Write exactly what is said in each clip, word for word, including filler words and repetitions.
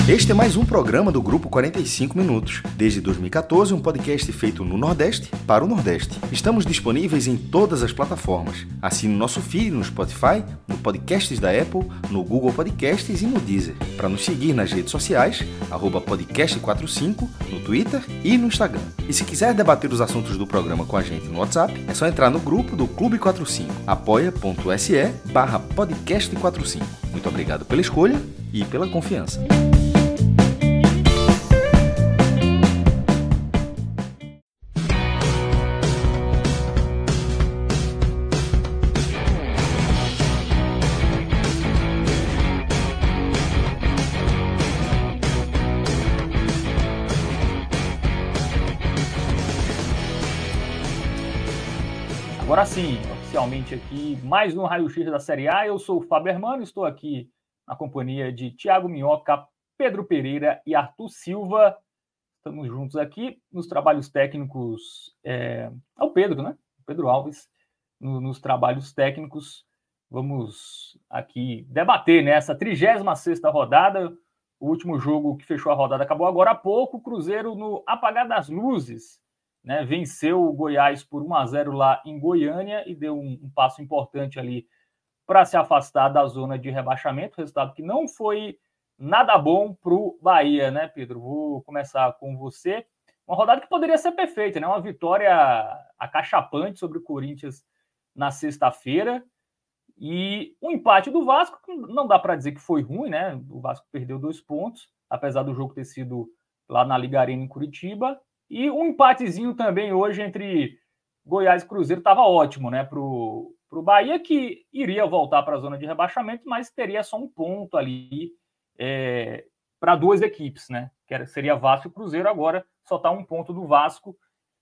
Este é mais um programa do Grupo quarenta e cinco Minutos. Desde dois mil e catorze, um podcast feito no Nordeste para o Nordeste. Estamos disponíveis em todas as plataformas. Assine o nosso feed no Spotify, no Podcasts da Apple, no Google Podcasts e no Deezer. Para nos seguir nas redes sociais, arroba podcast quarenta e cinco, no Twitter e no Instagram. E se quiser debater os assuntos do programa com a gente no WhatsApp, é só entrar no grupo do Clube quarenta e cinco, apoia.se barra podcast quarenta e cinco. Muito obrigado pela escolha e pela confiança. Agora sim, oficialmente aqui, mais um Raio X da Série A. Eu sou o Fábio Hermano, estou aqui na companhia de Thiago Minhoca, Pedro Pereira e Arthur Silva. Estamos juntos aqui nos trabalhos técnicos. É, é o Pedro, né? Pedro Alves, no, nos trabalhos técnicos. Vamos aqui debater nessa né, trigésima sexta rodada. O último jogo que fechou a rodada acabou agora há pouco. O Cruzeiro no apagar das luzes. Né, venceu o Goiás por um a zero lá em Goiânia e deu um, um passo importante ali para se afastar da zona de rebaixamento, resultado que não foi nada bom para o Bahia, né, Pedro? Vou começar com você. Uma rodada que poderia ser perfeita, né? Uma vitória acachapante sobre o Corinthians na sexta-feira e um empate do Vasco, que não dá para dizer que foi ruim, né? O Vasco perdeu dois pontos, apesar do jogo ter sido lá na Liga Arena em Curitiba. E um empatezinho também hoje entre Goiás e Cruzeiro estava ótimo, né? Para o Bahia, que iria voltar para a zona de rebaixamento, mas teria só um ponto ali é, para duas equipes, né? Que era, seria Vasco e Cruzeiro, agora só está um ponto do Vasco,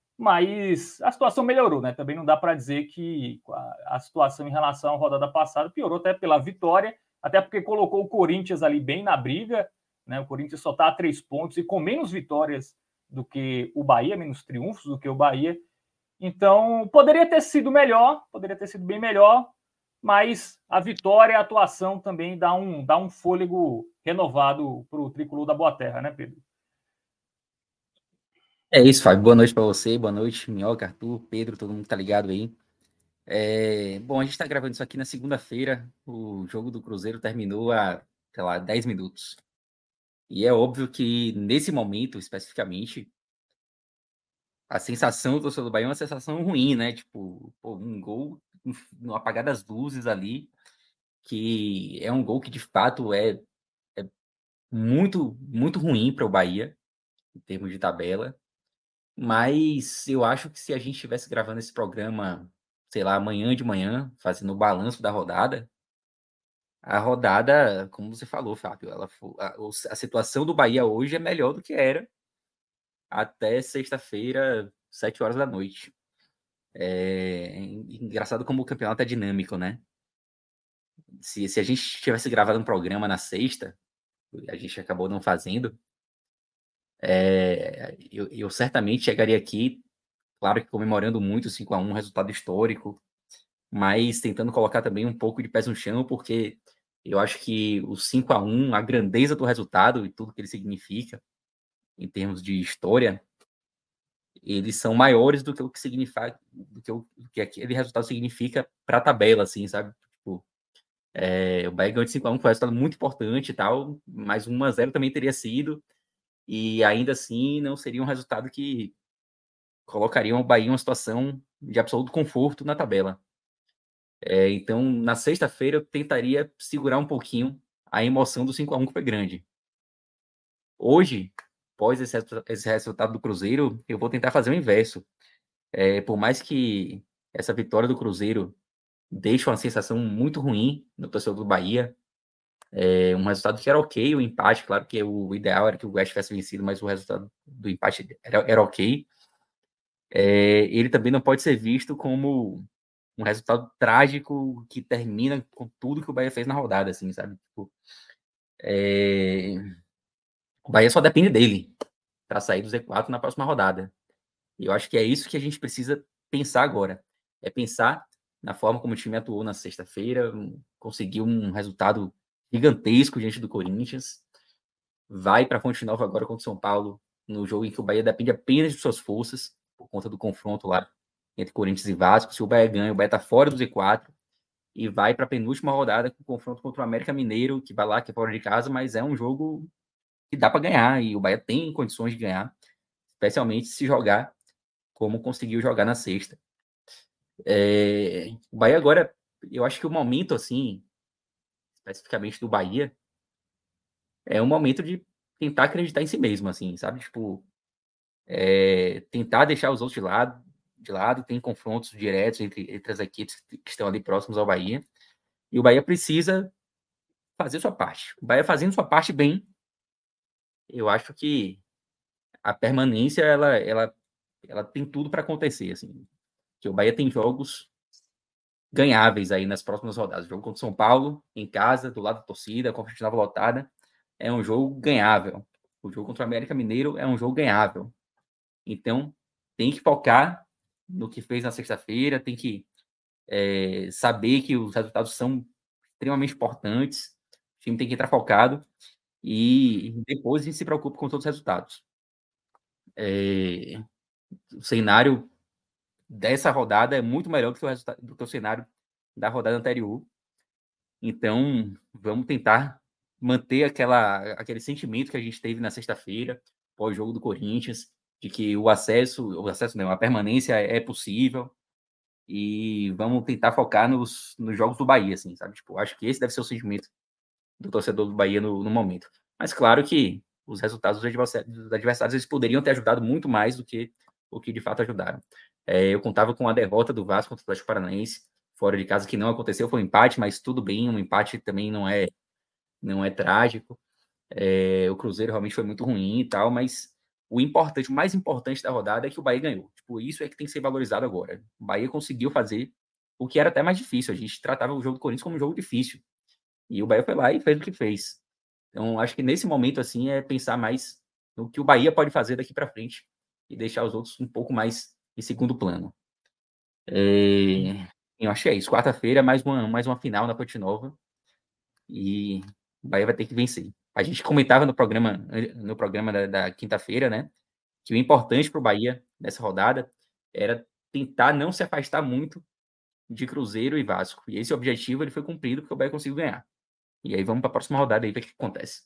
mas a situação melhorou, né? Também não dá para dizer que a, a situação em relação à rodada passada piorou, até pela vitória, até porque colocou o Corinthians ali bem na briga, né? O Corinthians só está a três pontos e com menos vitórias do que o Bahia, menos triunfos do que o Bahia. Então, poderia ter sido melhor, poderia ter sido bem melhor, mas a vitória e a atuação também dá um, dá um fôlego renovado para o tricolor da Boa Terra, né, Pedro? É isso, Fábio. Boa noite para você, boa noite, Minhoca, Arthur, Pedro, todo mundo tá ligado aí. É... Bom, a gente tá gravando isso aqui na segunda-feira, o jogo do Cruzeiro terminou há, sei lá, dez minutos. E é óbvio que, nesse momento, especificamente, a sensação do torcedor do Bahia é uma sensação ruim, né? Tipo, pô, um gol no apagar das luzes ali, que é um gol que, de fato, é, é muito, muito ruim para o Bahia, em termos de tabela. Mas eu acho que se a gente estivesse gravando esse programa, sei lá, amanhã de manhã, fazendo o balanço da rodada, a rodada, como você falou, Fábio, ela, a, a situação do Bahia hoje é melhor do que era até sexta-feira, sete horas da noite. É engraçado como o campeonato é dinâmico, né? Se, se a gente tivesse gravado um programa na sexta, a gente acabou não fazendo, é, eu, eu certamente chegaria aqui, claro que comemorando muito o cinco a um, um resultado histórico, mas tentando colocar também um pouco de pés no chão, porque eu acho que o cinco a um, a grandeza do resultado e tudo que ele significa, em termos de história, eles são maiores do que o que significa, do que, o, do que aquele resultado significa para a tabela, assim, sabe? Tipo, é, o Bahia ganhou de cinco a um, foi um resultado muito importante e tal, mas um a zero também teria sido, e ainda assim não seria um resultado que colocaria o Bahia em uma situação de absoluto conforto na tabela. É, então, na sexta-feira, eu tentaria segurar um pouquinho a emoção do cinco a um, que foi grande. Hoje, após esse, esse resultado do Cruzeiro, eu vou tentar fazer o inverso. É, por mais que essa vitória do Cruzeiro deixe uma sensação muito ruim no torcedor do Bahia, é um resultado que era ok, o empate, claro que o ideal era que o Goiás tivesse vencido, mas o resultado do empate era, era ok. É, ele também não pode ser visto como um resultado trágico que termina com tudo que o Bahia fez na rodada, assim, sabe? Tipo, é... O Bahia só depende dele para sair do Z quatro na próxima rodada. E eu acho que é isso que a gente precisa pensar agora. É pensar na forma como o time atuou na sexta-feira, conseguiu um resultado gigantesco diante do Corinthians. vai para a Fonte Nova agora contra o São Paulo, no jogo em que o Bahia depende apenas de suas forças, por conta do confronto lá entre Corinthians e Vasco. Se o Bahia ganha, o Bahia está fora do Z quatro e vai para a penúltima rodada com o confronto contra o América Mineiro, que vai lá, que é fora de casa, mas é um jogo que dá para ganhar, e o Bahia tem condições de ganhar, especialmente se jogar como conseguiu jogar na sexta. É, o Bahia agora, eu acho que o momento, assim, especificamente do Bahia, é um momento de tentar acreditar em si mesmo, assim, sabe? Tipo, é, tentar deixar os outros de lado, de lado, tem confrontos diretos entre, entre as equipes que estão ali próximos ao Bahia, e o Bahia precisa fazer sua parte. O Bahia fazendo sua parte bem, eu acho que a permanência, ela, ela, ela tem tudo para acontecer, assim. Que o Bahia tem jogos ganháveis aí nas próximas rodadas. O jogo contra o São Paulo, em casa, do lado da torcida, com a Fonte Nova lotada, é um jogo ganhável. O jogo contra o América Mineiro é um jogo ganhável. Então, tem que focar no que fez na sexta-feira, tem que é, saber que os resultados são extremamente importantes, o time tem que entrar focado e depois a gente se preocupa com todos os resultados. É, o cenário dessa rodada é muito melhor do que o, resultado, do que o cenário da rodada anterior. Então, vamos tentar manter aquela, aquele sentimento que a gente teve na sexta-feira, pós-jogo do Corinthians, de que o acesso, o acesso não, a permanência é possível, e vamos tentar focar nos, nos jogos do Bahia, assim, sabe? Tipo, acho que esse deve ser o sentimento do torcedor do Bahia no, no momento. Mas claro que os resultados dos adversários, dos adversários eles poderiam ter ajudado muito mais do que o que de fato ajudaram. É, eu contava com a derrota do Vasco contra o Atlético Paranaense, fora de casa, que não aconteceu, foi um empate, mas tudo bem, um empate também não é, não é trágico. É, o Cruzeiro realmente foi muito ruim e tal, mas o importante, o mais importante da rodada é que o Bahia ganhou. Tipo, isso é que tem que ser valorizado agora. O Bahia conseguiu fazer o que era até mais difícil. A gente tratava o jogo do Corinthians como um jogo difícil. E o Bahia foi lá e fez o que fez. Então, acho que nesse momento, assim, é pensar mais no que o Bahia pode fazer daqui para frente e deixar os outros um pouco mais em segundo plano. É... Eu acho que é isso. Quarta-feira, mais uma, mais uma final na Fonte Nova. E o Bahia vai ter que vencer. A gente comentava no programa, no programa da, da quinta-feira, né? Que o importante para o Bahia nessa rodada era tentar não se afastar muito de Cruzeiro e Vasco. E esse objetivo ele foi cumprido porque o Bahia conseguiu ganhar. E aí vamos para a próxima rodada aí ver o que acontece.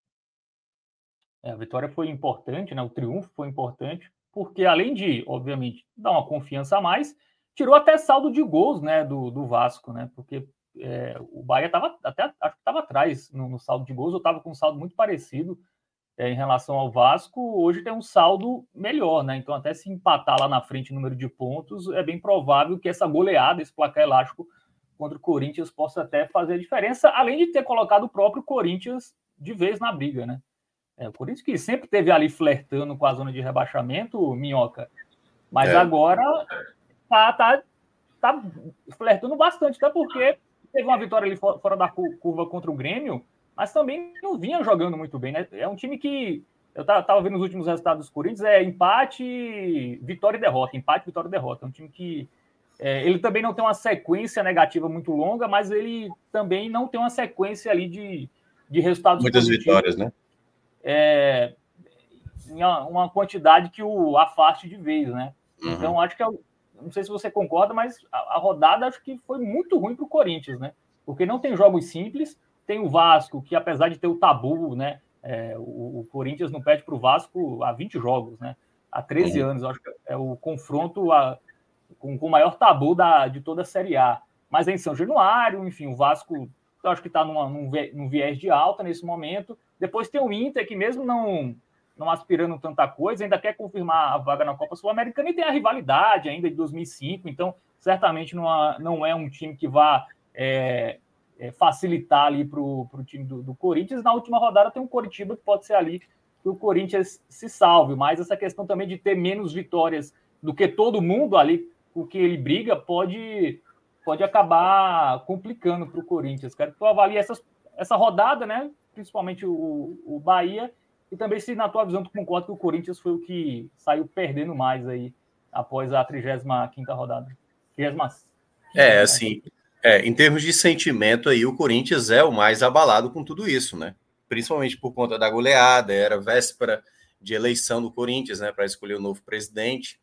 É, a vitória foi importante, né? O triunfo foi importante, porque além de, obviamente, dar uma confiança a mais, tirou até saldo de gols, né, do, do Vasco, né? Porque é, o Bahia estava até acho que estava atrás no, no saldo de gols, eu estava com um saldo muito parecido é, em relação ao Vasco. Hoje tem um saldo melhor, né? Então, até se empatar lá na frente o número de pontos, é bem provável que essa goleada, esse placar elástico contra o Corinthians possa até fazer a diferença, além de ter colocado o próprio Corinthians de vez na briga, né? É, o Corinthians que sempre esteve ali flertando com a zona de rebaixamento, Minhoca, mas é. agora tá, tá, tá flertando bastante, até porque teve uma vitória ali fora da curva contra o Grêmio, mas também não vinha jogando muito bem, né? É um time que, eu tava vendo os últimos resultados dos Corinthians, é empate, vitória e derrota, empate, vitória e derrota. É um time que é, ele também não tem uma sequência negativa muito longa, mas ele também não tem uma sequência ali de, de resultados muitas positivos. Vitórias, né? É, uma quantidade que o afaste de vez, né? Uhum. Então, acho que, eu, não sei se você concorda, mas a, a rodada acho que foi muito ruim para o Corinthians, né? Porque não tem jogos simples, tem o Vasco, que apesar de ter o tabu, né? É, o, o Corinthians não perde para o Vasco há vinte jogos, né? Há treze uhum. anos, acho que é o confronto a, com, com o maior tabu da, de toda a Série A. Mas é em São Januário, enfim, o Vasco, eu acho que está num, num viés de alta nesse momento. Depois tem o Inter, que mesmo não, não aspirando tanta coisa, ainda quer confirmar a vaga na Copa Sul-Americana e tem a rivalidade ainda de dois mil e cinco, então certamente não, não é um time que vá é, é, facilitar ali para o time do, do Corinthians. Na última rodada tem um Coritiba que pode ser ali que o Corinthians se salve, mas essa questão também de ter menos vitórias do que todo mundo ali, o que ele briga, pode, pode acabar complicando para o Corinthians. Quero que tu avalie essas, essa rodada, né? Principalmente o, o Bahia, e também se na tua visão tu concorda que o Corinthians foi o que saiu perdendo mais aí após a trigésima quinta rodada. trigésima É, assim, é, em termos de sentimento aí, o Corinthians é o mais abalado com tudo isso, né? principalmente por conta da goleada, era véspera de eleição do Corinthians, né, para escolher o novo presidente,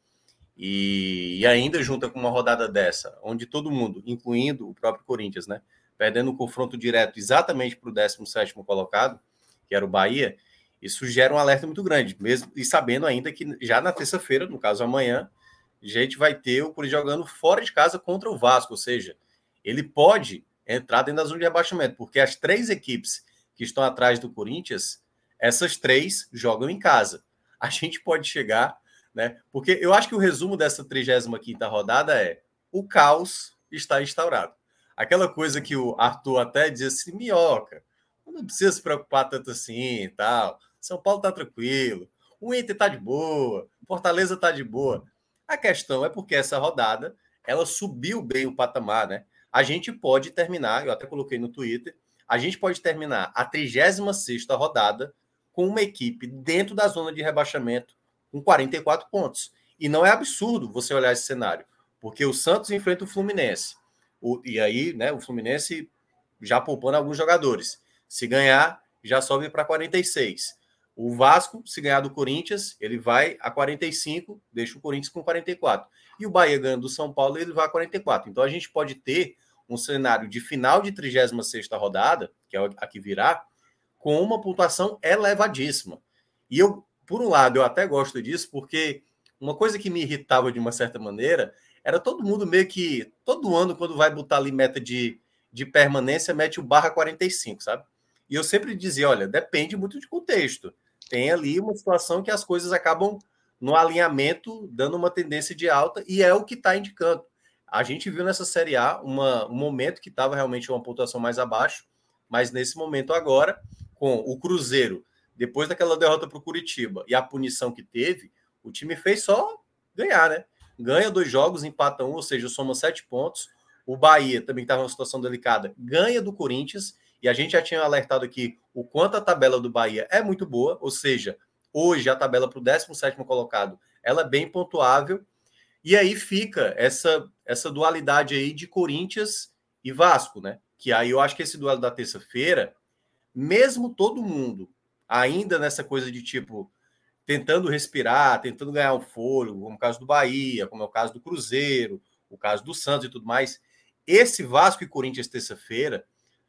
e, e ainda junta com uma rodada dessa, onde todo mundo, incluindo o próprio Corinthians, né, perdendo um confronto direto exatamente para o décimo sétimo colocado, que era o Bahia, isso gera um alerta muito grande, mesmo e sabendo ainda que já na terça-feira, no caso amanhã, a gente vai ter o Corinthians jogando fora de casa contra o Vasco, ou seja, ele pode entrar dentro da zona de rebaixamento, porque as três equipes que estão atrás do Corinthians, essas três jogam em casa. A gente pode chegar, né? Porque eu acho que o resumo dessa trigésima quinta rodada é: o caos está instaurado. Aquela coisa que o Arthur até dizia assim, Minhoca, não precisa se preocupar tanto assim e tal. São Paulo tá tranquilo, o Inter tá de boa, Fortaleza tá de boa. A questão é porque essa rodada, ela subiu bem o patamar, né? A gente pode terminar, eu até coloquei no Twitter, a gente pode terminar a trigésima sexta rodada com uma equipe dentro da zona de rebaixamento com quarenta e quatro pontos. E não é absurdo você olhar esse cenário, porque o Santos enfrenta o Fluminense. O, e aí, né, o Fluminense já poupando alguns jogadores. Se ganhar, já sobe para quarenta e seis. O Vasco, se ganhar do Corinthians, ele vai a quarenta e cinco, deixa o Corinthians com quarenta e quatro. E o Bahia ganhando do São Paulo, ele vai a quarenta e quatro. Então a gente pode ter um cenário de final de trigésima sexta rodada, que é a que virá, com uma pontuação elevadíssima. E eu, por um lado, eu até gosto disso, porque uma coisa que me irritava de uma certa maneira era todo mundo meio que, todo ano, quando vai botar ali meta de, de permanência, mete o barra quarenta e cinco, sabe? E eu sempre dizia, olha, depende muito de contexto. Tem ali uma situação que as coisas acabam no alinhamento, dando uma tendência de alta, e é o que está indicando. A gente viu nessa Série A uma, um momento que estava realmente uma pontuação mais abaixo, mas nesse momento agora, com o Cruzeiro, depois daquela derrota para o Curitiba e a punição que teve, o time fez só ganhar, né? Ganha dois jogos, empata um, ou seja, soma sete pontos. O Bahia também estava numa situação delicada, ganha do Corinthians, e a gente já tinha alertado aqui o quanto a tabela do Bahia é muito boa, ou seja, hoje a tabela para o décimo sétimo colocado, ela é bem pontuável, e aí fica essa, essa dualidade aí de Corinthians e Vasco, né? Que aí eu acho que esse duelo da terça-feira, mesmo todo mundo ainda nessa coisa de tipo, tentando respirar, tentando ganhar um fôlego, como é o caso do Bahia, como é o caso do Cruzeiro, o caso do Santos e tudo mais, esse Vasco e Corinthians terça-feira,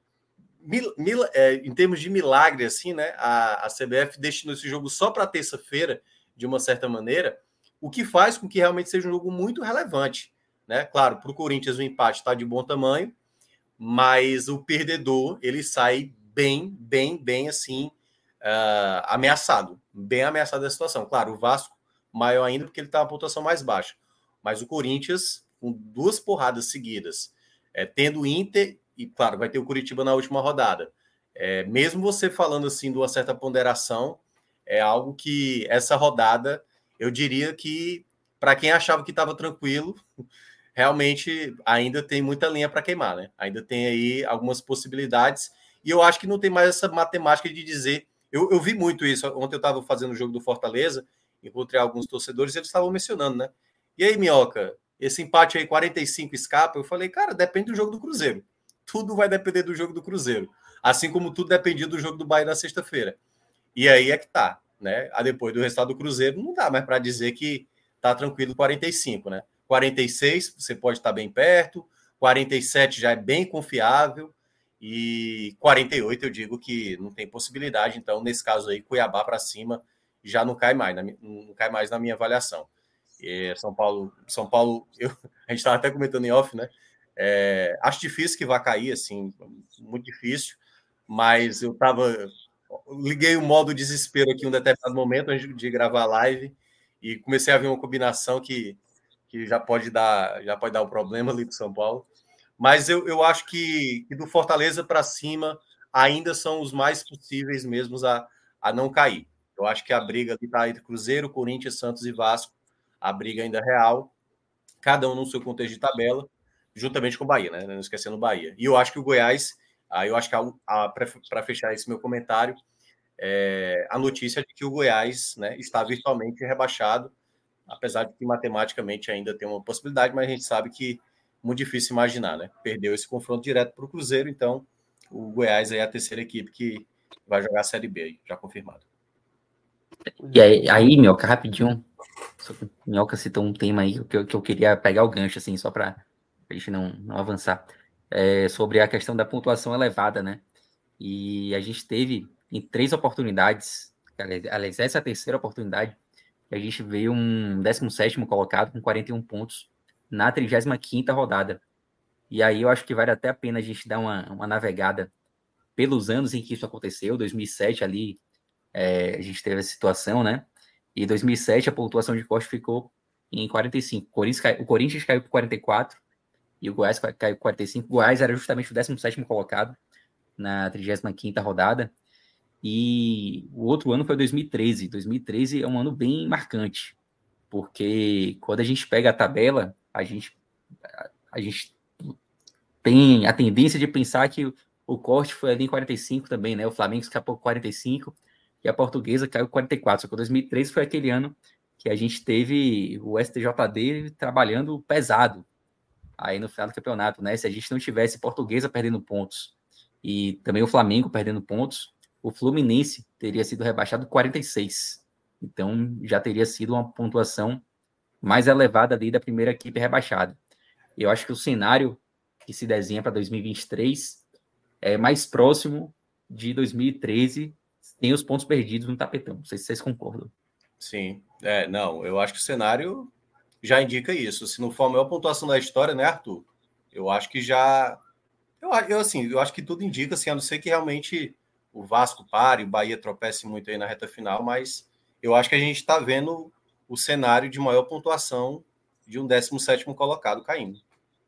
Mil, mil, é, em termos de milagre, assim, né? A, a C B F destinou esse jogo só para terça-feira, de uma certa maneira, o que faz com que realmente seja um jogo muito relevante, né? Claro, para o Corinthians o empate está de bom tamanho, mas o perdedor ele sai bem, bem, bem assim uh, ameaçado, bem ameaçado da situação. Claro, o Vasco maior ainda porque ele está uma pontuação mais baixa, mas o Corinthians com duas porradas seguidas, é, tendo o Inter e, claro, vai ter o Curitiba na última rodada. É, mesmo você falando assim de uma certa ponderação, é algo que essa rodada, eu diria que, para quem achava que estava tranquilo, realmente ainda tem muita linha para queimar, né? Ainda tem aí algumas possibilidades. E eu acho que não tem mais essa matemática de dizer... Eu, eu vi muito isso. Ontem eu estava fazendo o jogo do Fortaleza, encontrei alguns torcedores e eles estavam mencionando, né? E aí, Minhoca, esse empate aí, quarenta e cinco escapa? Eu falei, cara, depende do jogo do Cruzeiro. Tudo vai depender do jogo do Cruzeiro. Assim como tudo dependia do jogo do Bahia na sexta-feira. E aí é que tá, né? A depois do resultado do Cruzeiro, não dá mais para dizer que tá tranquilo quarenta e cinco, né? quarenta e seis, você pode estar bem perto. quarenta e sete já é bem confiável. E quarenta e oito eu digo que não tem possibilidade. Então, nesse caso aí, Cuiabá para cima já não cai mais, não cai mais na minha avaliação. E São Paulo, São Paulo, eu, a gente estava até comentando em off, né? É, acho difícil que vá cair, assim, muito difícil, mas eu tava, liguei o modo desespero aqui em um determinado momento antes de gravar a live e comecei a ver uma combinação que, que já pode dar, já pode dar um problema ali do São Paulo, mas eu, eu acho que, que do Fortaleza para cima ainda são os mais possíveis mesmo a, a não cair. Eu acho que a briga ali está entre Cruzeiro, Corinthians, Santos e Vasco, a briga ainda é real, cada um no seu contexto de tabela, juntamente com o Bahia, né? Não esquecendo o Bahia. E eu acho que o Goiás, aí eu acho que para fechar esse meu comentário, é, a notícia de que o Goiás, né, está virtualmente rebaixado, apesar de que matematicamente ainda tem uma possibilidade, mas a gente sabe que é muito difícil imaginar, né? Perdeu esse confronto direto para o Cruzeiro, então o Goiás é a terceira equipe que, vai jogar a Série B aí, já confirmado. E aí, aí Minhoca, rapidinho, Minhoca citou um tema aí que eu, que eu queria pegar o gancho, assim, só para a gente não, não avançar, é sobre a questão da pontuação elevada, né? E a gente teve em três oportunidades, aliás, essa é a terceira oportunidade, que a gente veio um décimo sétimo colocado com quarenta e um pontos na trigésima quinta rodada. E aí eu acho que vale até a pena a gente dar uma, uma navegada pelos anos em que isso aconteceu. dois mil e sete ali, é, a gente teve essa situação, né? E em dois mil e sete a pontuação de corte ficou em quarenta e cinco. O Corinthians, cai, o Corinthians caiu para quarenta e quatro e o Goiás caiu para quarenta e cinco. O Goiás era justamente o décimo sétimo colocado na trigésima quinta rodada. E o outro ano foi dois mil e treze. dois mil e treze é um ano bem marcante, porque quando a gente pega a tabela, a gente, a, a gente tem a tendência de pensar que o corte foi ali em quarenta e cinco também, né? O Flamengo escapou com quarenta e cinco e a Portuguesa caiu com quarenta e quatro. Só que dois mil e treze foi aquele ano que a gente teve o S T J D trabalhando pesado aí no final do campeonato, né? Se a gente não tivesse Portuguesa perdendo pontos e também o Flamengo perdendo pontos, o Fluminense teria sido rebaixado quarenta e seis. Então, já teria sido uma pontuação mais elevada ali da primeira equipe rebaixada. Eu acho que o cenário que se desenha para dois mil e vinte e três é mais próximo de dois mil e treze, tem os pontos perdidos no tapetão. Não sei se vocês concordam. Sim, é, não, eu acho que o cenário já indica isso. Se não for a maior pontuação da história, né, Arthur? Eu acho que já... Eu, eu, assim, eu acho que tudo indica, assim, a não ser que realmente o Vasco pare, o Bahia tropece muito aí na reta final, mas eu acho que a gente está vendo o cenário de maior pontuação de um décimo sétimo colocado caindo.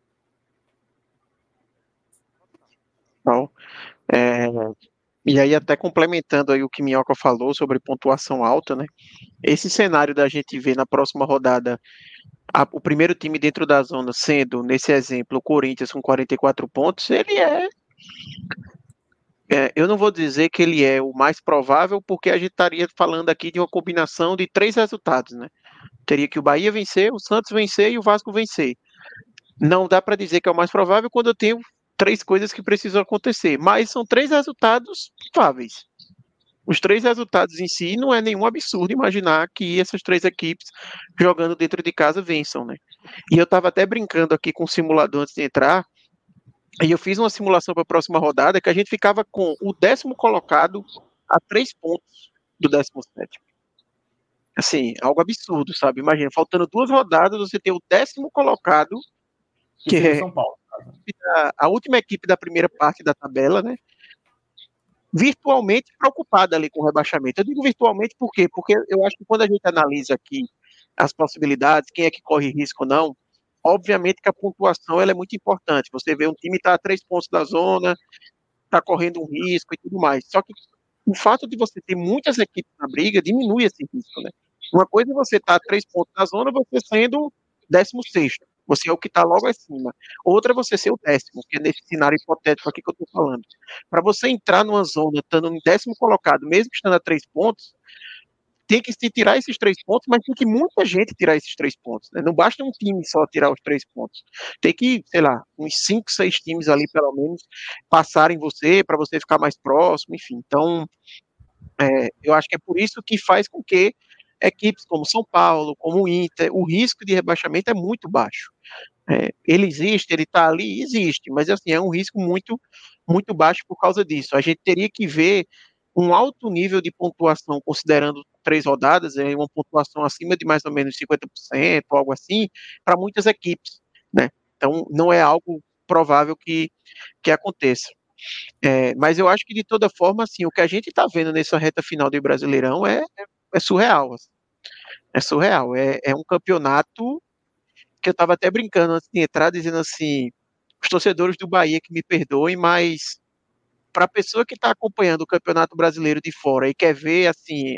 Bom, é, e aí até complementando aí o que Minhoca falou sobre pontuação alta, né? Esse cenário da gente ver na próxima rodada a, o primeiro time dentro da zona sendo, nesse exemplo, o Corinthians com quarenta e quatro pontos, ele é, é eu não vou dizer que ele é o mais provável, porque a gente estaria falando aqui de uma combinação de três resultados, né? Teria que o Bahia vencer, o Santos vencer e o Vasco vencer. Não dá para dizer que é o mais provável quando eu tenho três coisas que precisam acontecer, mas são três resultados prováveis. Os três resultados em si não é nenhum absurdo imaginar que essas três equipes jogando dentro de casa vençam, né? E eu estava até brincando aqui com o simulador antes de entrar, e eu fiz uma simulação para a próxima rodada que a gente ficava com o décimo colocado a três pontos do décimo sétimo. Assim, algo absurdo, sabe? Imagina, faltando duas rodadas, você tem o décimo colocado, que é São Paulo, a, a última equipe da primeira parte da tabela, né? Virtualmente preocupada ali com o rebaixamento. Eu digo virtualmente por quê? Porque eu acho que quando a gente analisa aqui as possibilidades, quem é que corre risco ou não, obviamente que a pontuação ela é muito importante. Você vê um time está a três pontos da zona, está correndo um risco e tudo mais. Só que o fato de você ter muitas equipes na briga diminui esse risco, né? Uma coisa é você estar tá a três pontos da zona, você sendo décimo sexto. Você é o que está logo acima. Outra é você ser o décimo, que é nesse cenário hipotético aqui que eu estou falando. Para você entrar numa zona, estando em décimo colocado, mesmo estando a três pontos, tem que se tirar esses três pontos, mas tem que muita gente tirar esses três pontos. Né? Não basta um time só tirar os três pontos. Tem que, sei lá, uns cinco, seis times ali, pelo menos, passarem você, para você ficar mais próximo, enfim. Então, é, eu acho que é por isso que faz com que equipes como São Paulo, como o Inter, o risco de rebaixamento é muito baixo. É, ele existe, ele está ali, existe, mas assim, é um risco muito, muito baixo por causa disso. A gente teria que ver um alto nível de pontuação, considerando três rodadas, é uma pontuação acima de mais ou menos cinquenta por cento, algo assim, para muitas equipes, né? Então, não é algo provável que, que aconteça. É, mas eu acho que, de toda forma, assim, o que a gente está vendo nessa reta final do Brasileirão é, é surreal. Assim. É surreal. É, é um campeonato que eu estava até brincando antes de entrar, dizendo assim, os torcedores do Bahia que me perdoem, mas para a pessoa que está acompanhando o Campeonato Brasileiro de fora e quer ver, assim,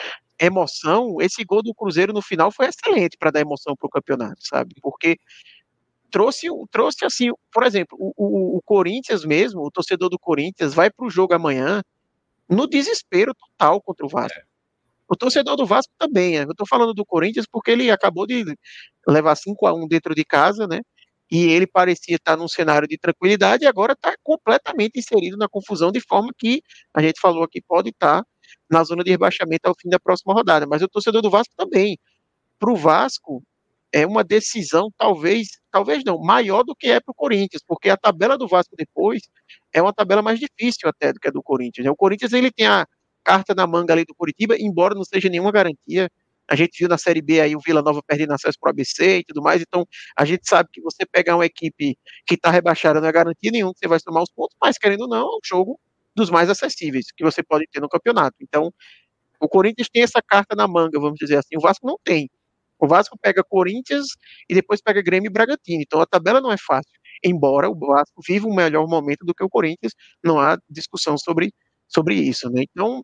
emoção, esse gol do Cruzeiro no final foi excelente para dar emoção para o campeonato, sabe? Porque trouxe, trouxe assim, por exemplo, o, o, o Corinthians mesmo, o torcedor do Corinthians vai para o jogo amanhã no desespero total contra o Vasco. O torcedor do Vasco também, né? Eu estou falando do Corinthians porque ele acabou de levar cinco a um dentro de casa, né? e ele parecia estar num cenário de tranquilidade e agora está completamente inserido na confusão, de forma que a gente falou aqui, pode estar na zona de rebaixamento ao fim da próxima rodada. Mas o torcedor do Vasco também. Para o Vasco, é uma decisão talvez, talvez não, maior do que é para o Corinthians, porque a tabela do Vasco depois é uma tabela mais difícil até do que a do Corinthians, né? O Corinthians, ele tem a carta na manga ali do Coritiba, embora não seja nenhuma garantia. A gente viu na Série B aí o Vila Nova perdendo acesso para o A B C e tudo mais, então a gente sabe que você pegar uma equipe que está rebaixada não é garantia nenhuma que você vai somar os pontos, mas querendo ou não, é um jogo dos mais acessíveis que você pode ter no campeonato. Então, o Corinthians tem essa carta na manga, vamos dizer assim, o Vasco não tem. O Vasco pega Corinthians e depois pega Grêmio e Bragantino, então a tabela não é fácil, embora o Vasco viva um melhor momento do que o Corinthians, não há discussão sobre, sobre isso, né? Então,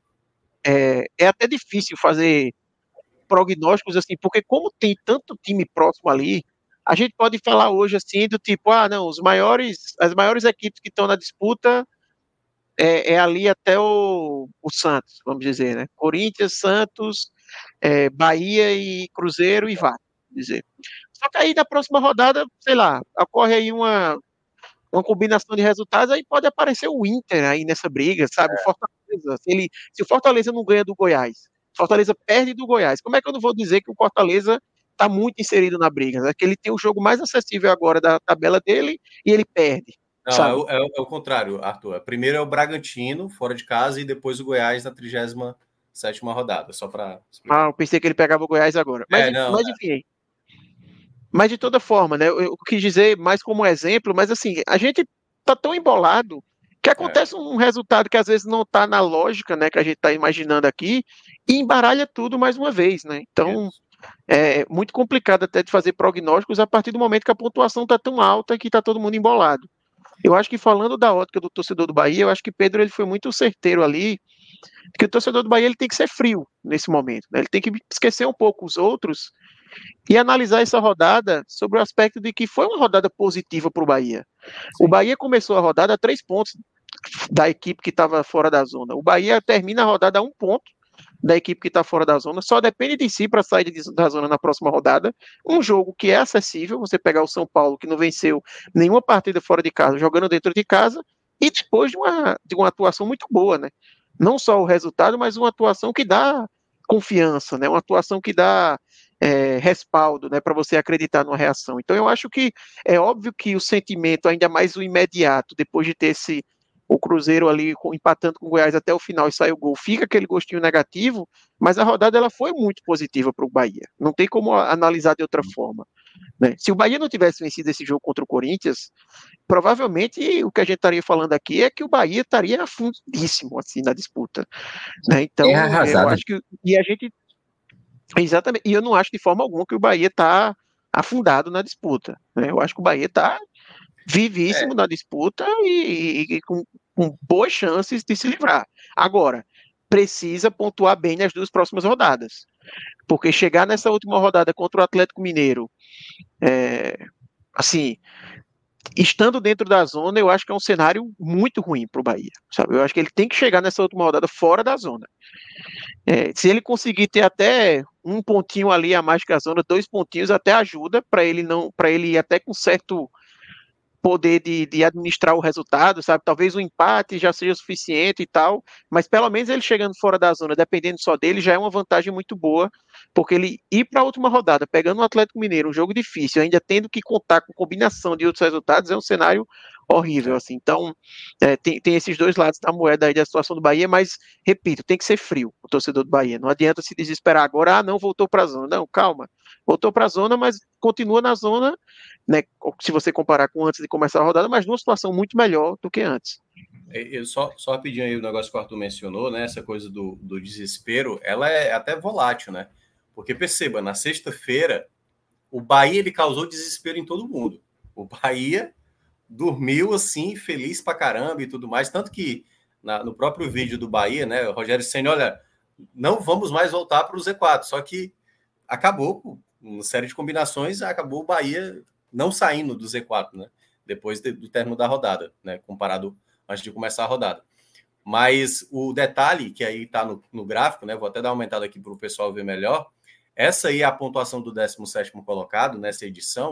é, é até difícil fazer prognósticos assim, porque como tem tanto time próximo ali, a gente pode falar hoje assim do tipo, ah, não, os maiores, as maiores equipes que estão na disputa é, é ali até o, o Santos, vamos dizer, né? Corinthians, Santos, é, Bahia e Cruzeiro e Vasco, vamos dizer. Só que aí na próxima rodada, sei lá, ocorre aí uma, uma combinação de resultados, aí pode aparecer o Inter aí nessa briga, sabe? O Fortaleza, se, ele, se o Fortaleza não ganha do Goiás, Fortaleza perde do Goiás, como é que eu não vou dizer que o Fortaleza está muito inserido na briga? É que ele tem o jogo mais acessível agora da tabela dele e ele perde. Não, é o, é, o, é o contrário, Arthur. Primeiro é o Bragantino, fora de casa, e depois o Goiás na trigésima sétima rodada, só para Ah, eu pensei que ele pegava o Goiás agora. Mas, é, não, mas é. enfim. Mas de toda forma, né? Eu, eu quis dizer mais como exemplo, mas assim, a gente tá tão embolado que acontece é. um resultado que às vezes não tá na lógica, né, que a gente tá imaginando aqui, e embaralha tudo mais uma vez, né? Então, é muito complicado até de fazer prognósticos a partir do momento que a pontuação tá tão alta que tá todo mundo embolado. Eu acho que falando da ótica do torcedor do Bahia, eu acho que Pedro ele foi muito certeiro ali, que o torcedor do Bahia ele tem que ser frio nesse momento, né? Ele tem que esquecer um pouco os outros e analisar essa rodada sobre o aspecto de que foi uma rodada positiva para o Bahia. Sim. O Bahia começou a rodada a três pontos da equipe que estava fora da zona. O Bahia termina a rodada a um ponto da equipe que está fora da zona, só depende de si para sair da zona na próxima rodada. Um jogo que é acessível, você pegar o São Paulo, que não venceu nenhuma partida fora de casa, jogando dentro de casa, e depois de uma, de uma atuação muito boa, né? Não só o resultado, mas uma atuação que dá confiança, né? Uma atuação que dá é, respaldo, né? Para você acreditar numa reação. Então eu acho que é óbvio que o sentimento, ainda mais o imediato, depois de ter esse o Cruzeiro ali empatando com o Goiás até o final e sai o gol, fica aquele gostinho negativo, mas a rodada ela foi muito positiva para o Bahia. Não tem como analisar de outra forma. Né? Se o Bahia não tivesse vencido esse jogo contra o Corinthians, provavelmente o que a gente estaria falando aqui é que o Bahia estaria afundíssimo assim, na disputa. Né? Então, é eu acho que. E a gente. Exatamente. E eu não acho de forma alguma que o Bahia está afundado na disputa. Né? Eu acho que o Bahia está vivíssimo é. na disputa e, e, e com, com boas chances de se livrar. Agora, precisa pontuar bem nas duas próximas rodadas. Porque chegar nessa última rodada contra o Atlético Mineiro, é, assim, estando dentro da zona, eu acho que é um cenário muito ruim para o Bahia. Sabe? Eu acho que ele tem que chegar nessa última rodada fora da zona. É, se ele conseguir ter até um pontinho ali a mais que a zona, dois pontinhos, até ajuda para ele não, para ele ir até com certo poder de, de administrar o resultado, sabe? Talvez o empate já seja suficiente e tal, mas pelo menos ele chegando fora da zona, dependendo só dele, já é uma vantagem muito boa, porque ele ir para a última rodada, pegando o Atlético Mineiro, um jogo difícil, ainda tendo que contar com combinação de outros resultados, é um cenário horrível, assim. Então, é, tem, tem esses dois lados da moeda aí da situação do Bahia, mas, repito, tem que ser frio o torcedor do Bahia. Não adianta se desesperar agora, ah, não, voltou para a zona. Não, calma. Voltou para a zona, mas continua na zona, né, se você comparar com antes de começar a rodada, mas numa situação muito melhor do que antes. Eu só, só rapidinho aí o negócio que o Arthur mencionou, né, essa coisa do, do desespero, ela é até volátil, né? Porque perceba, na sexta-feira, o Bahia ele causou desespero em todo mundo. O Bahia dormiu assim, feliz pra caramba e tudo mais, tanto que na, no próprio vídeo do Bahia, né, o Rogério Ceni, olha, não vamos mais voltar para o Z quatro, só que acabou, uma série de combinações, acabou o Bahia não saindo do Z quatro, né, depois de, do término da rodada, né, comparado antes de começar a rodada. Mas o detalhe, que aí está no, no gráfico, né, vou até dar uma aumentada aqui para o pessoal ver melhor, essa aí é a pontuação do décimo sétimo colocado nessa edição,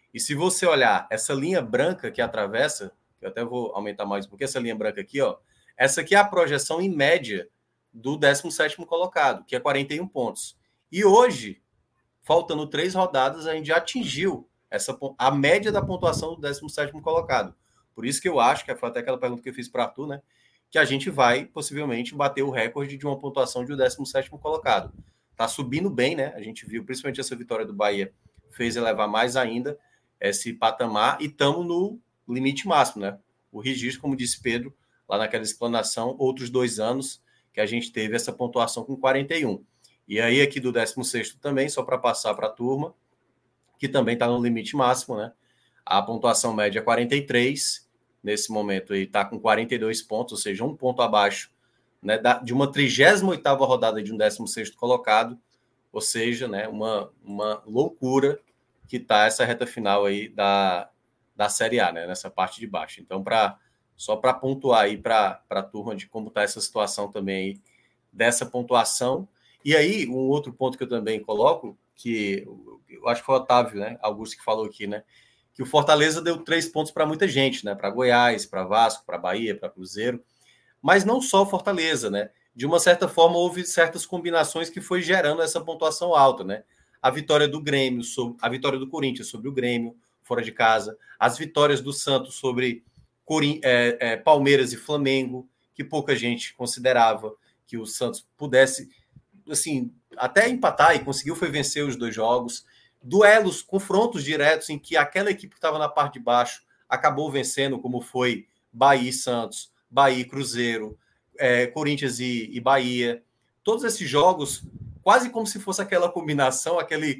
E se você olhar essa linha branca que atravessa, eu até vou aumentar mais um pouquinho, essa linha branca aqui, ó, essa aqui é a projeção em média do décimo sétimo colocado, que é quarenta e um pontos. E hoje, faltando três rodadas, a gente já atingiu essa, a média da pontuação do décimo sétimo colocado. Por isso que eu acho, que foi até aquela pergunta que eu fiz para o Arthur, né, que a gente vai, possivelmente, bater o recorde de uma pontuação de um décimo sétimo colocado. Tá subindo bem, né? A gente viu, principalmente essa vitória do Bahia, fez elevar mais ainda esse patamar, e estamos no limite máximo, né? O registro, como disse Pedro, lá naquela explanação, outros dois anos que a gente teve essa pontuação com quarenta e um. E aí aqui do décimo sexto também, só para passar para a turma, que também está no limite máximo, né? A pontuação média é quarenta e três, nesse momento ele está com quarenta e dois pontos, ou seja, um ponto abaixo, né, de uma trigésima oitava rodada de um décimo sexto colocado, ou seja, né, uma, uma loucura que está essa reta final aí da, da Série A, né, nessa parte de baixo. Então, pra, só para pontuar aí para a turma de como está essa situação também aí, dessa pontuação. E aí, um outro ponto que eu também coloco, que eu acho que foi o Otávio, né, Augusto, que falou aqui, né, que o Fortaleza deu três pontos para muita gente, né, para Goiás, para Vasco, para Bahia, para Cruzeiro, mas não só o Fortaleza, né? De uma certa forma, houve certas combinações que foi gerando essa pontuação alta, né? A vitória do Grêmio, sobre, a vitória do Corinthians sobre o Grêmio, fora de casa, as vitórias do Santos sobre Corin- é, é, Palmeiras e Flamengo, que pouca gente considerava que o Santos pudesse, assim, até empatar, e conseguiu foi vencer os dois jogos. Duelos, confrontos diretos em que aquela equipe que estava na parte de baixo acabou vencendo, como foi Bahia e Santos, Bahia e Cruzeiro, é, Corinthians e, e Bahia. Todos esses jogos, quase como se fosse aquela combinação, aquele,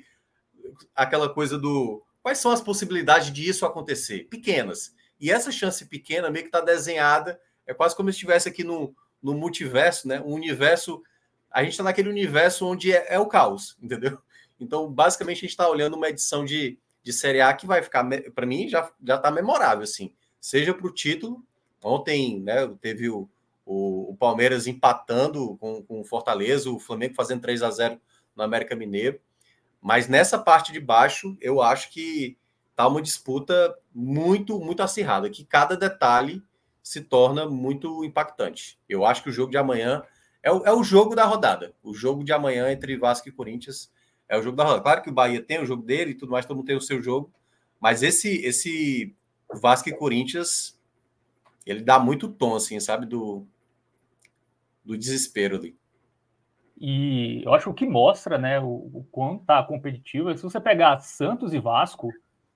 aquela coisa do... Quais são as possibilidades de isso acontecer? Pequenas. E essa chance pequena meio que está desenhada, é quase como se estivesse aqui no, no multiverso, né? Um universo... A gente está naquele universo onde é, é o caos, entendeu? Então, basicamente, a gente está olhando uma edição de, de Série A que vai ficar, para mim, já está memorável, assim. Seja para o título. Ontem, né, teve o, o, o Palmeiras empatando com, com o Fortaleza, o Flamengo fazendo três a zero no América Mineiro. Mas nessa parte de baixo, eu acho que está uma disputa muito, muito acirrada, que cada detalhe se torna muito impactante. Eu acho que o jogo de amanhã é o, é o jogo da rodada. O jogo de amanhã entre Vasco e Corinthians é o jogo da rodada. Claro que o Bahia tem o jogo dele e tudo mais, todo mundo tem o seu jogo, mas esse, esse Vasco e Corinthians... ele dá muito tom, assim, sabe, do, do desespero ali. E eu acho que o que mostra, né, o, o quanto tá competitivo, é se você pegar Santos e Vasco,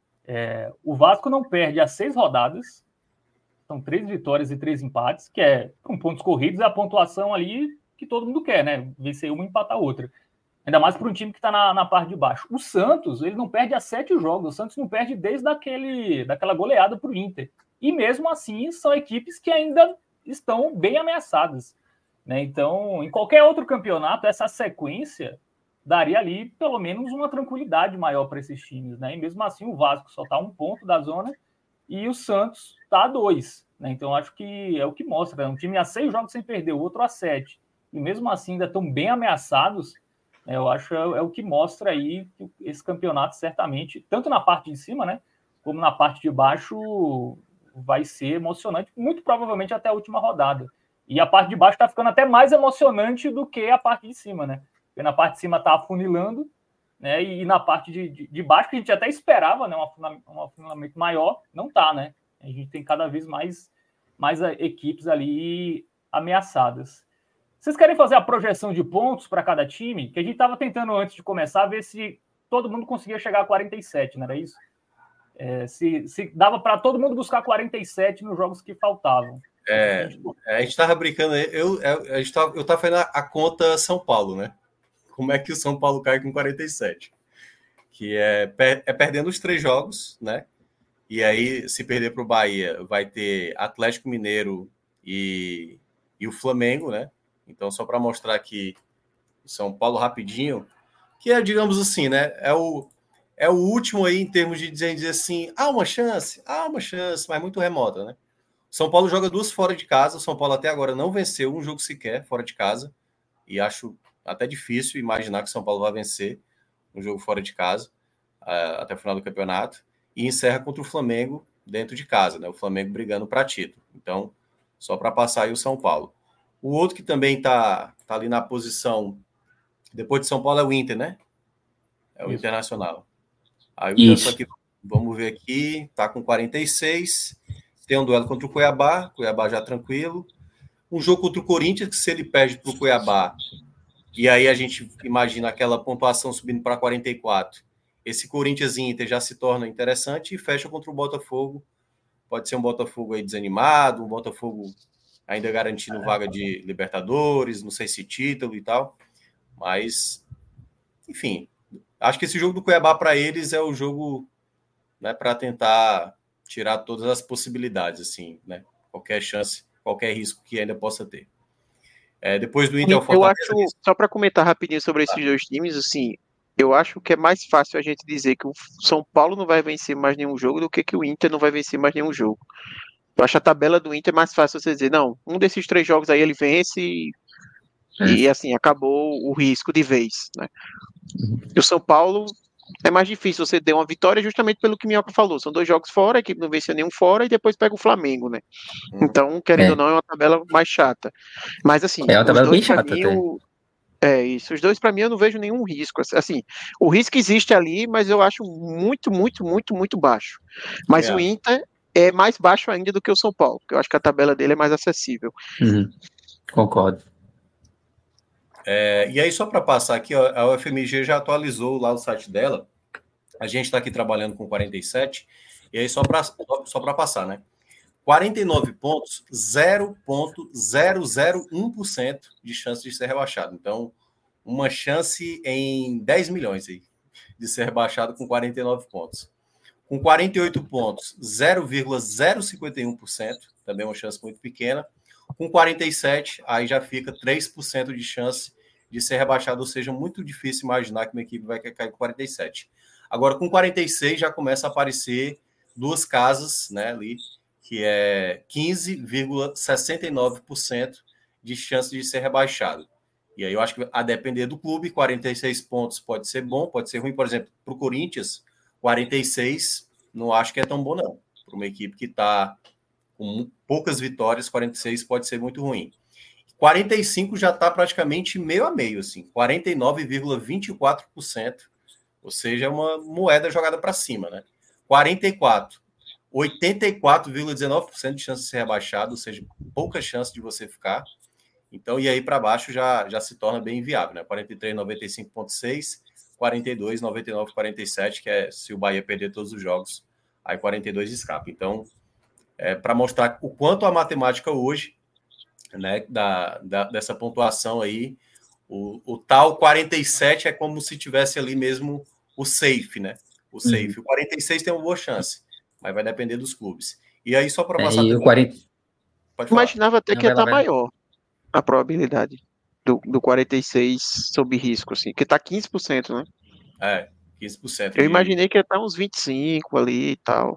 é, o Vasco não perde as seis rodadas, são três vitórias e três empates, que é, com pontos corridos, é a pontuação ali que todo mundo quer, né, vencer uma e empatar outra. Ainda mais para um time que está na, na parte de baixo. O Santos, ele não perde a sete jogos, o Santos não perde desde aquele, daquela goleada para o Inter. E mesmo assim, são equipes que ainda estão bem ameaçadas, né? Então, em qualquer outro campeonato, essa sequência daria ali pelo menos uma tranquilidade maior para esses times, né? E mesmo assim, o Vasco só está um ponto da zona e o Santos está a dois, né? Então, acho que é o que mostra, né? Um time a seis jogos sem perder, o outro a sete. E mesmo assim, ainda estão bem ameaçados. né? Eu acho que é, é o que mostra aí que esse campeonato, certamente, tanto na parte de cima, né? Como na parte de baixo, vai ser emocionante, muito provavelmente até a última rodada. E a parte de baixo está ficando até mais emocionante do que a parte de cima, né? Porque na parte de cima está afunilando, né? E na parte de, de, de baixo, que a gente até esperava, né? Um afunilamento maior, não está, né? A gente tem cada vez mais, mais equipes ali ameaçadas. Vocês querem fazer a projeção de pontos para cada time? Que a gente estava tentando, antes de começar, ver se todo mundo conseguia chegar a quarenta e sete, não era isso? É, se, se dava para todo mundo buscar quarenta e sete nos jogos que faltavam. É, a gente estava brincando, eu, eu, eu estava fazendo a conta São Paulo, né? Como é que o São Paulo cai com quarenta e sete? Que é, é perdendo os três jogos, né? E aí, se perder para o Bahia, vai ter Atlético Mineiro e, e o Flamengo, né? Então, só para mostrar aqui o São Paulo rapidinho, que é, digamos assim, né? É o, é o último aí em termos de dizer, dizer assim, há uma chance, há uma chance, mas muito remota, né? São Paulo joga duas fora de casa. São Paulo até agora não venceu um jogo sequer fora de casa. E acho até difícil imaginar que São Paulo vai vencer um jogo fora de casa uh, até o final do campeonato. e encerra contra o Flamengo dentro de casa, né? O Flamengo brigando para título. Então, só para passar aí o São Paulo. O outro que também está tá ali na posição, depois de São Paulo, é o Inter, né? É o Isso. Internacional. Aí o Inter, aqui, vamos ver aqui, está com quarenta e seis, tem um duelo contra o Cuiabá, Cuiabá já tranquilo. Um jogo contra o Corinthians, que se ele perde para o Cuiabá, e aí a gente imagina aquela pontuação subindo para quarenta e quatro, esse Corinthians e Inter já se torna interessante e fecha contra o Botafogo. Pode ser um Botafogo aí desanimado, um Botafogo ainda garantindo vaga de Libertadores, não sei se título e tal, mas, enfim, acho que esse jogo do Cuiabá para eles é o jogo, né, para tentar tirar todas as possibilidades, assim, né, qualquer chance, qualquer risco que ainda possa ter. É, depois do Inter, eu, eu acho, só para comentar rapidinho sobre esses ah. dois times, assim, eu acho que é mais fácil a gente dizer que o São Paulo não vai vencer mais nenhum jogo do que que o Inter não vai vencer mais nenhum jogo. Eu acho a tabela do Inter mais fácil você dizer, não, um desses três jogos aí ele vence e, é. e assim, acabou o risco de vez, né? E o São Paulo é mais difícil você ter uma vitória justamente pelo que o Minhoca falou, são dois jogos fora, a equipe não venceu nenhum fora e depois pega o Flamengo, né? Então, querendo é. ou não, é uma tabela mais chata. Mas assim, é uma tabela os dois bem chata pra mim, até. O... É isso, os dois para mim eu não vejo nenhum risco, assim, o risco existe ali, mas eu acho muito, muito, muito, muito baixo. Mas é. o Inter é mais baixo ainda do que o São Paulo, porque eu acho que a tabela dele é mais acessível. Uhum. Concordo. É, e aí, só para passar aqui, ó, a U F M G já atualizou lá o site dela. A gente está aqui trabalhando com quarenta e sete, e aí só para só para passar, né? quarenta e nove pontos, zero vírgula zero zero um por cento de chance de ser rebaixado. Então, uma chance em dez milhões aí, de ser rebaixado com quarenta e nove pontos. Com quarenta e oito pontos, zero vírgula zero cinquenta e um por cento, também uma chance muito pequena. Com quarenta e sete, aí já fica três por cento de chance de ser rebaixado, ou seja, muito difícil imaginar que uma equipe vai cair com quarenta e sete. Agora, com quarenta e seis, já começa a aparecer duas casas, né, ali, que é quinze vírgula sessenta e nove por cento de chance de ser rebaixado. E aí eu acho que, a depender do clube, quarenta e seis pontos pode ser bom, pode ser ruim. Por exemplo, para o Corinthians, quarenta e seis não acho que é tão bom, não. Para uma equipe que está com poucas vitórias, quarenta e seis pode ser muito ruim. quarenta e cinco já está praticamente meio a meio, assim, quarenta e nove vírgula vinte e quatro por cento, ou seja, é uma moeda jogada para cima, né? quarenta e quatro, oitenta e quatro vírgula dezenove por cento de chance de ser rebaixado, ou seja, pouca chance de você ficar. Então, e aí para baixo já, já se torna bem inviável, né? quarenta e três, noventa e cinco vírgula seis, quarenta e dois, noventa e nove, quarenta e sete, que é se o Bahia perder todos os jogos, aí quarenta e dois escapa. Então, é, para mostrar o quanto a matemática hoje, né, da, da, dessa pontuação aí, o, o tal quarenta e sete é como se tivesse ali mesmo o safe, né? O safe. Uhum. O quarenta e seis tem uma boa chance, mas vai depender dos clubes. E aí, só para passar... É, o quarenta... Imaginava até que ia estar maior a probabilidade do, do quarenta e seis sob risco, assim, que está quinze por cento, né? É, quinze por cento. Eu de... imaginei que ia estar uns vinte e cinco ali e tal.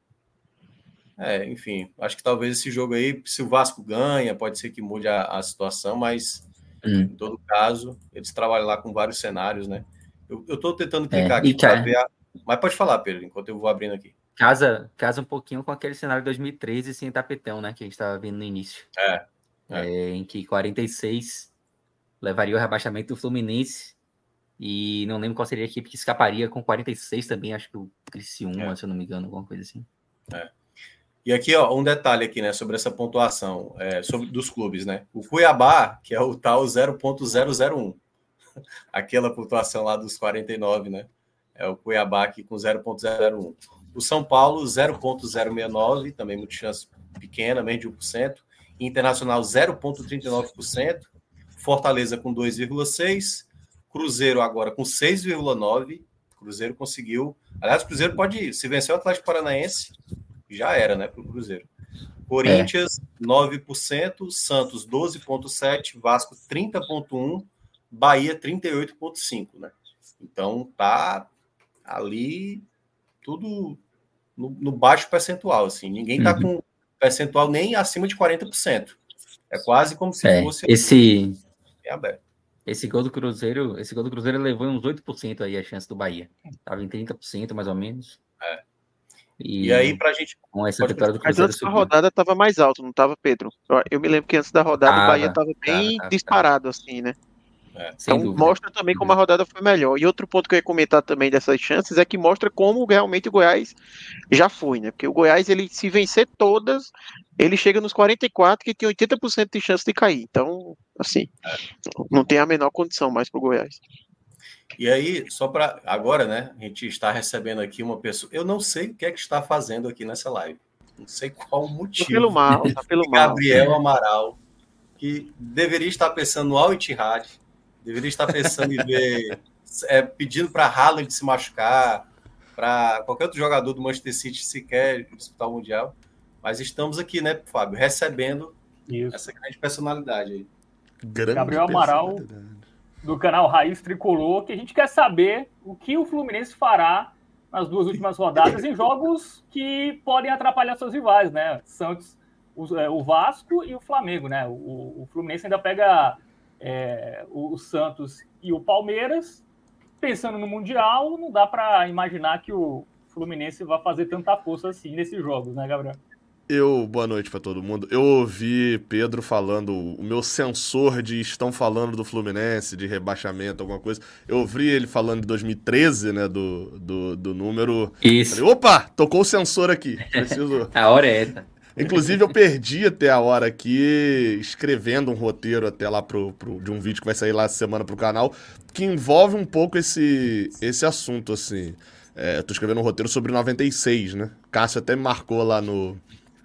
É, enfim, acho que talvez esse jogo aí, se o Vasco ganha, pode ser que mude a, a situação, mas hum. em todo caso, eles trabalham lá com vários cenários, né? Eu, eu tô tentando clicar é, aqui para ver a... Mas pode falar, Pedro, enquanto eu vou abrindo aqui. Casa, casa um pouquinho com aquele cenário de dois mil e treze sem tapetão, né? Que a gente estava vendo no início. É, é. É, em que quarenta e seis levaria o rebaixamento do Fluminense. E não lembro qual seria a equipe que escaparia com quarenta e seis também, acho que o Criciúma, é. se eu não me engano, alguma coisa assim. É. E aqui, ó, um detalhe aqui, né, sobre essa pontuação é, sobre, dos clubes, né? O Cuiabá, que é o tal zero vírgula zero zero um, aquela pontuação lá dos quarenta e nove, né? É o Cuiabá aqui com zero vírgula zero zero um. O São Paulo, zero vírgula zero sessenta e nove, também muita chance pequena, menos de um por cento. Internacional, zero vírgula trinta e nove por cento. Fortaleza com dois vírgula seis por cento. Cruzeiro agora com seis vírgula nove por cento. Cruzeiro conseguiu... Aliás, o Cruzeiro pode... Se vencer o Atlético Paranaense, já era, né, para o Cruzeiro. Corinthians, é. nove por cento. Santos, doze vírgula sete por cento. Vasco, trinta vírgula um por cento. Bahia, trinta e oito vírgula cinco por cento, né? Então, tá ali tudo no, no baixo percentual, assim. Ninguém tá uhum. com percentual nem acima de quarenta por cento. É quase como se é. fosse... Esse... É aberto. Esse gol do Cruzeiro, esse gol do Cruzeiro levou uns oito por cento aí a chance do Bahia. Tava em trinta por cento, mais ou menos. É. E, E aí, pra gente. com essa pode vitória do Mas Cruzeiro antes da subiu. rodada estava mais alto, não estava, Pedro? Eu- Eu me lembro que antes da rodada o Bahia Tava, estava bem tava, disparado, assim, né? Sem Então dúvida. mostra também como a rodada foi melhor. E outro ponto que eu ia comentar também dessas chances é que mostra como realmente o Goiás já foi, né? Porque o Goiás, ele se vencer todas, ele chega nos quarenta e quatro, que tem oitenta por cento de chance de cair. Então, assim, não tem a menor condição mais pro Goiás. E aí, só para agora, né? A gente está recebendo aqui uma pessoa. Eu não sei o que é que está fazendo aqui nessa live. Não sei qual o Tá motivo. pelo mal, tá pelo de mal. Gabriel Amaral, que deveria estar pensando no Al Ittihad, deveria estar pensando em ver, é, pedindo para Haaland se machucar, para qualquer outro jogador do Manchester City se quer disputar o Mundial. Mas estamos aqui, né, Fábio, recebendo Isso. essa grande personalidade aí. Grande Gabriel Amaral, personalidade. do canal Raiz Tricolor, que a gente quer saber o que o Fluminense fará nas duas últimas rodadas em jogos que podem atrapalhar seus rivais, né? Santos, o, é, o Vasco e o Flamengo, né? O, o Fluminense ainda pega é, o, o Santos e o Palmeiras. Pensando no Mundial, não dá para imaginar que o Fluminense vai fazer tanta força assim nesses jogos, né, Gabriel? Eu, boa noite pra todo mundo. Eu ouvi Pedro falando, o meu sensor de estão falando do Fluminense, de rebaixamento, alguma coisa. Eu ouvi ele falando de dois mil e treze, né, do, do, do número. Isso. Falei, opa, tocou o sensor aqui. Preciso. A hora é essa. Inclusive, eu perdi até a hora aqui, escrevendo um roteiro até lá pro, pro, de um vídeo que vai sair lá essa semana pro canal, que envolve um pouco esse, esse assunto, assim. É, eu tô escrevendo um roteiro sobre noventa e seis, né? Cássio até me marcou lá no,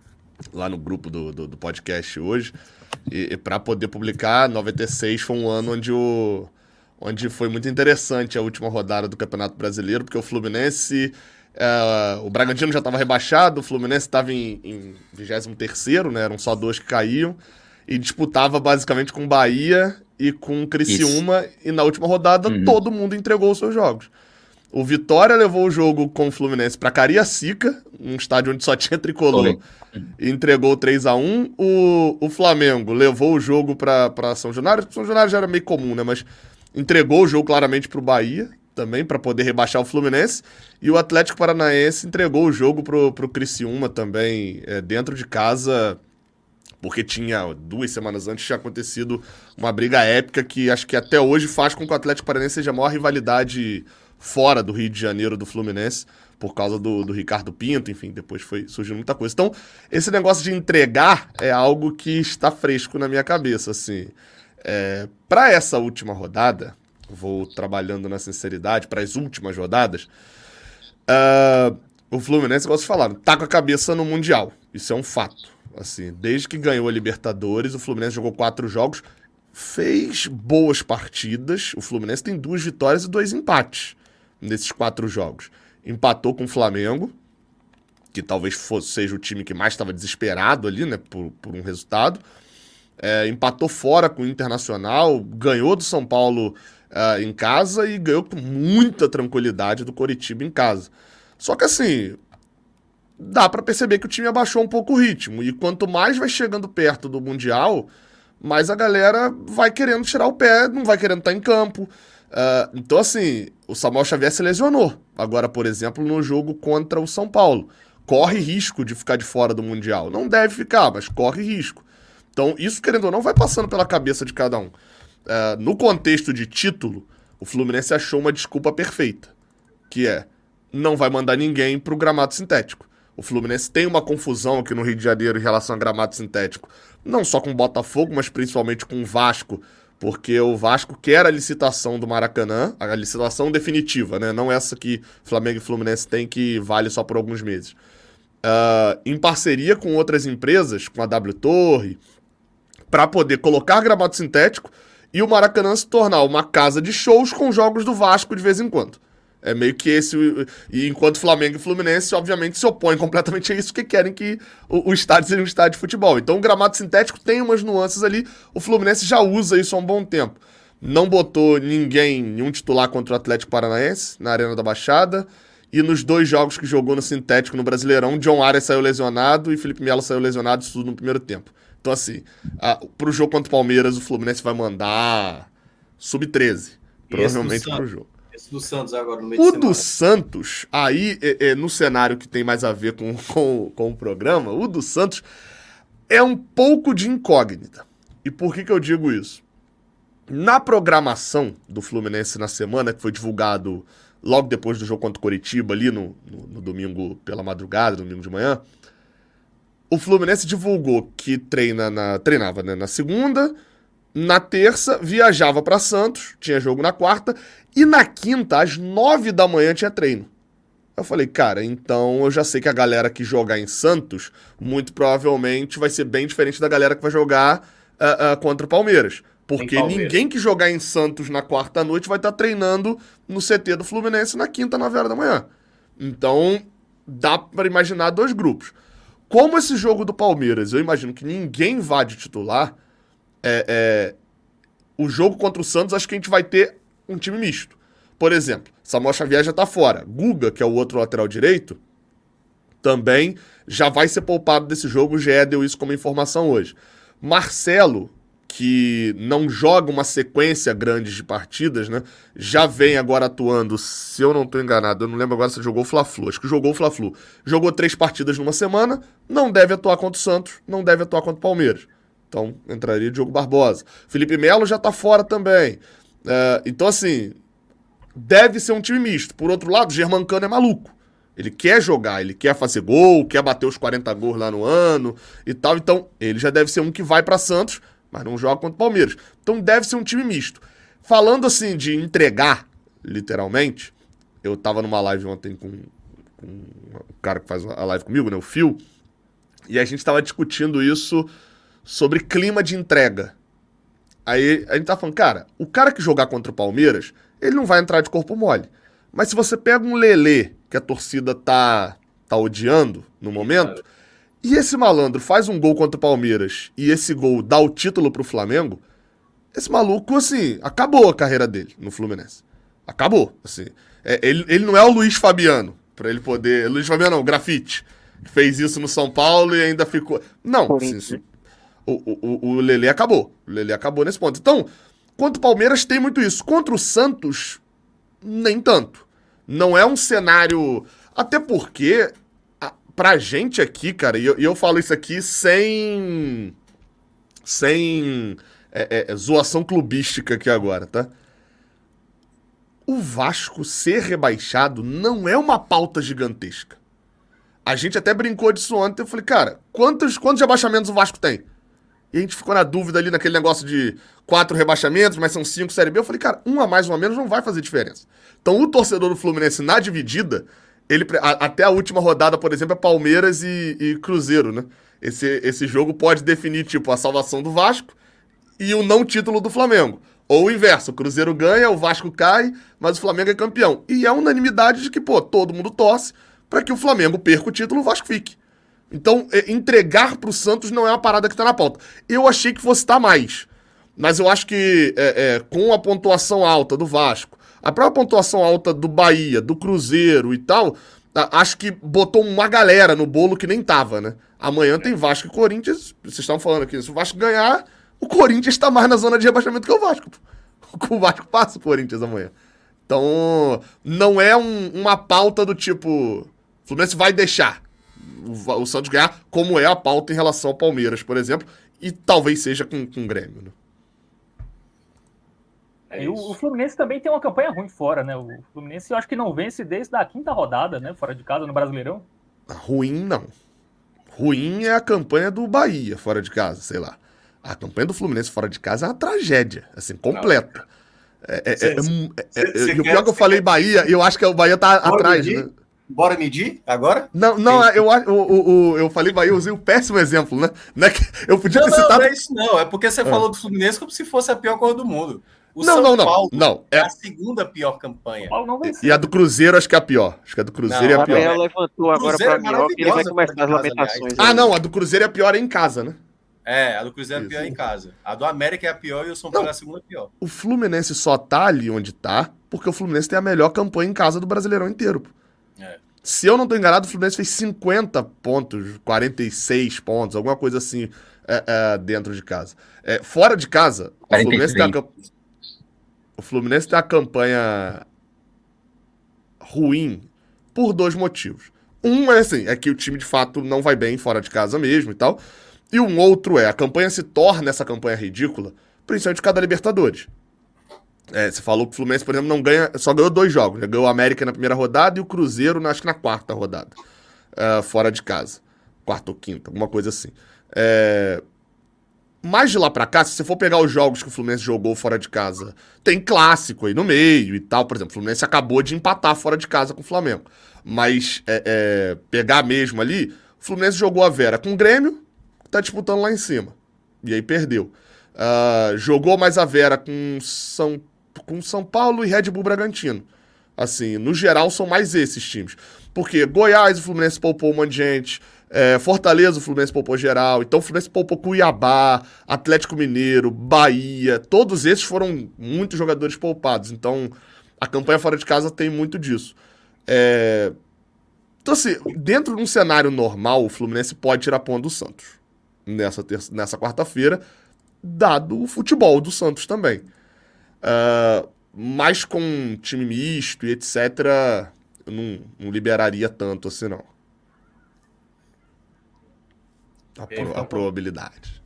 lá no grupo do, do, do podcast hoje, e, e para poder publicar. Noventa e seis foi um ano onde, o, onde foi muito interessante a última rodada do Campeonato Brasileiro, porque o Fluminense... Uh, o Bragantino já estava rebaixado, o Fluminense estava em, em vigésimo terceiro, né? Eram só dois que caíam, e disputava basicamente com o Bahia e com o Criciúma, Isso. E na última rodada uhum. todo mundo entregou os seus jogos. O Vitória levou o jogo com o Fluminense para Cariacica, um estádio onde só tinha tricolor, e entregou três a um. O, o Flamengo levou o jogo para São Januário, São Januário já era meio comum, né? Mas entregou o jogo claramente para o Bahia, também, para poder rebaixar o Fluminense, e o Atlético Paranaense entregou o jogo pro, pro Criciúma também, é, dentro de casa, porque tinha, duas semanas antes, tinha acontecido uma briga épica que acho que até hoje faz com que o Atlético Paranaense seja a maior rivalidade fora do Rio de Janeiro do Fluminense, por causa do, do Ricardo Pinto, enfim, depois foi surgindo muita coisa. Então, esse negócio de entregar é algo que está fresco na minha cabeça, assim. É, para essa última rodada... vou trabalhando na sinceridade, para as últimas rodadas, uh, o Fluminense, como vocês falaram, tá com a cabeça no Mundial. Isso é um fato. Assim, desde que ganhou a Libertadores, o Fluminense jogou quatro jogos, fez boas partidas. O Fluminense tem duas vitórias e dois empates nesses quatro jogos. Empatou com o Flamengo, que talvez fosse, seja o time que mais estava desesperado ali, né, por, por um resultado. É, empatou fora com o Internacional, ganhou do São Paulo Uh, em casa e ganhou com muita tranquilidade do Coritiba em casa. Só que assim, dá pra perceber que o time abaixou um pouco o ritmo, e quanto mais vai chegando perto do Mundial, mais a galera vai querendo tirar o pé, não vai querendo estar em campo. Uh, então assim, o Samuel Xavier se lesionou agora, por exemplo, no jogo contra o São Paulo. Corre risco de ficar de fora do Mundial. Não deve ficar, mas corre risco. Então isso, querendo ou não, vai passando pela cabeça de cada um. Uh, no contexto de título, o Fluminense achou uma desculpa perfeita, que é, não vai mandar ninguém pro gramado sintético. O Fluminense tem uma confusão aqui no Rio de Janeiro em relação a gramado sintético, não só com o Botafogo, mas principalmente com o Vasco, porque o Vasco quer a licitação do Maracanã, a licitação definitiva, né? Não essa que Flamengo e Fluminense tem, que vale só por alguns meses. Uh, em parceria com outras empresas, com a W Torre, para poder colocar gramado sintético e o Maracanã se tornar uma casa de shows com jogos do Vasco de vez em quando. É meio que esse... E enquanto Flamengo e Fluminense, obviamente, se opõem completamente a isso, porque querem que o, o estádio seja um estádio de futebol. Então o gramado sintético tem umas nuances ali. O Fluminense já usa isso há um bom tempo. Não botou ninguém, nenhum titular contra o Atlético Paranaense na Arena da Baixada. E nos dois jogos que jogou no sintético no Brasileirão, John Arias saiu lesionado e Felipe Melo saiu lesionado, isso tudo no primeiro tempo. Então, assim, a, pro jogo contra o Palmeiras, o Fluminense vai mandar sub treze, provavelmente pro jogo. Esse do Santos agora no meio O de semana. do Santos, aí, é, é, no cenário que tem mais a ver com, com, com o programa, o do Santos é um pouco de incógnita. E por que que eu digo isso? Na programação do Fluminense na semana, que foi divulgado logo depois do jogo contra o Coritiba, ali no, no, no domingo pela madrugada, no domingo de manhã, o Fluminense divulgou que treina na, treinava né, na segunda, na terça, viajava para Santos, tinha jogo na quarta, e na quinta, às nove da manhã, tinha treino. Eu falei, cara, então eu já sei que a galera que jogar em Santos, muito provavelmente vai ser bem diferente da galera que vai jogar uh, uh, contra o Palmeiras. Porque Palmeiras. Ninguém que jogar em Santos na quarta noite vai estar treinando no C T do Fluminense na quinta, nove horas da manhã. Então, dá para imaginar dois grupos. Como esse jogo do Palmeiras, eu imagino que ninguém vá de titular, é, é, o jogo contra o Santos, acho que a gente vai ter um time misto. Por exemplo, Samuel Xavier já tá fora. Guga, que é o outro lateral direito, também já vai ser poupado desse jogo. O G E deu isso como informação hoje. Marcelo, que não joga uma sequência grande de partidas, né? Já vem agora atuando, se eu não estou enganado, eu não lembro agora se jogou o Fla-Flu, acho que jogou o Fla-Flu. Jogou três partidas numa semana, não deve atuar contra o Santos, não deve atuar contra o Palmeiras. Então, entraria Diogo Barbosa. Felipe Melo já está fora também. É, então, assim, deve ser um time misto. Por outro lado, o Germancano é maluco. Ele quer jogar, ele quer fazer gol, quer bater os quarenta gols lá no ano e tal. Então, ele já deve ser um que vai para Santos, mas não joga contra o Palmeiras. Então deve ser um time misto. Falando assim de entregar, literalmente, eu tava numa live ontem com, com o cara que faz a live comigo, né, o Phil, e a gente tava discutindo isso sobre clima de entrega. Aí a gente tava falando, cara, o cara que jogar contra o Palmeiras, ele não vai entrar de corpo mole. Mas se você pega um Lelê, que a torcida tá, tá odiando no momento, e esse malandro faz um gol contra o Palmeiras e esse gol dá o título pro Flamengo, esse maluco, assim, acabou a carreira dele no Fluminense. Acabou, assim. É, ele, ele não é o Luiz Fabiano, pra ele poder... Luiz Fabiano não, Grafite, que fez isso no São Paulo e ainda ficou... Não, assim, assim, o, o, o Lelê acabou. O Lelê acabou nesse ponto. Então, contra o Palmeiras tem muito isso. Contra o Santos, nem tanto. Não é um cenário... Até porque... Pra gente aqui, cara, e eu, e eu falo isso aqui sem... Sem é, é, zoação clubística aqui agora, tá? O Vasco ser rebaixado não é uma pauta gigantesca. A gente até brincou disso ontem, eu falei, cara, quantos, quantos rebaixamentos o Vasco tem? E a gente ficou na dúvida ali naquele negócio de quatro rebaixamentos, mas são cinco Série B. Eu falei, cara, um a mais, um a menos não vai fazer diferença. Então o torcedor do Fluminense na dividida... Ele, a, até a última rodada, por exemplo, é Palmeiras e, e Cruzeiro, né? Esse, esse jogo pode definir, tipo, a salvação do Vasco e o não título do Flamengo. Ou o inverso, o Cruzeiro ganha, o Vasco cai, mas o Flamengo é campeão. E é unanimidade de que, pô, todo mundo torce para que o Flamengo perca o título e o Vasco fique. Então, é, entregar pro Santos não é uma parada que tá na pauta. Eu achei que fosse estar mais, mas eu acho que é, é, com a pontuação alta do Vasco, a própria pontuação alta do Bahia, do Cruzeiro e tal, acho que botou uma galera no bolo que nem tava, né? Amanhã tem Vasco e Corinthians, vocês estavam falando aqui, se o Vasco ganhar, o Corinthians tá mais na zona de rebaixamento que o Vasco. O Vasco passa o Corinthians amanhã. Então, não é um, uma pauta do tipo, o Fluminense vai deixar o, o Santos ganhar, como é a pauta em relação ao Palmeiras, por exemplo, e talvez seja com, com o Grêmio, né? É, e o, o Fluminense também tem uma campanha ruim fora, né? O Fluminense eu acho que não vence desde a quinta rodada, né? Fora de casa, no Brasileirão. Ruim, não. Ruim é a campanha do Bahia fora de casa, sei lá. A campanha do Fluminense fora de casa é uma tragédia, assim, completa. É, é, cê, é, cê, é, é, cê, e o pior que eu falei Bahia, eu acho que o Bahia tá Bora atrás, medir? né? Bora medir agora? Não, não, eu, eu, eu, eu falei Bahia, eu usei um péssimo exemplo, né? Não é que eu podia não, ter citado... Não, é isso não, é porque você ah. falou do Fluminense como se fosse a pior coisa do mundo. O não, São não, não, Paulo não. É a segunda pior campanha. E a do Cruzeiro acho que é a pior. Acho que a do Cruzeiro não, é a pior. Ela levantou agora pra mim, ó, que ele vai começar as lamentações. Ah, não, a do Cruzeiro é a pior em casa, né? É, a do Cruzeiro Isso. é a pior em casa. A do América é a pior e o São Paulo não, é a segunda pior. O Fluminense só tá ali onde tá porque o Fluminense tem a melhor campanha em casa do Brasileirão inteiro. É. Se eu não tô enganado, o Fluminense fez cinquenta pontos, quarenta e seis pontos, alguma coisa assim, é, é, dentro de casa. É, fora de casa, o Fluminense tem a campanha... O Fluminense tem a campanha ruim por dois motivos. Um é assim, é que o time de fato não vai bem fora de casa mesmo e tal. E um outro é, a campanha se torna essa campanha ridícula, principalmente de cada Libertadores. É, você falou que o Fluminense, por exemplo, não ganha, só ganhou dois jogos. Né? Ganhou o América na primeira rodada e o Cruzeiro, acho que na quarta rodada. Uh, fora de casa. Quarta ou quinta, alguma coisa assim. É... Mas de lá pra cá, se você for pegar os jogos que o Fluminense jogou fora de casa, tem clássico aí no meio e tal. Por exemplo, o Fluminense acabou de empatar fora de casa com o Flamengo. Mas é, é, pegar mesmo ali, o Fluminense jogou a Vera com o Grêmio, tá disputando lá em cima. E aí perdeu. Uh, jogou mais a Vera com São, com São Paulo e Red Bull Bragantino. Assim, no geral, são mais esses times. Porque Goiás, o Fluminense poupou um monte de gente. É, Fortaleza, o Fluminense poupou geral. Então o Fluminense poupou Cuiabá, Atlético Mineiro, Bahia. Todos esses foram muitos jogadores poupados. Então a campanha fora de casa tem muito disso. É... Então assim, dentro de um cenário normal, o Fluminense pode tirar ponto do Santos. Nessa, terça, nessa quarta-feira, dado o futebol do Santos também. Uh, mas com time misto e etcétera, eu não, não liberaria tanto assim, não. A, pro, a probabilidade.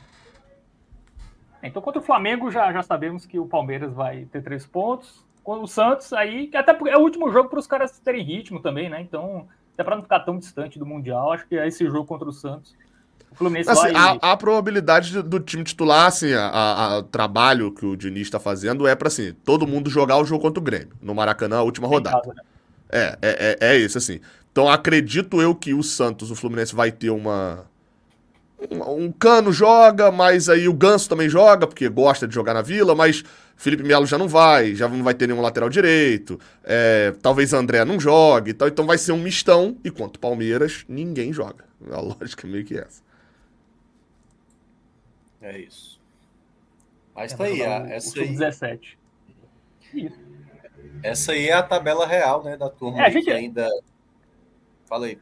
Então, contra o Flamengo, já, já sabemos que o Palmeiras vai ter três pontos. Com o Santos, aí, até porque é o último jogo para os caras terem ritmo também, né? Então, até para não ficar tão distante do Mundial, acho que é esse jogo contra o Santos. O Fluminense assim, vai... a, a probabilidade do, do time titular, assim, o trabalho que o Diniz está fazendo é para assim, todo mundo jogar o jogo contra o Grêmio, no Maracanã, a última rodada. Casa, né? É, é, é, é isso, assim. Então, acredito eu que o Santos, o Fluminense vai ter uma... Um, um Cano joga, mas aí o Ganso também joga, porque gosta de jogar na Vila, mas Felipe Melo já não vai, já não vai ter nenhum lateral direito, é, talvez André não jogue, então, então vai ser um mistão, e quanto o Palmeiras, ninguém joga. A lógica é meio que essa. É isso. Mas é, tá aí, a, essa aí... dezessete. Isso. Essa aí é a tabela real, né, da turma é, a gente... que ainda... Fala aí.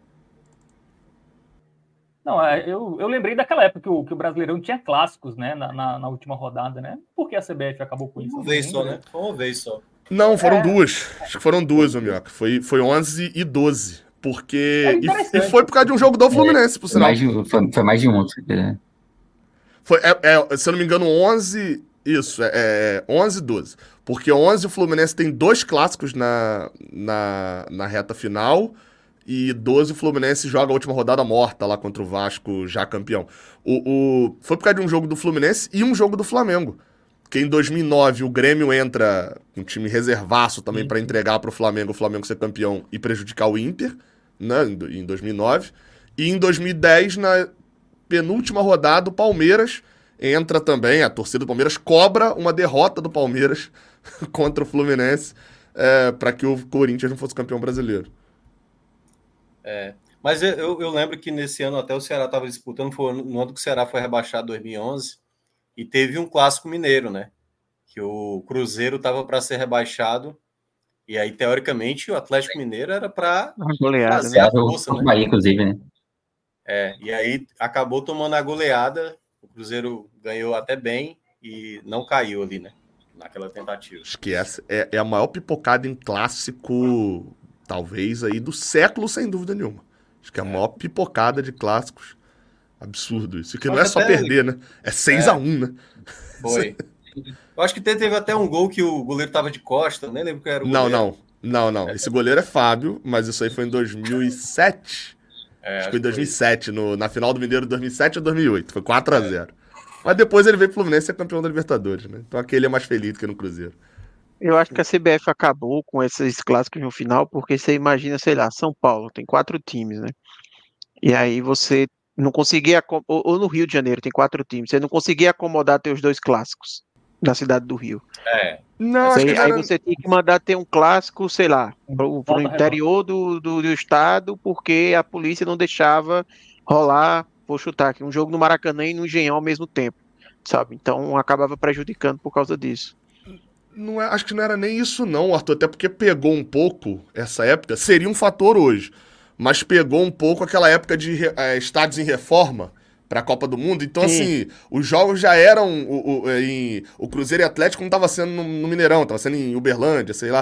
Não, eu, eu lembrei daquela época que o, que o Brasileirão tinha clássicos, né, na, na, na última rodada, né? Por que a C B F acabou com isso? Uma vez só, né? Foi uma vez só. Não, foram é. duas. Acho que foram duas, o Mioca. Foi, foi onze e doze. Porque... É e, e foi por causa de um jogo do Fluminense, é, por sinal. Mais de, foi, foi mais de um, né? Foi, é, é, se eu não me engano, onze... Isso, é, é onze e doze. Porque onze o Fluminense tem dois clássicos na, na, na reta final... E doze o Fluminense joga a última rodada morta lá contra o Vasco, já campeão. O, o, foi por causa de um jogo do Fluminense e um jogo do Flamengo. Que em dois mil e nove o Grêmio entra com um time reservaço também uhum. para entregar para o Flamengo, o Flamengo ser campeão e prejudicar o Inter, né, em dois mil e nove. E em dois mil e dez, na penúltima rodada, o Palmeiras entra também, a torcida do Palmeiras cobra uma derrota do Palmeiras contra o Fluminense é, para que o Corinthians não fosse campeão brasileiro. É, mas eu, eu lembro que nesse ano até o Ceará estava disputando, foi no ano que o Ceará foi rebaixado em dois mil e onze, e teve um clássico mineiro, né? Que o Cruzeiro estava para ser rebaixado, e aí, teoricamente, o Atlético Mineiro era para fazer a força, né? Bahia, inclusive, né? É, e aí acabou tomando a goleada, o Cruzeiro ganhou até bem e não caiu ali, né? Naquela tentativa. Acho que essa é, é a maior pipocada em clássico... Talvez aí do século, sem dúvida nenhuma. Acho que é a maior pipocada de clássicos. Absurdo isso. Que não é só perder, né? É seis a um, né? Foi. Eu acho que teve até um gol que o goleiro tava de costa, nem lembro quem era o não, goleiro. Não, não, não. Esse goleiro é Fábio, mas isso aí foi em dois mil e sete. É, acho que foi em dois mil e sete, no, na final do Mineiro de dois mil e sete ou dois mil e oito. Foi quatro a zero. É. Mas depois ele veio pro Fluminense e é campeão da Libertadores, né? Então aquele é mais feliz do que no Cruzeiro. Eu acho que a C B F acabou com esses clássicos no final, porque você imagina, sei lá, São Paulo tem quatro times, né? E aí você não conseguia, ou, ou no Rio de Janeiro tem quatro times, você não conseguia acomodar teus dois clássicos na cidade do Rio. É. Não, aí, aí era... você tinha que mandar ter um clássico, sei lá, pro, pro interior do, do, do estado, porque a polícia não deixava rolar, vou chutar aqui, um jogo no Maracanã e no Engenhão ao mesmo tempo, sabe? Então acabava prejudicando por causa disso. Não é, acho que não era nem isso não, Arthur, até porque pegou um pouco essa época, seria um fator hoje, mas pegou um pouco aquela época de é, estádios em reforma para a Copa do Mundo, então Sim. assim, os jogos já eram, o, o, em, o Cruzeiro e Atlético não estava sendo no, no Mineirão, estava sendo em Uberlândia, sei lá,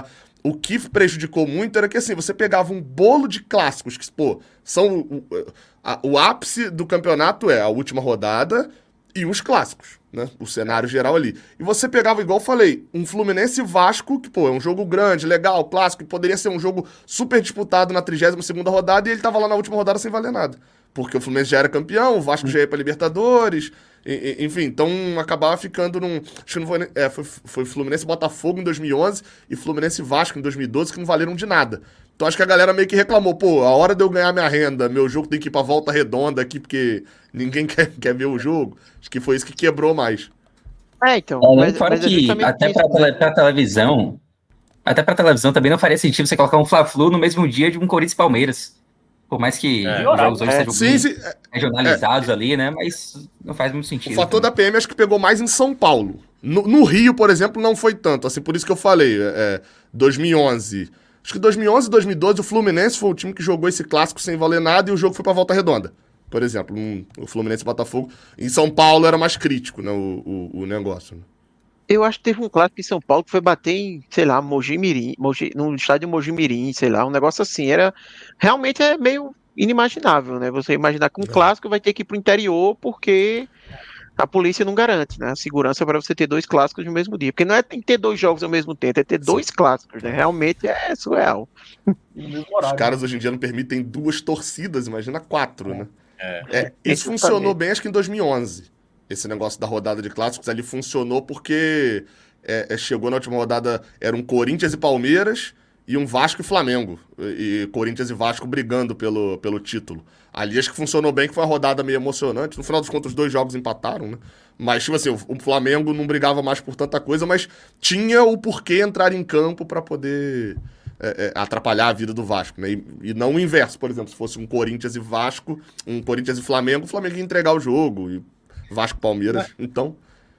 o que prejudicou muito era que, assim, você pegava um bolo de clássicos, que, pô, são o, a, o ápice do campeonato é a última rodada e os clássicos, né? O cenário geral ali. E você pegava, igual eu falei, um Fluminense e Vasco, que, pô, é um jogo grande, legal, clássico, que poderia ser um jogo super disputado na trigésima segunda rodada, e ele tava lá na última rodada sem valer nada. Porque o Fluminense já era campeão, o Vasco já ia pra Libertadores, e, e, enfim, então acabava ficando num... Acho que não foi... É, foi, foi Fluminense e Botafogo em dois mil e onze e Fluminense e Vasco em dois mil e doze, que não valeram de nada. Então acho que a galera meio que reclamou, pô, a hora de eu ganhar minha renda, meu jogo tem que ir pra volta redonda aqui, porque ninguém quer, quer ver o jogo. Acho que foi isso que quebrou mais. É, então. É, mas, fora mas é que justamente até isso, pra, né? tele, pra televisão, até pra televisão também não faria sentido você colocar um Fla-Flu no mesmo dia de um Corinthians e Palmeiras. Por mais que É. os jogos hoje É. sejam Sim, bem sim. regionalizados ali, né? Mas não faz muito sentido. O fator também. da P M acho que pegou mais em São Paulo. No, no Rio, por exemplo, não foi tanto. Assim, por isso que eu falei, é, dois mil e onze. Acho que dois mil e onze e dois mil e doze o Fluminense foi o time que jogou esse clássico sem valer nada e o jogo foi pra volta redonda. Por exemplo, um, o Fluminense e Botafogo. Em São Paulo era mais crítico, né, o, o, o negócio. Né? Eu acho que teve um clássico em São Paulo que foi bater em, sei lá, Mogi Mirim, Mogi, no estádio Mogi Mirim, sei lá, um negócio assim. Era, realmente é meio inimaginável, né? Você imaginar que um clássico vai ter que ir pro interior porque a polícia não garante, né? A segurança para você ter dois clássicos no mesmo dia. Porque não é tem que ter dois jogos ao mesmo tempo, é ter dois clássicos, né? Realmente é surreal. E no mesmo Os horário. caras hoje em dia não permitem duas torcidas, imagina quatro, né? É. É, isso Exatamente. funcionou bem, acho que em dois mil e onze. Esse negócio da rodada de clássicos ali funcionou porque é, é, chegou na última rodada, era um Corinthians e Palmeiras e um Vasco e Flamengo. E, e Corinthians e Vasco brigando pelo, pelo título. Ali acho que funcionou bem, que foi uma rodada meio emocionante. No final dos contos, os dois jogos empataram, né? Mas, tipo assim, o, o Flamengo não brigava mais por tanta coisa, mas tinha o porquê entrar em campo pra poder... É, é, atrapalhar a vida do Vasco, né? E, e não o inverso, por exemplo, se fosse um Corinthians e Vasco, um Corinthians e Flamengo, o Flamengo ia entregar o jogo, e Vasco Palmeiras, Mas, então...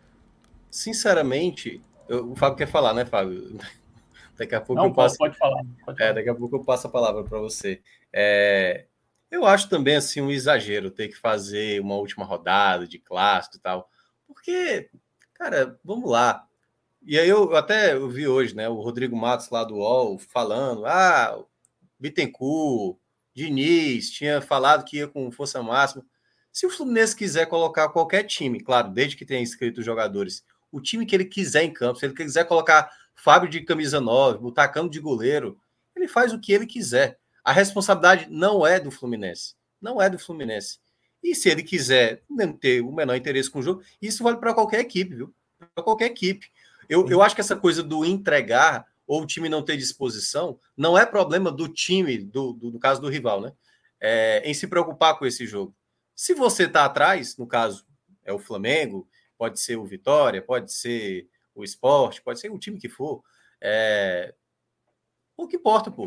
Sinceramente, eu, o Fábio quer falar, né, Fábio? Daqui a pouco Não, eu passo... pode, pode falar. Pode falar. É, daqui a pouco eu passo a palavra para você. É, eu acho também, assim, um exagero ter que fazer uma última rodada de clássico e tal, porque, cara, vamos lá. E aí eu até eu vi hoje, né, o Rodrigo Matos lá do U O L falando, ah, Bittencourt, Diniz, tinha falado que ia com força máxima. Se o Fluminense quiser colocar qualquer time, claro, desde que tenha inscrito os jogadores, o time que ele quiser em campo, se ele quiser colocar Fábio de camisa nove, botar Cano de goleiro, ele faz o que ele quiser. A responsabilidade não é do Fluminense. Não é do Fluminense. E se ele quiser não ter o menor interesse com o jogo, isso vale para qualquer equipe, viu? Para qualquer equipe. Eu, eu acho que essa coisa do entregar ou o time não ter disposição não é problema do time, do, do, no caso do rival, né? É, em se preocupar com esse jogo. Se você está atrás, no caso é o Flamengo, pode ser o Vitória, pode ser o Sport, pode ser o time que for, é... o que importa, pô.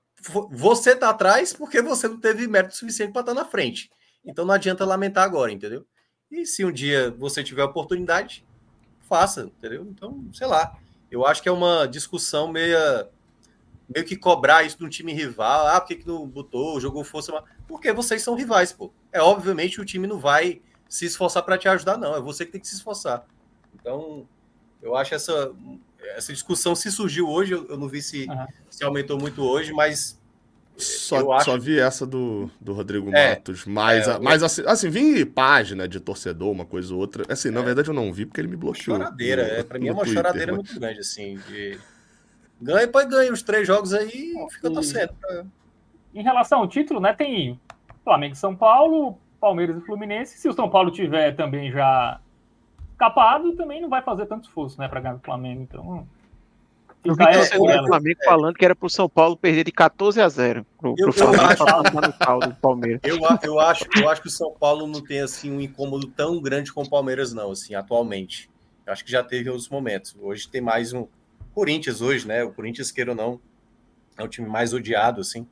Você está atrás porque você não teve mérito suficiente para estar na frente. Então não adianta lamentar agora, entendeu? E se um dia você tiver oportunidade, faça, entendeu? Então, sei lá, eu acho que é uma discussão meio, meio que cobrar isso de um time rival. Ah, por que, que não botou, jogou força? Porque vocês são rivais, pô. É obviamente o time não vai se esforçar para te ajudar, não. É você que tem que se esforçar. Então, eu acho essa, essa discussão, se surgiu hoje, eu, eu não vi se, uhum. se aumentou muito hoje, mas Só, eu acho... só vi essa do, do Rodrigo é, Matos, mas, é, mas assim, assim, vi página de torcedor, uma coisa ou outra. Assim, é, na verdade eu não vi porque ele me bloqueou. Choradeira, no, é, pra mim é uma Twitter, choradeira mas... muito grande, assim. De... Ganha, depois ganha os três jogos aí e fica torcendo. Pra... Em relação ao título, né, tem Flamengo e São Paulo, Palmeiras e Fluminense. Se o São Paulo tiver também já capado, também não vai fazer tanto esforço, né, pra ganhar do Flamengo, então... Eu vi é, o Flamengo é. falando que era pro São Paulo perder de quatorze a zero pro, pro eu, Flamengo eu acho, do Palmeiras. Eu, eu, acho, eu acho que o São Paulo não tem assim um incômodo tão grande com o Palmeiras, não, assim, atualmente. Eu acho que já teve outros momentos. Hoje tem mais um Corinthians hoje, né? O Corinthians, queira ou não, é o time mais odiado, assim.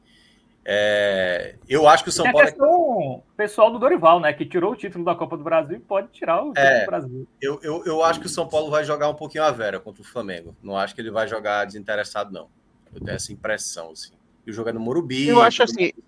É... Eu acho que o São tem Paulo. A questão é... pessoal do Dorival, né? Que tirou o título da Copa do Brasil e pode tirar o título é, do Brasil. Eu, eu, eu acho que o São Paulo vai jogar um pouquinho a vera contra o Flamengo. Não acho que ele vai jogar desinteressado, não. Eu tenho essa impressão, assim. E o jogo é no Morumbi. Eu acho assim. Mundo...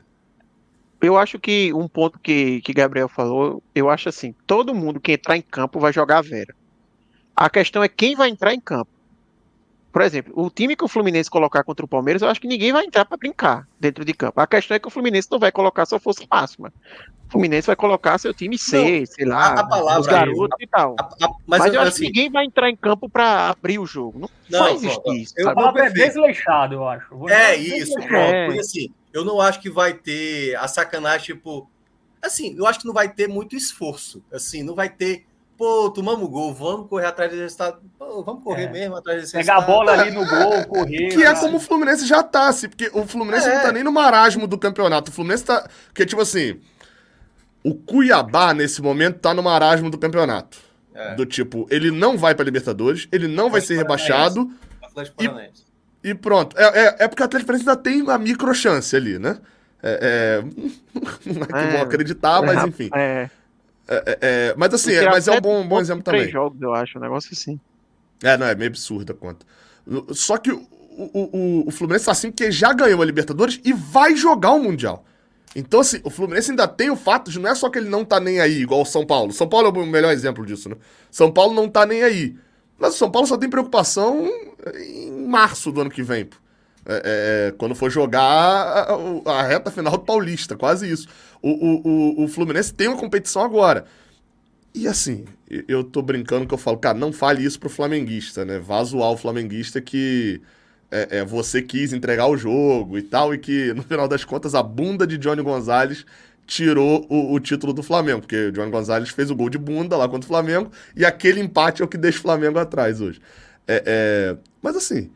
Eu acho que um ponto que, que Gabriel falou, eu acho assim: todo mundo que entrar em campo vai jogar a vera. A questão é quem vai entrar em campo. por exemplo, o time que o Fluminense colocar contra o Palmeiras, eu acho que ninguém vai entrar para brincar dentro de campo. A questão é que o Fluminense não vai colocar sua força máxima. O Fluminense vai colocar seu time C, Não, sei lá, a, a palavra, os garotos a, e tal. a, a, mas, mas eu acho assim, que ninguém vai entrar em campo para abrir o jogo. Não, não vai existir pronto, isso. Eu, Sabe? O papo é perfeito. desleixado, eu acho. Vou É isso, pronto. É. Porque assim, eu não acho que vai ter a sacanagem, tipo. Assim, eu acho que não vai ter muito esforço. Assim, não vai ter. Pô, tomamos gol, vamos correr atrás desse resultado. Pô, vamos correr É. mesmo atrás desse Pegar a resultado. bola ali no gol, correr. Que é cara. como o Fluminense já tá, assim, porque o Fluminense É. não tá nem no marasmo do campeonato. O Fluminense tá. Porque, tipo assim, o Cuiabá, nesse momento, tá no marasmo do campeonato. É. Do tipo, ele não vai pra Libertadores, ele não vai ser rebaixado. Atlético Paranaense. E pronto. É, é, é porque o Atlético Paranaense ainda tem uma micro chance ali, né? É, é, não é que É, vão acreditar, mas enfim. É. É, é, é, mas assim, Porque é, mas é um até bom, bom ponto exemplo de três também. jogos, eu acho, um negócio assim. É, não, é meio absurda a conta. Só que o, o, o, o Fluminense tá assim porque já ganhou a Libertadores e vai jogar o Mundial. Então, assim, o Fluminense ainda tem o fato de não é só que ele não tá nem aí, igual o São Paulo. São Paulo é o melhor exemplo disso, né? São Paulo não tá nem aí. Mas o São Paulo só tem preocupação em março do ano que vem, pô. É, é, quando for jogar a, a reta final do Paulista, quase isso. O, o, o, o Fluminense tem uma competição agora. E assim, eu tô brincando que eu falo, cara, não fale isso pro flamenguista, né? Vá zoar o flamenguista que é, é, você quis entregar o jogo e tal, e que, no final das contas, a bunda de Johnny Gonzalez tirou o, o título do Flamengo, porque o Johnny Gonzalez fez o gol de bunda lá contra o Flamengo, e aquele empate é o que deixa o Flamengo atrás hoje. É, é, mas assim,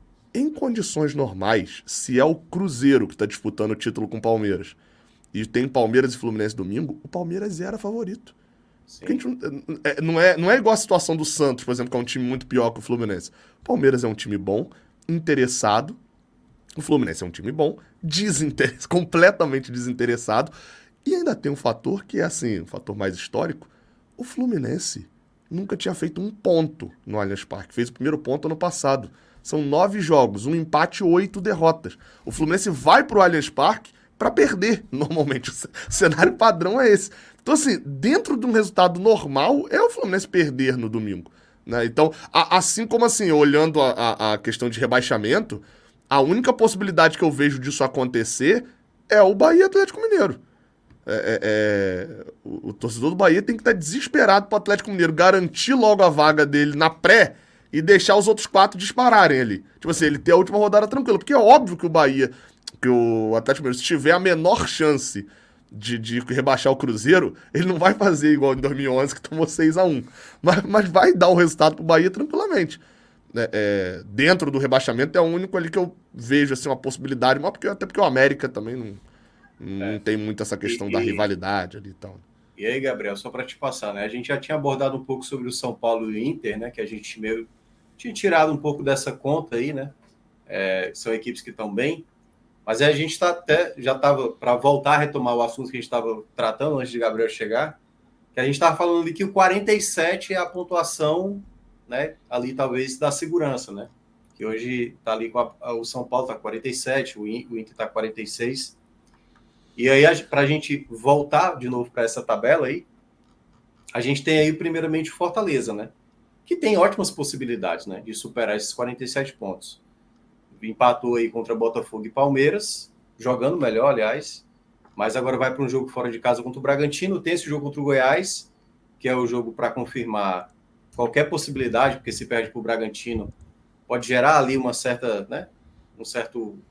em condições normais, se é o Cruzeiro que tá disputando o título com o Palmeiras, e tem Palmeiras e Fluminense domingo, o Palmeiras era favorito. Porque a gente não, é, não, é, não é igual a situação do Santos, por exemplo, que é um time muito pior que o Fluminense. O Palmeiras é um time bom, interessado. O Fluminense é um time bom, desinter... completamente desinteressado. E ainda tem um fator que é assim, um fator mais histórico. O Fluminense nunca tinha feito um ponto no Allianz Parque. Fez o primeiro ponto ano passado. São nove jogos, um empate e oito derrotas. O Fluminense vai pro Allianz Parque para perder, normalmente. O cenário padrão é esse. Então, assim, dentro de um resultado normal, é o Fluminense perder no domingo. Né? Então, a, assim como assim, olhando a, a, a questão de rebaixamento, a única possibilidade que eu vejo disso acontecer é o Bahia Atlético Mineiro. É, é, é, o, o torcedor do Bahia tem que estar desesperado pro Atlético Mineiro garantir logo a vaga dele na pré e deixar os outros quatro dispararem ali. Tipo assim, ele ter a última rodada tranquila. Porque é óbvio que o Bahia, que o Atlético Mineiro, se tiver a menor chance de, de rebaixar o Cruzeiro, ele não vai fazer igual em dois mil e onze, que tomou seis a um. Mas, mas vai dar o resultado pro Bahia tranquilamente. É, é, dentro do rebaixamento é o único ali que eu vejo assim, uma possibilidade, mas porque, até porque o América também não, não É. tem muito essa questão E- da e- rivalidade ali e tal. E aí, Gabriel, só para te passar, né? A gente já tinha abordado um pouco sobre o São Paulo e o Inter, né? Que a gente meio tinha tirado um pouco dessa conta aí, né? É, são equipes que estão bem, mas aí a gente tá até já estava para voltar a retomar o assunto que a gente estava tratando antes de Gabriel chegar, que a gente estava falando ali que o quarenta e sete é a pontuação, né? Ali talvez da segurança, né? Que hoje está ali com a, o São Paulo tá quarenta e sete, o Inter está quarenta e seis. E aí, para a gente voltar de novo para essa tabela aí, a gente tem aí, primeiramente, o Fortaleza, né? Que tem ótimas possibilidades, né? De superar esses quarenta e sete pontos. Empatou aí contra Botafogo e Palmeiras, jogando melhor, aliás. Mas agora vai para um jogo fora de casa contra o Bragantino. Tem esse jogo contra o Goiás, que é o jogo para confirmar qualquer possibilidade, porque se perde para o Bragantino, pode gerar ali uma certa, né? Um certo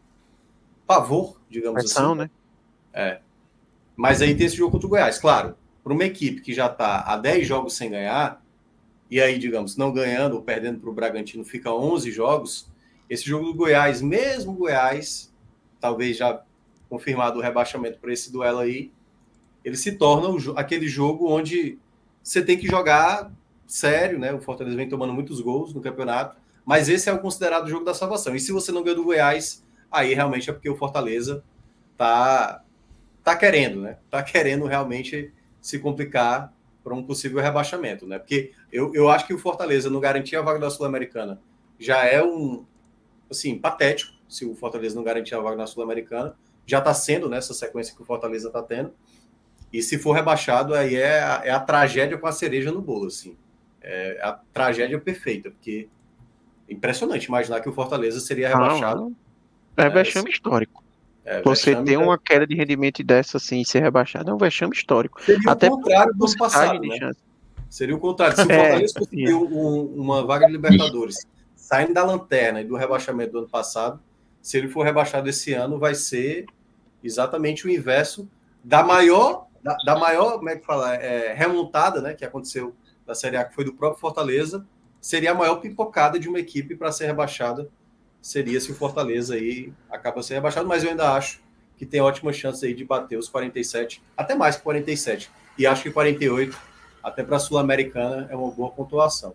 pavor, digamos Pressão, assim. né? É. Mas aí tem esse jogo contra o Goiás. Claro, para uma equipe que já está há dez jogos sem ganhar, e aí, digamos, não ganhando ou perdendo para o Bragantino, fica onze jogos, esse jogo do Goiás, mesmo Goiás, talvez já confirmado o rebaixamento para esse duelo aí, ele se torna o, aquele jogo onde você tem que jogar sério, né? O Fortaleza vem tomando muitos gols no campeonato, mas esse é o considerado o jogo da salvação. E se você não ganha do Goiás, aí realmente é porque o Fortaleza tá... tá querendo, né? Tá querendo realmente se complicar para um possível rebaixamento, né? Porque eu, eu acho que o Fortaleza não garantir a vaga da Sul-Americana já é um, assim, patético, se o Fortaleza não garantir a vaga na Sul-Americana. Já está sendo nessa sequência que o Fortaleza está tendo. E se for rebaixado, aí é a, é a tragédia com a cereja no bolo, assim. É a tragédia perfeita, porque impressionante imaginar que o Fortaleza seria rebaixado. Ah, é vexame é, histórico. É, Você ter uma é... queda de rendimento dessa assim e ser rebaixado é um vexame histórico. Seria Até o contrário do ano passado, né? Chance. Seria o contrário. Se o Fortaleza é, conseguiu um, uma vaga de Libertadores saindo da lanterna e do rebaixamento do ano passado, se ele for rebaixado esse ano, vai ser exatamente o inverso da maior, da, da maior, como é que fala, é, remontada, né, que aconteceu da Série A, que foi do próprio Fortaleza, seria a maior pipocada de uma equipe para ser rebaixada, seria se o Fortaleza aí acaba sendo rebaixado, mas eu ainda acho que tem ótima chance aí de bater os quarenta e sete, até mais que quarenta e sete, e acho que quarenta e oito, até para a Sul-Americana, é uma boa pontuação.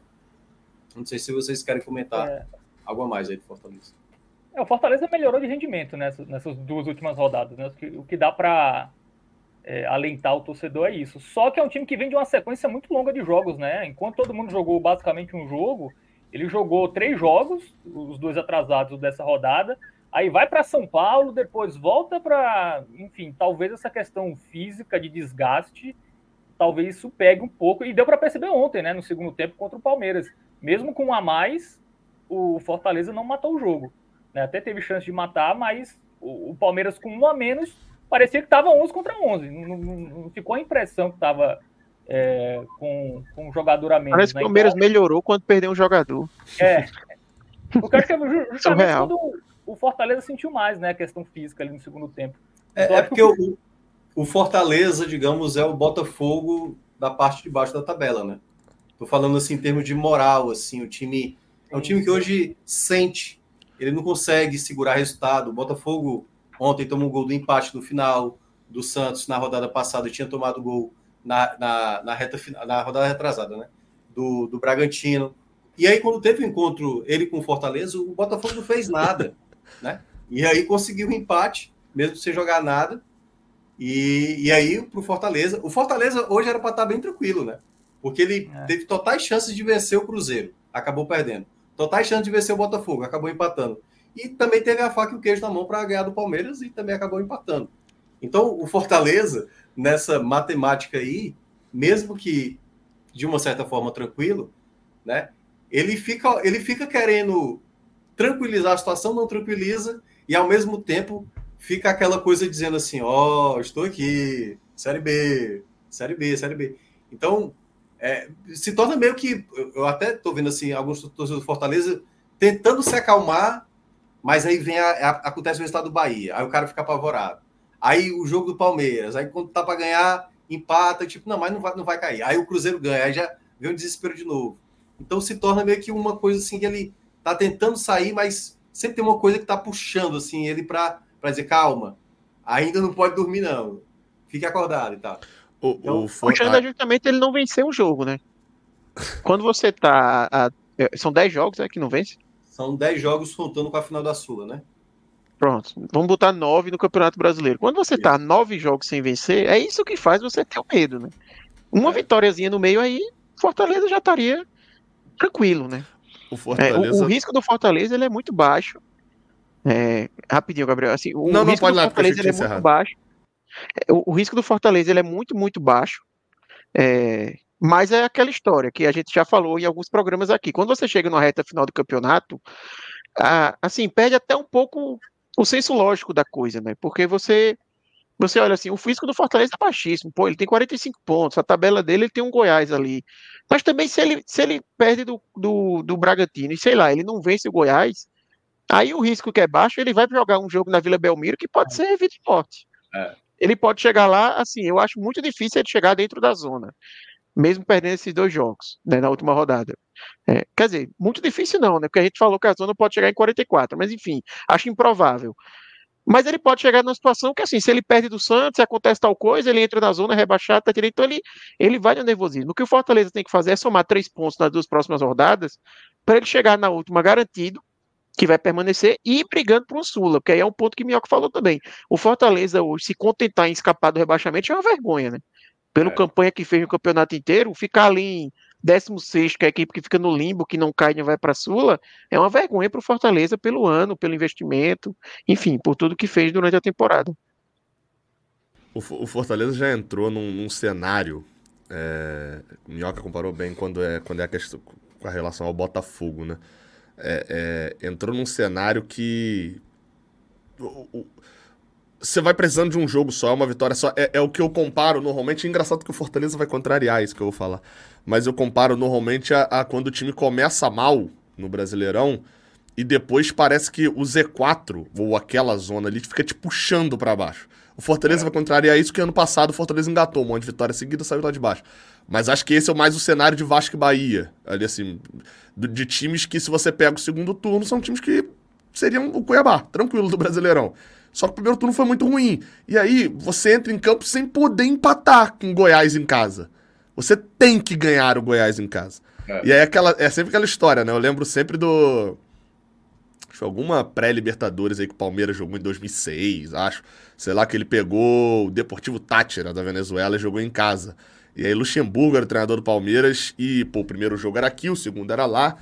Não sei se vocês querem comentar é. algo a mais aí do Fortaleza. É, o Fortaleza melhorou de rendimento nessas, nessas duas últimas rodadas, né? O que, o que dá para é, alentar o torcedor é isso. Só que é um time que vem de uma sequência muito longa de jogos, né? Enquanto todo mundo jogou basicamente um jogo, ele jogou três jogos, os dois atrasados dessa rodada, aí vai para São Paulo, depois volta para... Enfim, talvez essa questão física de desgaste, talvez isso pegue um pouco, e deu para perceber ontem, né? No segundo tempo contra o Palmeiras. Mesmo com um a mais, o Fortaleza não matou o jogo. Né? Até teve chance de matar, mas o, o Palmeiras com um a menos parecia que estava onze contra onze. Não, não, não ficou a impressão que estava é, com, com um jogador a menos. Parece né? que o Palmeiras então, melhorou quando perdeu um jogador. É. O que eu acho que é justamente quando o Fortaleza sentiu mais, né, a questão física ali no segundo tempo. É, é porque o, o Fortaleza, digamos, é o Botafogo da parte de baixo da tabela, né? Tô falando assim em termos de moral, assim, o time é um time que hoje sente, ele não consegue segurar resultado. O Botafogo ontem tomou um gol do empate no final, do Santos na rodada passada tinha tomado gol na, na, na, reta, na rodada retrasada, né? Do, do Bragantino. E aí, quando teve o um encontro ele com o Fortaleza, o Botafogo não fez nada, né? E aí conseguiu um empate, mesmo sem jogar nada. E, e aí, pro Fortaleza... O Fortaleza hoje era para estar bem tranquilo, né? Porque ele é. teve totais chances de vencer o Cruzeiro, acabou perdendo. Totais chances de vencer o Botafogo, acabou empatando. E também teve a faca e o queijo na mão para ganhar do Palmeiras e também acabou empatando. Então, o Fortaleza, nessa matemática aí, mesmo que de uma certa forma tranquilo, né? Ele fica, ele fica querendo tranquilizar a situação, não tranquiliza, e ao mesmo tempo fica aquela coisa dizendo assim, ó, oh, estou aqui, Série B, Série B, Série B. Então, é, se torna meio que, eu até estou vendo assim, alguns torcedores do Fortaleza tentando se acalmar, mas aí vem a, a, acontece o resultado do Bahia, aí o cara fica apavorado. Aí o jogo do Palmeiras, aí quando tá para ganhar, empata, tipo, não, mas não vai, não vai cair. Aí o Cruzeiro ganha, aí já vem o desespero de novo. Então se torna meio que uma coisa assim que ele tá tentando sair, mas sempre tem uma coisa que tá puxando assim ele para dizer, calma, ainda não pode dormir não, fique acordado e tal. O, então, o puxando é justamente ele não venceu o jogo, né? Quando você tá a, são dez jogos, é, que não vence? São dez jogos contando com a final da Sula, né? Pronto, vamos botar nove no Campeonato Brasileiro. Quando você tá nove jogos sem vencer, é isso que faz você ter o medo, né? Uma é. vitóriazinha no meio aí, Fortaleza já estaria tranquilo, né? O, Fortaleza... é, o, o risco do Fortaleza ele é muito baixo. É, rapidinho, Gabriel. Assim, o não, risco não pode do lá, Fortaleza ele é muito baixo. O, o risco do Fortaleza ele é muito, muito baixo. É, mas é aquela história que a gente já falou em alguns programas aqui. Quando você chega na reta final do campeonato, a, assim, perde até um pouco o senso lógico da coisa, né? Porque você, você olha assim, o risco do Fortaleza é baixíssimo. Pô, ele tem quarenta e cinco pontos, a tabela dele ele tem um Goiás ali. Mas também se ele, se ele perde do, do, do Bragantino e, sei lá, ele não vence o Goiás, aí o risco que é baixo, ele vai jogar um jogo na Vila Belmiro que pode ser vida e morte. É. Ele pode chegar lá, assim, eu acho muito difícil ele chegar dentro da zona, mesmo perdendo esses dois jogos, né, na última rodada. É, quer dizer, muito difícil não, né, porque a gente falou que a zona pode chegar em quarenta e quatro, mas enfim, acho improvável. Mas ele pode chegar numa situação que, assim, se ele perde do Santos, se acontece tal coisa, ele entra na zona, rebaixado, tá direito, então ele, ele vai no nervosismo. O que o Fortaleza tem que fazer é somar três pontos nas duas próximas rodadas, para ele chegar na última garantido, que vai permanecer, e ir brigando por um Sula, porque aí é um ponto que o Minhoca falou também. O Fortaleza hoje, se contentar em escapar do rebaixamento, é uma vergonha, né? Pelo é. campanha que fez no campeonato inteiro, ficar ali em décimo sexto, que é a equipe que fica no limbo, que não cai e não vai para a Sula, é uma vergonha para o Fortaleza pelo ano, pelo investimento, enfim, por tudo que fez durante a temporada. O, o Fortaleza já entrou num, num cenário, é, o Minhoca comparou bem quando é, quando é a questão com a relação ao Botafogo, né? é, é, entrou num cenário que o, o, você vai precisando de um jogo só, uma vitória só. É, é o que eu comparo normalmente. É engraçado que o Fortaleza vai contrariar isso que eu vou falar. Mas eu comparo normalmente a, a quando o time começa mal no Brasileirão e depois parece que o Z quatro, ou aquela zona ali, fica te puxando pra baixo. O Fortaleza é. vai contrariar isso, que ano passado o Fortaleza engatou um monte de vitória seguida e saiu lá de baixo. Mas acho que esse é mais o cenário de Vasco e Bahia. Ali, assim, de, de times que, se você pega o segundo turno, são times que seriam o Cuiabá, tranquilo, do Brasileirão. Só que o primeiro turno foi muito ruim. E aí, você entra em campo sem poder empatar com o Goiás em casa. Você tem que ganhar o Goiás em casa. É. E aí, aquela, é sempre aquela história, né? Eu lembro sempre do... Acho que alguma pré-Libertadores aí que o Palmeiras jogou em dois mil e seis, acho. Sei lá, que ele pegou o Deportivo Táchira, da Venezuela, e jogou em casa. E aí, Luxemburgo era o treinador do Palmeiras. E, pô, o primeiro jogo era aqui, o segundo era lá.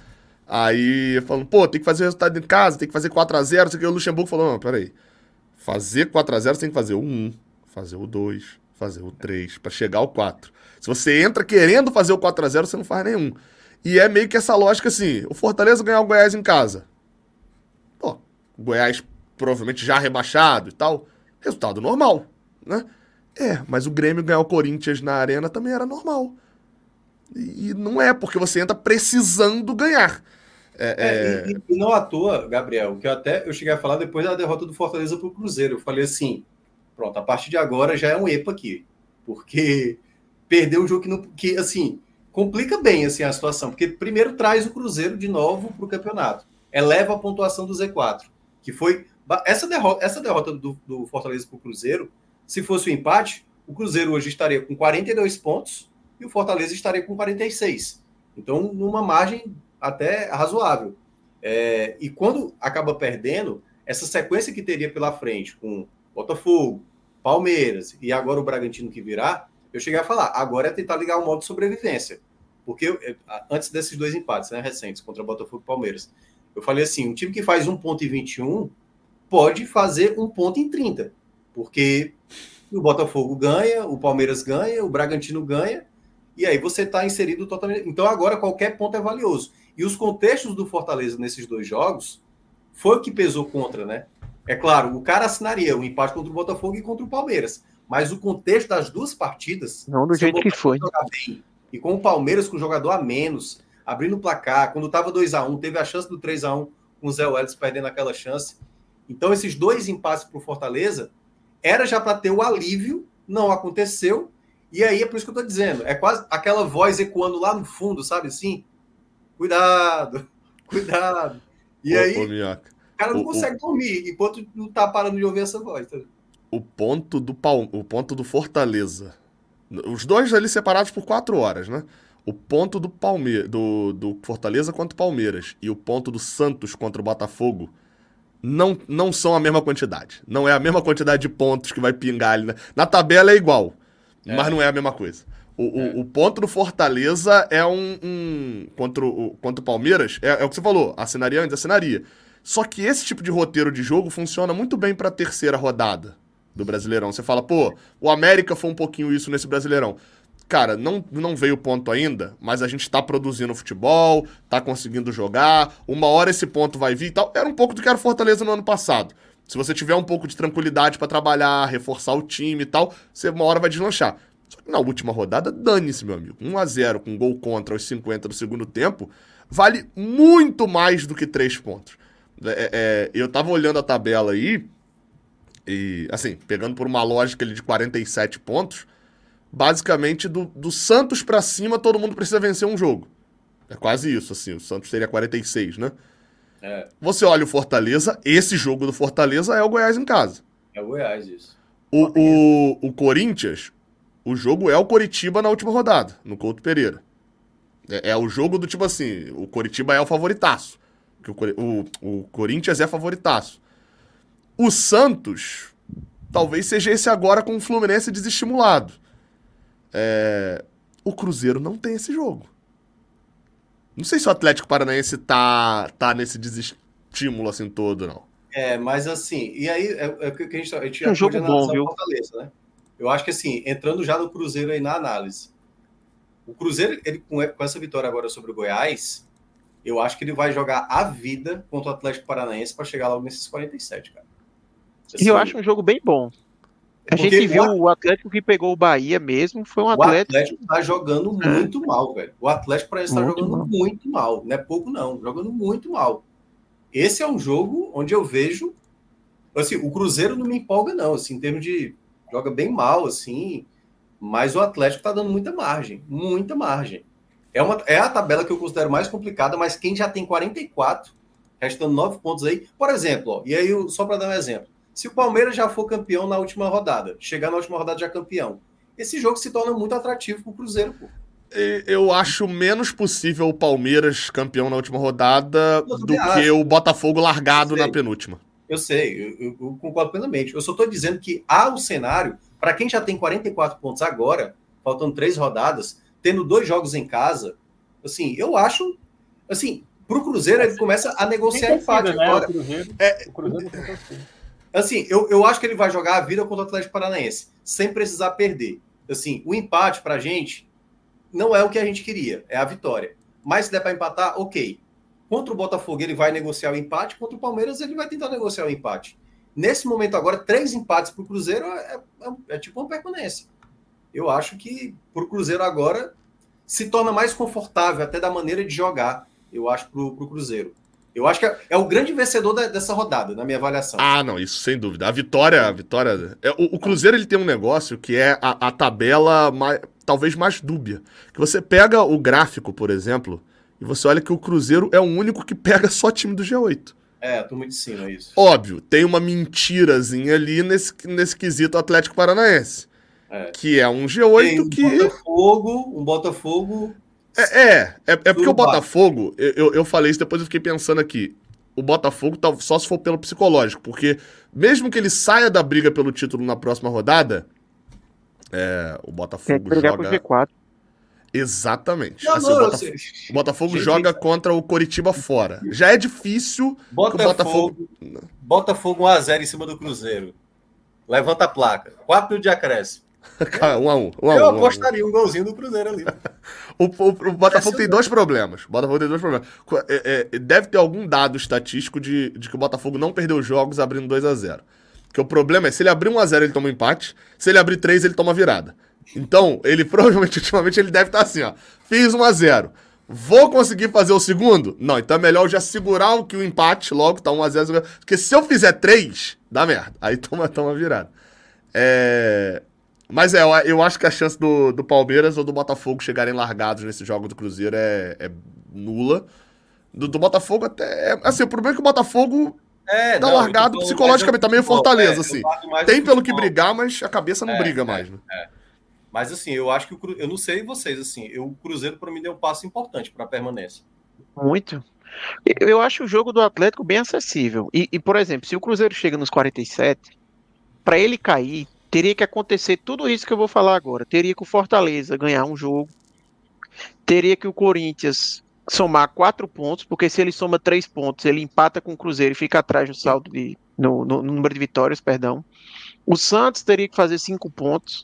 Aí, falando, pô, tem que fazer o resultado em casa, tem que fazer quatro a zero. O Luxemburgo falou, não, peraí. Fazer quatro a zero, você tem que fazer o um, fazer o dois, fazer o três, pra chegar ao quatro. Se você entra querendo fazer o quatro a zero, você não faz nenhum. E é meio que essa lógica assim, o Fortaleza ganhar o Goiás em casa. Pô, o Goiás provavelmente já rebaixado e tal, resultado normal, né? É, mas o Grêmio ganhar o Corinthians na Arena também era normal. E, e não é, porque você entra precisando ganhar. É, é... É, e, e não à toa, Gabriel, que eu até eu cheguei a falar depois da derrota do Fortaleza para o Cruzeiro. Eu falei assim, pronto, a partir de agora já é um epa aqui, porque perdeu um jogo que, não, que assim, complica bem assim, a situação, porque primeiro traz o Cruzeiro de novo para o campeonato, eleva a pontuação do Z quatro, que foi, essa derrota, essa derrota do, do Fortaleza para o Cruzeiro, se fosse o empate, o Cruzeiro hoje estaria com quarenta e dois pontos e o Fortaleza estaria com quarenta e seis, então numa margem até razoável. É, e quando acaba perdendo, essa sequência que teria pela frente com Botafogo, Palmeiras e agora o Bragantino que virá, eu cheguei a falar, agora é tentar ligar o modo de sobrevivência. Porque eu, antes desses dois empates, né, recentes, contra Botafogo e Palmeiras, eu falei assim, um time que faz um ponto em vinte e um pode fazer um ponto em trinta. Porque o Botafogo ganha, o Palmeiras ganha, o Bragantino ganha, e aí você está inserido totalmente... Então agora qualquer ponto é valioso. E os contextos do Fortaleza nesses dois jogos foi o que pesou contra, né? É claro, o cara assinaria o empate contra o Botafogo e contra o Palmeiras. Mas o contexto das duas partidas... Não do jeito que foi. Bem, e com o Palmeiras com o jogador a menos, abrindo o placar, quando estava dois a um, teve a chance do três a um com o Zé Welles perdendo aquela chance. Então esses dois empates para o Fortaleza era já para ter o alívio, não aconteceu. E aí é por isso que eu estou dizendo, é quase aquela voz ecoando lá no fundo, sabe assim? Cuidado, cuidado. E ô, aí, ô, o cara não o, consegue o, dormir, enquanto não tá parando de ouvir essa voz. Tá? O ponto do Pal... o ponto do Fortaleza, os dois ali separados por quatro horas, né? O ponto do, Palme... do, do Fortaleza contra o Palmeiras e o ponto do Santos contra o Botafogo não, não são a mesma quantidade. Não é a mesma quantidade de pontos que vai pingar ali. Né? Na tabela é igual, é. mas não é a mesma coisa. O, é. o, o ponto do Fortaleza é um... um contra, o, contra o Palmeiras, é, é o que você falou, assinaria antes, assinaria. Só que esse tipo de roteiro de jogo funciona muito bem para a terceira rodada do Brasileirão. Você fala, pô, o América foi um pouquinho isso nesse Brasileirão. Cara, não, não veio o ponto ainda, mas a gente tá produzindo futebol, tá conseguindo jogar, uma hora esse ponto vai vir e tal. Era um pouco do que era o Fortaleza no ano passado. Se você tiver um pouco de tranquilidade para trabalhar, reforçar o time e tal, você uma hora vai deslanchar. Só que na última rodada, dane-se, meu amigo. um a zero com gol contra aos cinquenta do segundo tempo, vale muito mais do que três pontos. É, é, eu tava olhando a tabela aí, e assim, pegando por uma lógica ali de quarenta e sete pontos, basicamente do, do Santos pra cima todo mundo precisa vencer um jogo. É quase isso, assim, o Santos teria quarenta e seis, né? É. Você olha o Fortaleza, esse jogo do Fortaleza é o Goiás em casa. É o Goiás, isso. O, o, o Corinthians, o jogo é o Coritiba na última rodada, no Couto Pereira. É, é o jogo do tipo assim, o Coritiba é o favoritaço. O, o, o Corinthians é favoritaço. O Santos talvez seja esse agora com o Fluminense desestimulado. É, o Cruzeiro não tem esse jogo. Não sei se o Atlético Paranaense tá, tá nesse desestímulo assim todo, não. É, mas assim, e aí é, é o que a gente, a gente é um jogo bom, viu? Fortaleza, né? Eu acho que assim, entrando já no Cruzeiro aí na análise, o Cruzeiro, ele, com essa vitória agora sobre o Goiás, eu acho que ele vai jogar a vida contra o Atlético Paranaense para chegar logo nesses quarenta e sete, cara. Assim, e eu acho um jogo bem bom. A gente viu o Atlético que pegou o Bahia mesmo, foi um Atlético... O Atlético tá jogando muito é. mal, velho. O Atlético Paranaense tá jogando mal. muito mal. Não é pouco, não. Jogando muito mal. Esse é um jogo onde eu vejo... Assim, o Cruzeiro não me empolga, não. Assim, em termos de... Joga bem mal, assim... Mas o Atlético tá dando muita margem. Muita margem. É, uma, é a tabela que eu considero mais complicada, mas quem já tem quarenta e quatro, restando nove pontos aí... Por exemplo, ó, e aí só para dar um exemplo. Se o Palmeiras já for campeão na última rodada, chegar na última rodada já campeão, esse jogo se torna muito atrativo para o Cruzeiro, pô. Eu acho menos possível o Palmeiras campeão na última rodada do que acho. o Botafogo largado na penúltima. Eu sei, eu, eu, eu concordo plenamente. Eu só estou dizendo que há um cenário, para quem já tem quarenta e quatro pontos agora, faltando três rodadas, tendo dois jogos em casa, assim, eu acho, assim, para o Cruzeiro ele começa a negociar empate né? agora. O Cruzeiro, é, o Cruzeiro não tem Assim, eu, eu acho que ele vai jogar a vida contra o Atlético Paranaense, sem precisar perder. Assim, o empate pra gente não é o que a gente queria, é a vitória. Mas se der para empatar, ok. Contra o Botafogo ele vai negociar o empate, contra o Palmeiras ele vai tentar negociar o empate. Nesse momento agora, três empates pro Cruzeiro é, é, é tipo uma permanência. Eu acho que pro Cruzeiro agora se torna mais confortável, até da maneira de jogar, eu acho, pro, pro Cruzeiro. Eu acho que é, é o grande vencedor da, dessa rodada, na minha avaliação. Ah, não, isso sem dúvida. A vitória, a vitória. É, o, o Cruzeiro ele tem um negócio que é a, a tabela mais, talvez mais dúbia. Que você pega o gráfico, por exemplo, e você olha que o Cruzeiro é o único que pega só time do G oito. É, a turma de cima, é isso. Óbvio, tem uma mentirazinha ali nesse, nesse quesito Atlético Paranaense. É. Que é um G oito tem um que. Botafogo, um Botafogo. É, é, é, é porque o Botafogo, eu, eu falei isso, depois eu fiquei pensando aqui, o Botafogo tá, só se for pelo psicológico, porque mesmo que ele saia da briga pelo título na próxima rodada, é, o Botafogo Quer joga... com o G quatro. Exatamente. Não, assim, não, o, Botafogo, o Botafogo gente, joga contra o Coritiba fora. Já é difícil Botafogo, que o Botafogo... Botafogo um a zero em cima do Cruzeiro. Levanta a placa. quatro minutos de acréscimo. um a um, um a eu um, apostaria um, um golzinho do Cruzeiro ali. o, o, o Botafogo tem dois problemas. O Botafogo tem dois problemas. É, é, deve ter algum dado estatístico de, de que o Botafogo não perdeu jogos abrindo dois a zero. Porque o problema é, se ele abrir um a zero, ele toma um empate. Se ele abrir três, ele toma virada. Então, ele provavelmente, ultimamente, ele deve estar assim, ó. Fiz um a zero. Vou conseguir fazer o segundo? Não, então é melhor eu já segurar o que o empate logo, tá um a zero. Porque se eu fizer três, dá merda. Aí toma, toma virada. É... Mas é, eu acho que a chance do, do Palmeiras ou do Botafogo chegarem largados nesse jogo do Cruzeiro é, é nula. Do, do Botafogo até... É, assim, o problema é que o Botafogo é, tá não, largado psicologicamente, tá meio Fortaleza, é, assim. Tem pelo que brigar, mas a cabeça não é, briga é, mais, né? É. Mas assim, eu acho que o Cru... eu não sei vocês, assim, eu, o Cruzeiro para mim deu um passo importante para a permanência. Muito. Eu acho o jogo do Atlético bem acessível. E, e, por exemplo, se o Cruzeiro chega nos quarenta e sete, para ele cair, teria que acontecer tudo isso que eu vou falar agora. Teria que o Fortaleza ganhar um jogo, teria que o Corinthians somar quatro pontos, porque se ele soma três pontos, ele empata com o Cruzeiro e fica atrás no saldo de, no, no, no número de vitórias, perdão. O Santos teria que fazer cinco pontos.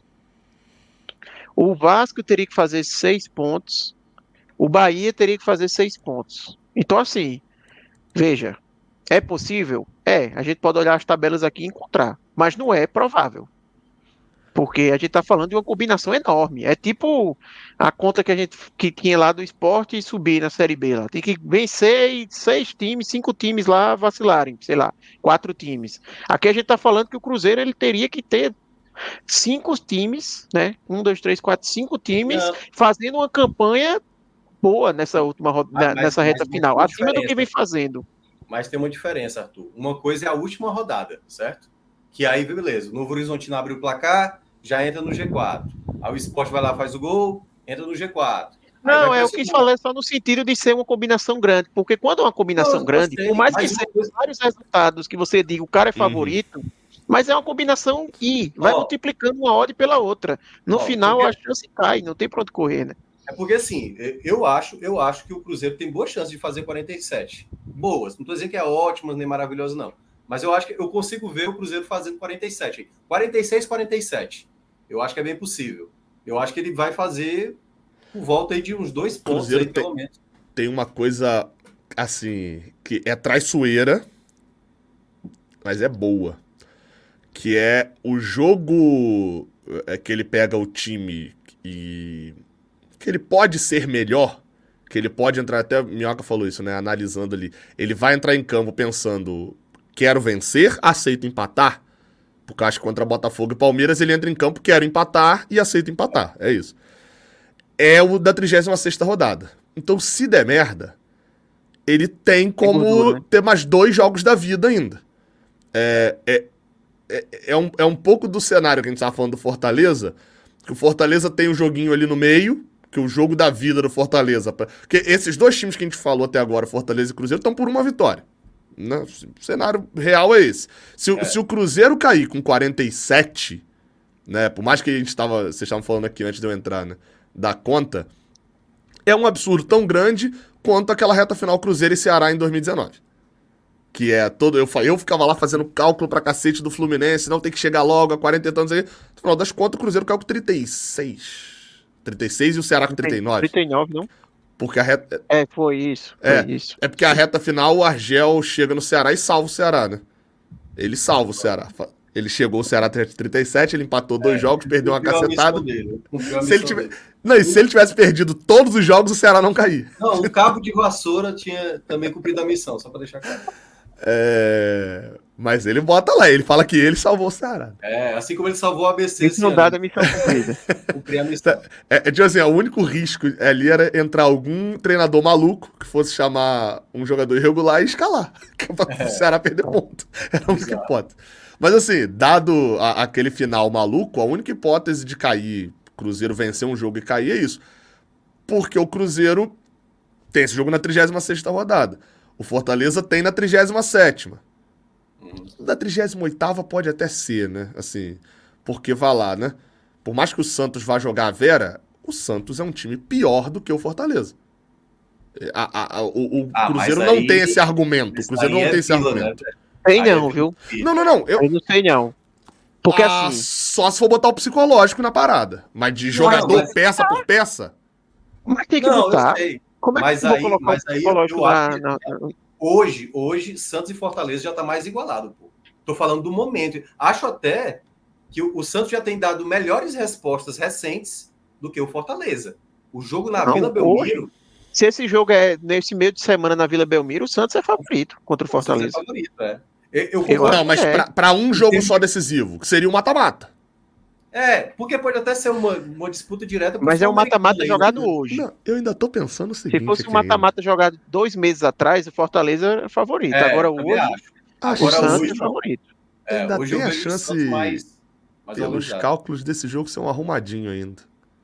O Vasco teria que fazer seis pontos. O Bahia teria que fazer seis pontos. Então, assim, veja, é possível? É, a gente pode olhar as tabelas aqui e encontrar, mas não é provável. Porque a gente está falando de uma combinação enorme. É tipo a conta que a gente que tinha lá do Sport e subir na Série B lá. Tem que vencer e seis times, cinco times lá vacilarem, sei lá, quatro times. Aqui a gente está falando que o Cruzeiro ele teria que ter cinco times, né? Um, dois, três, quatro, cinco times não. fazendo uma campanha boa nessa última rodada, mas, nessa reta mas final, acima do que vem fazendo. Mas tem uma diferença, Arthur. Uma coisa é a última rodada, certo? Que aí, beleza, o Novo Horizontino abre o placar, já entra no G quatro. Aí o Sport vai lá, faz o gol, entra no G quatro. Não, é o que falei só no sentido de ser uma combinação grande, porque quando é uma combinação não, grande, sei, por mais que sejam vários resultados que você diga o cara é favorito, uhum. mas é uma combinação I, vai oh. multiplicando uma odd pela outra. No oh, final porque... a chance cai, não tem pra onde correr, né? É porque assim, eu acho, eu acho que o Cruzeiro tem boas chances de fazer quarenta e sete. Boas, não tô dizendo que é ótimas nem maravilhosas, não. Mas eu acho que eu consigo ver o Cruzeiro fazendo quarenta e sete. quarenta e seis, quarenta e sete. Eu acho que é bem possível. Eu acho que ele vai fazer por volta aí de uns dois pontos aí, tem, pelo menos. Tem uma coisa assim, que é traiçoeira, mas é boa. Que é o jogo é, que ele pega o time e... que ele pode ser melhor, que ele pode entrar, até o Minhoca falou isso, né, analisando ali, ele vai entrar em campo pensando, quero vencer, aceito empatar, porque acho que contra Botafogo e Palmeiras ele entra em campo, quero empatar e aceito empatar, é isso. É o da trigésima sexta rodada. Então, se der merda, ele tem como é gordura, né? ter mais dois jogos da vida ainda. É, é, é, é, um, é um pouco do cenário que a gente estava falando do Fortaleza, que o Fortaleza tem um joguinho ali no meio, que o jogo da vida do Fortaleza... Porque esses dois times que a gente falou até agora, Fortaleza e Cruzeiro, estão por uma vitória. Né? O cenário real é esse. Se, é. se o Cruzeiro cair com quarenta e sete, né, por mais que a gente tava, vocês estavam falando aqui antes de eu entrar, né, da conta, é um absurdo tão grande quanto aquela reta final Cruzeiro e Ceará em dois mil e dezenove. Que é todo... Eu, eu ficava lá fazendo cálculo pra cacete do Fluminense, não tem que chegar logo a quarenta e tantos aí. No final das contas, o Cruzeiro caiu com trinta e seis. trinta e seis e o Ceará com trinta e nove. trinta e nove, não? Porque a reta... É, foi isso. Foi é, isso. É porque a reta final, o Argel chega no Ceará e salva o Ceará, né? Ele salva o Ceará. Ele chegou, o Ceará trinta e sete, ele empatou dois é, jogos, perdeu uma cacetada. Se ele tiver... Não, e se ele tivesse perdido todos os jogos, o Ceará não caía. Não, o cabo de vassoura tinha também cumprido a missão, só pra deixar claro. É... Mas ele bota lá, ele fala que ele salvou o Ceará. É, assim como ele salvou o A B C. Isso não dá da missão cumprida. Cumprir a missão. É, é, tipo assim, o único risco ali era entrar algum treinador maluco que fosse chamar um jogador irregular e escalar. É. O Ceará perder ponto. Era a única hipótese. Mas assim, dado a, aquele final maluco, a única hipótese de cair, Cruzeiro vencer um jogo e cair é isso. Porque o Cruzeiro tem esse jogo na trigésima sexta rodada. O Fortaleza tem na trigésima sétima. Da trigésima oitava pode até ser, né? Assim, porque vai lá, né? Por mais que o Santos vá jogar a Vera, o Santos é um time pior do que o Fortaleza. A, a, a, o o ah, Cruzeiro não aí, tem esse argumento. O Cruzeiro não tem é esse pila, argumento. Né? Tem não, é viu? Não, não, não. Eu, eu não sei não. Porque ah, assim... Só se for botar o psicológico na parada. Mas de jogador não, mas... peça por peça... Mas tem que não, botar. Como é que mas eu vou aí, colocar mas o psicológico lá? Na... Hoje, hoje, Santos e Fortaleza já tá mais igualado. Pô. Tô falando do momento. Acho até que o, o Santos já tem dado melhores respostas recentes do que o Fortaleza. O jogo na não, Vila Belmiro... Hoje, se esse jogo é nesse meio de semana na Vila Belmiro, o Santos é favorito contra o Fortaleza. O Santos é favorito, é. Eu, eu não, mas é. pra, pra um jogo só decisivo, que seria um mata-mata. É, porque pode até ser uma, uma disputa direta. Mas é um mata-mata jogado hoje. Não, eu ainda tô pensando o seguinte... Se fosse um mata-mata jogado dois meses atrás, o Fortaleza é favorito. É, agora hoje, acho. o Santos hoje, é favorito. É, ainda hoje tem a chance, mais, mais pelos cálculos desse jogo, ser um arrumadinho ainda.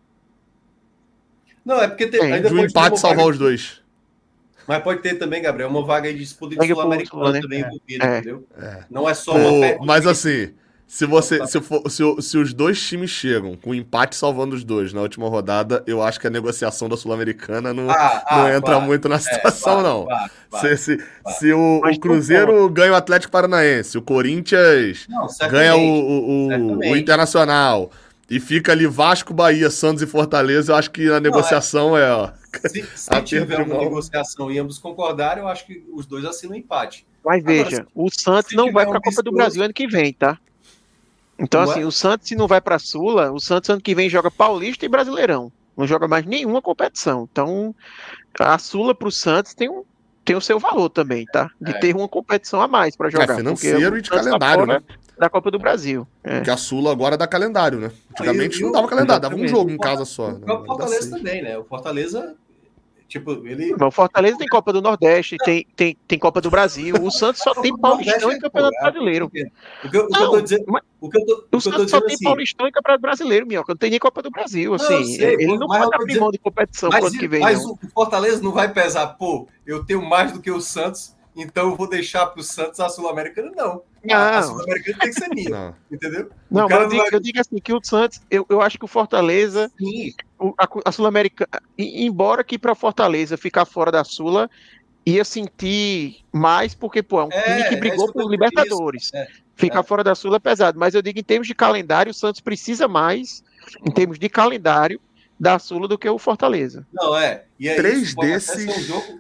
Não, é porque... Tem, é, ainda de um empate salvar os dois. Mas pode ter também, Gabriel, uma vaga aí de disputa de Sul-Americana né? também envolvida, é. entendeu? É. Não é só Pô, uma... Mas assim... Se, você, se, for, se, se os dois times chegam com empate salvando os dois na última rodada, eu acho que a negociação da Sul-Americana não, ah, não ah, entra claro. muito na situação, é, claro, não. Claro, claro, se se, claro. se o, o Cruzeiro ganha o Atlético Paranaense, o Corinthians não, ganha o, o, o, o Internacional e fica ali Vasco, Bahia, Santos e Fortaleza, eu acho que a negociação não, é... é ó, se se tiver uma negociação e ambos concordarem, eu acho que os dois assinam empate. Mas Agora, veja, se, o Santos não vai para a Copa discurso... do Brasil ano que vem, tá? Então, não assim, é? o Santos, se não vai para a Sula, o Santos ano que vem joga Paulista e Brasileirão. Não joga mais nenhuma competição. Então, a Sula para o Santos tem, um, tem o seu valor também, tá? De é. ter uma competição a mais para jogar. É financeiro e de calendário, né? Da Copa do Brasil. É. Porque a Sula agora dá calendário, né? Antigamente não, não dava calendário, dava um jogo em casa só. O próprio Fortaleza também, né? O Fortaleza... Tipo, ele... O Fortaleza tem Copa do Nordeste, tem, tem, tem Copa do Brasil. O Santos só tem Paulistão e Campeonato Brasileiro. O que eu tô dizendo... O Santos só tem Paulistão e Campeonato Brasileiro, Minhoca. Não tem nem Copa do Brasil. Assim, ele não pode abrir mão de competição pro ano que vem. Mas o Fortaleza não vai pesar, pô, eu tenho mais do que o Santos, então eu vou deixar pro Santos a Sul-Americana, não. Não. A Sul-Americana tem que ser minha, não. Entendeu? Não, mas eu digo, vai... eu digo assim, que o Santos, eu, eu acho que o Fortaleza, o, a, a Sul-Americana, embora que para Fortaleza ficar fora da Sula, ia sentir mais, porque, pô, é um é, time que brigou é por Libertadores. É, ficar é. fora da Sula é pesado, mas eu digo, em termos de calendário, o Santos precisa mais, em termos de calendário, da Sula do que o Fortaleza. Não, é. E aí, Três desses... Um jogo...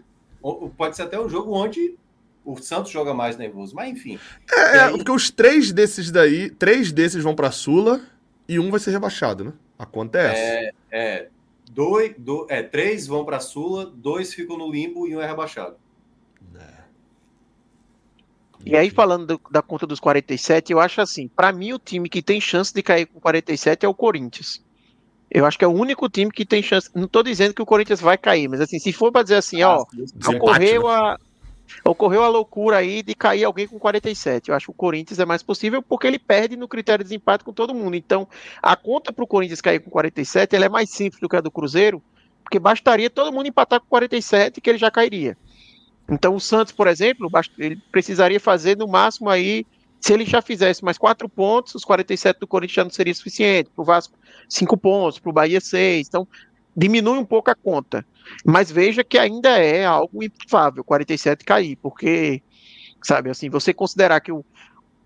pode ser até um jogo onde o Santos joga mais nervoso, mas enfim. É, aí... porque os três desses daí, três desses vão pra Sula e um vai ser rebaixado, né? A conta é essa. É, é, dois, do, é três vão pra Sula, dois ficam no limbo e um é rebaixado. É. E aí, falando do, da conta dos quarenta e sete, eu acho assim, para mim o time que tem chance de cair com quarenta e sete é o Corinthians. Eu acho que é o único time que tem chance. Não tô dizendo que o Corinthians vai cair, mas assim, se for para dizer assim, Ah, ó, desempate, ocorreu né? a ocorreu a loucura aí de cair alguém com quarenta e sete. Eu acho que o Corinthians é mais possível porque ele perde no critério de desempate com todo mundo. Então, a conta para o Corinthians cair com quarenta e sete, ela é mais simples do que a do Cruzeiro, porque bastaria todo mundo empatar com quarenta e sete que ele já cairia. Então, o Santos, por exemplo, ele precisaria fazer no máximo aí, se ele já fizesse mais quatro pontos, os quarenta e sete do Corinthians já não seria suficiente. Para o Vasco, cinco pontos, para o Bahia, seis. Então, diminui um pouco a conta. Mas veja que ainda é algo improvável, quarenta e sete cair, porque, sabe, assim, você considerar que o,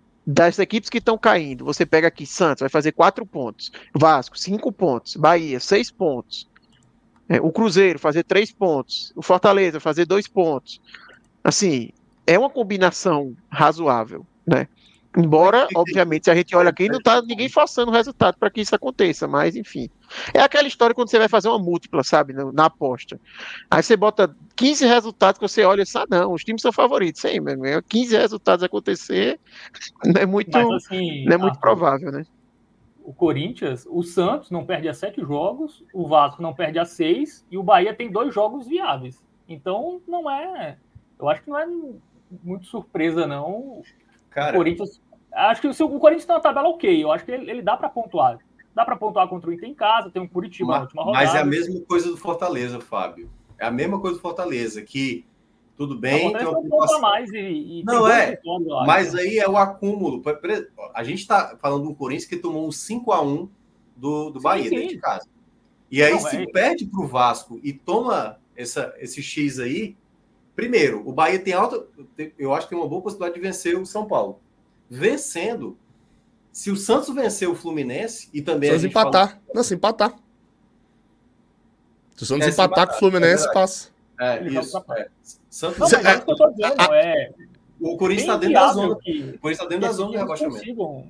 das equipes que estão caindo, você pega aqui Santos, vai fazer quatro pontos, Vasco, cinco pontos, Bahia, seis pontos, é, o Cruzeiro fazer três pontos, o Fortaleza fazer dois pontos. Assim, é uma combinação razoável, né? Embora, obviamente, se a gente olha aqui, não tá ninguém forçando o resultado para que isso aconteça, mas enfim. É aquela história quando você vai fazer uma múltipla, sabe, na aposta. Aí você bota quinze resultados que você olha e diz, ah, não, os times são favoritos. Sim, mesmo, quinze resultados acontecer não é muito, Mas, assim, não é muito Arthur, provável, né? O Corinthians, o Santos não perde a sete jogos, o Vasco não perde a seis e o Bahia tem dois jogos viáveis. Então, não é... Eu acho que não é muito surpresa, não. Cara, o Corinthians... Acho que o, o Corinthians tem uma tabela ok. Eu acho que ele, ele dá para pontuar. Dá para pontuar contra o Inter em casa, tem um Curitiba mas, na última rodada. Mas é a mesma coisa do Fortaleza, Fábio. É a mesma coisa do Fortaleza, que tudo bem... Não, tem uma um ponto a mais e, e não é, vitórias, mas aí é o acúmulo. A gente está falando de um Corinthians que tomou um cinco a um do, do Bahia, sim, sim. dentro de casa. E aí, não, se é... perde para o Vasco e toma essa, esse X aí, primeiro, o Bahia tem alta... Eu acho que tem uma boa possibilidade de vencer o São Paulo. Vencendo, se o Santos vencer o Fluminense e também... Se empatar. Falou... Não, se empatar. Se o Santos é, empatar, empatar com o Fluminense, é passa. É, isso. É. Santos... Não, mas é isso que eu tô dizendo, é... O Corinthians está dentro da zona. Que, o Corinthians está dentro da zona de rebaixamento. Consigam...